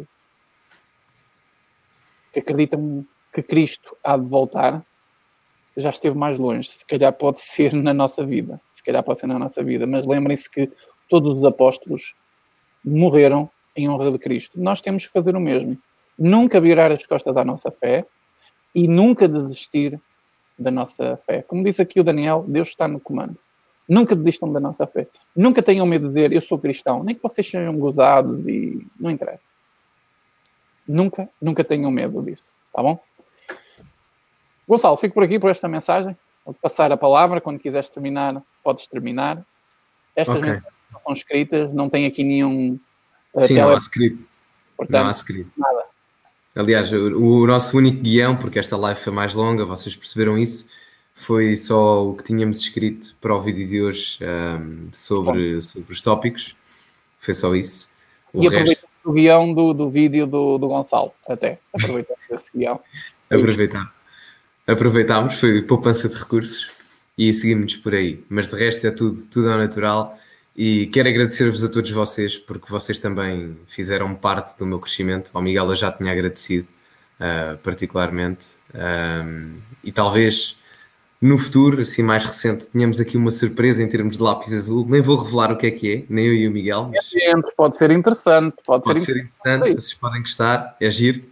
S2: acreditam que Cristo há de voltar, já esteve mais longe. Se calhar pode ser na nossa vida. Mas lembrem-se que todos os apóstolos morreram em honra de Cristo. Nós temos que fazer o mesmo. Nunca virar as costas à nossa fé e nunca desistir da nossa fé. Como disse aqui o Daniel, Deus está no comando. Nunca desistam da nossa fé. Nunca tenham medo de dizer: eu sou cristão. Nem que vocês sejam gozados e não interessa. Nunca tenham medo disso. Tá bom? Gonçalo, fico por aqui por esta mensagem. Vou passar a palavra. Quando quiseres terminar, podes terminar. Estas mensagens não são escritas, não tem aqui nenhum...
S1: Sim, não há script.
S2: Portanto, não há script. Nada.
S1: Aliás, o nosso único guião, porque esta live foi mais longa, vocês perceberam isso, foi só o que tínhamos escrito para o vídeo de hoje sobre os tópicos. Foi só isso.
S2: E aproveitamos o guião do vídeo do Gonçalo, até. Aproveitamos esse guião.
S1: Aproveitámos, foi poupança de recursos e seguimos por aí. Mas de resto é tudo ao natural. E quero agradecer-vos a todos vocês, porque vocês também fizeram parte do meu crescimento. Ao Miguel eu já tinha agradecido particularmente. E talvez no futuro, assim mais recente, tenhamos aqui uma surpresa em termos de Lápis Azul. Nem vou revelar o que é, nem eu e o Miguel. Mas
S2: pode ser interessante.
S1: Pode ser interessante, vocês podem gostar, é giro.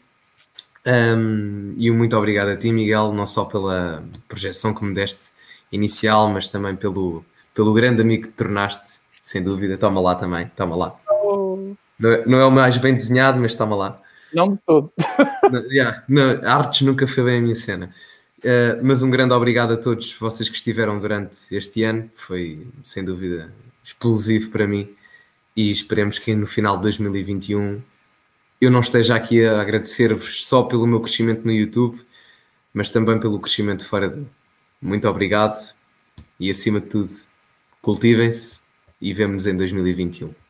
S1: E muito obrigado a ti, Miguel, não só pela projeção que me deste inicial, mas também pelo grande amigo que te tornaste. Sem dúvida, toma lá também, toma lá. Não é o mais bem desenhado, mas toma lá.
S2: Não de todo.
S1: Artes nunca foi bem a minha cena. Mas um grande obrigado a todos vocês que estiveram durante este ano. Foi, sem dúvida, explosivo para mim. E esperemos que no final de 2021 eu não esteja aqui a agradecer-vos só pelo meu crescimento no YouTube, mas também pelo crescimento fora dele. Muito obrigado. E acima de tudo, cultivem-se. E vemo-nos em 2021.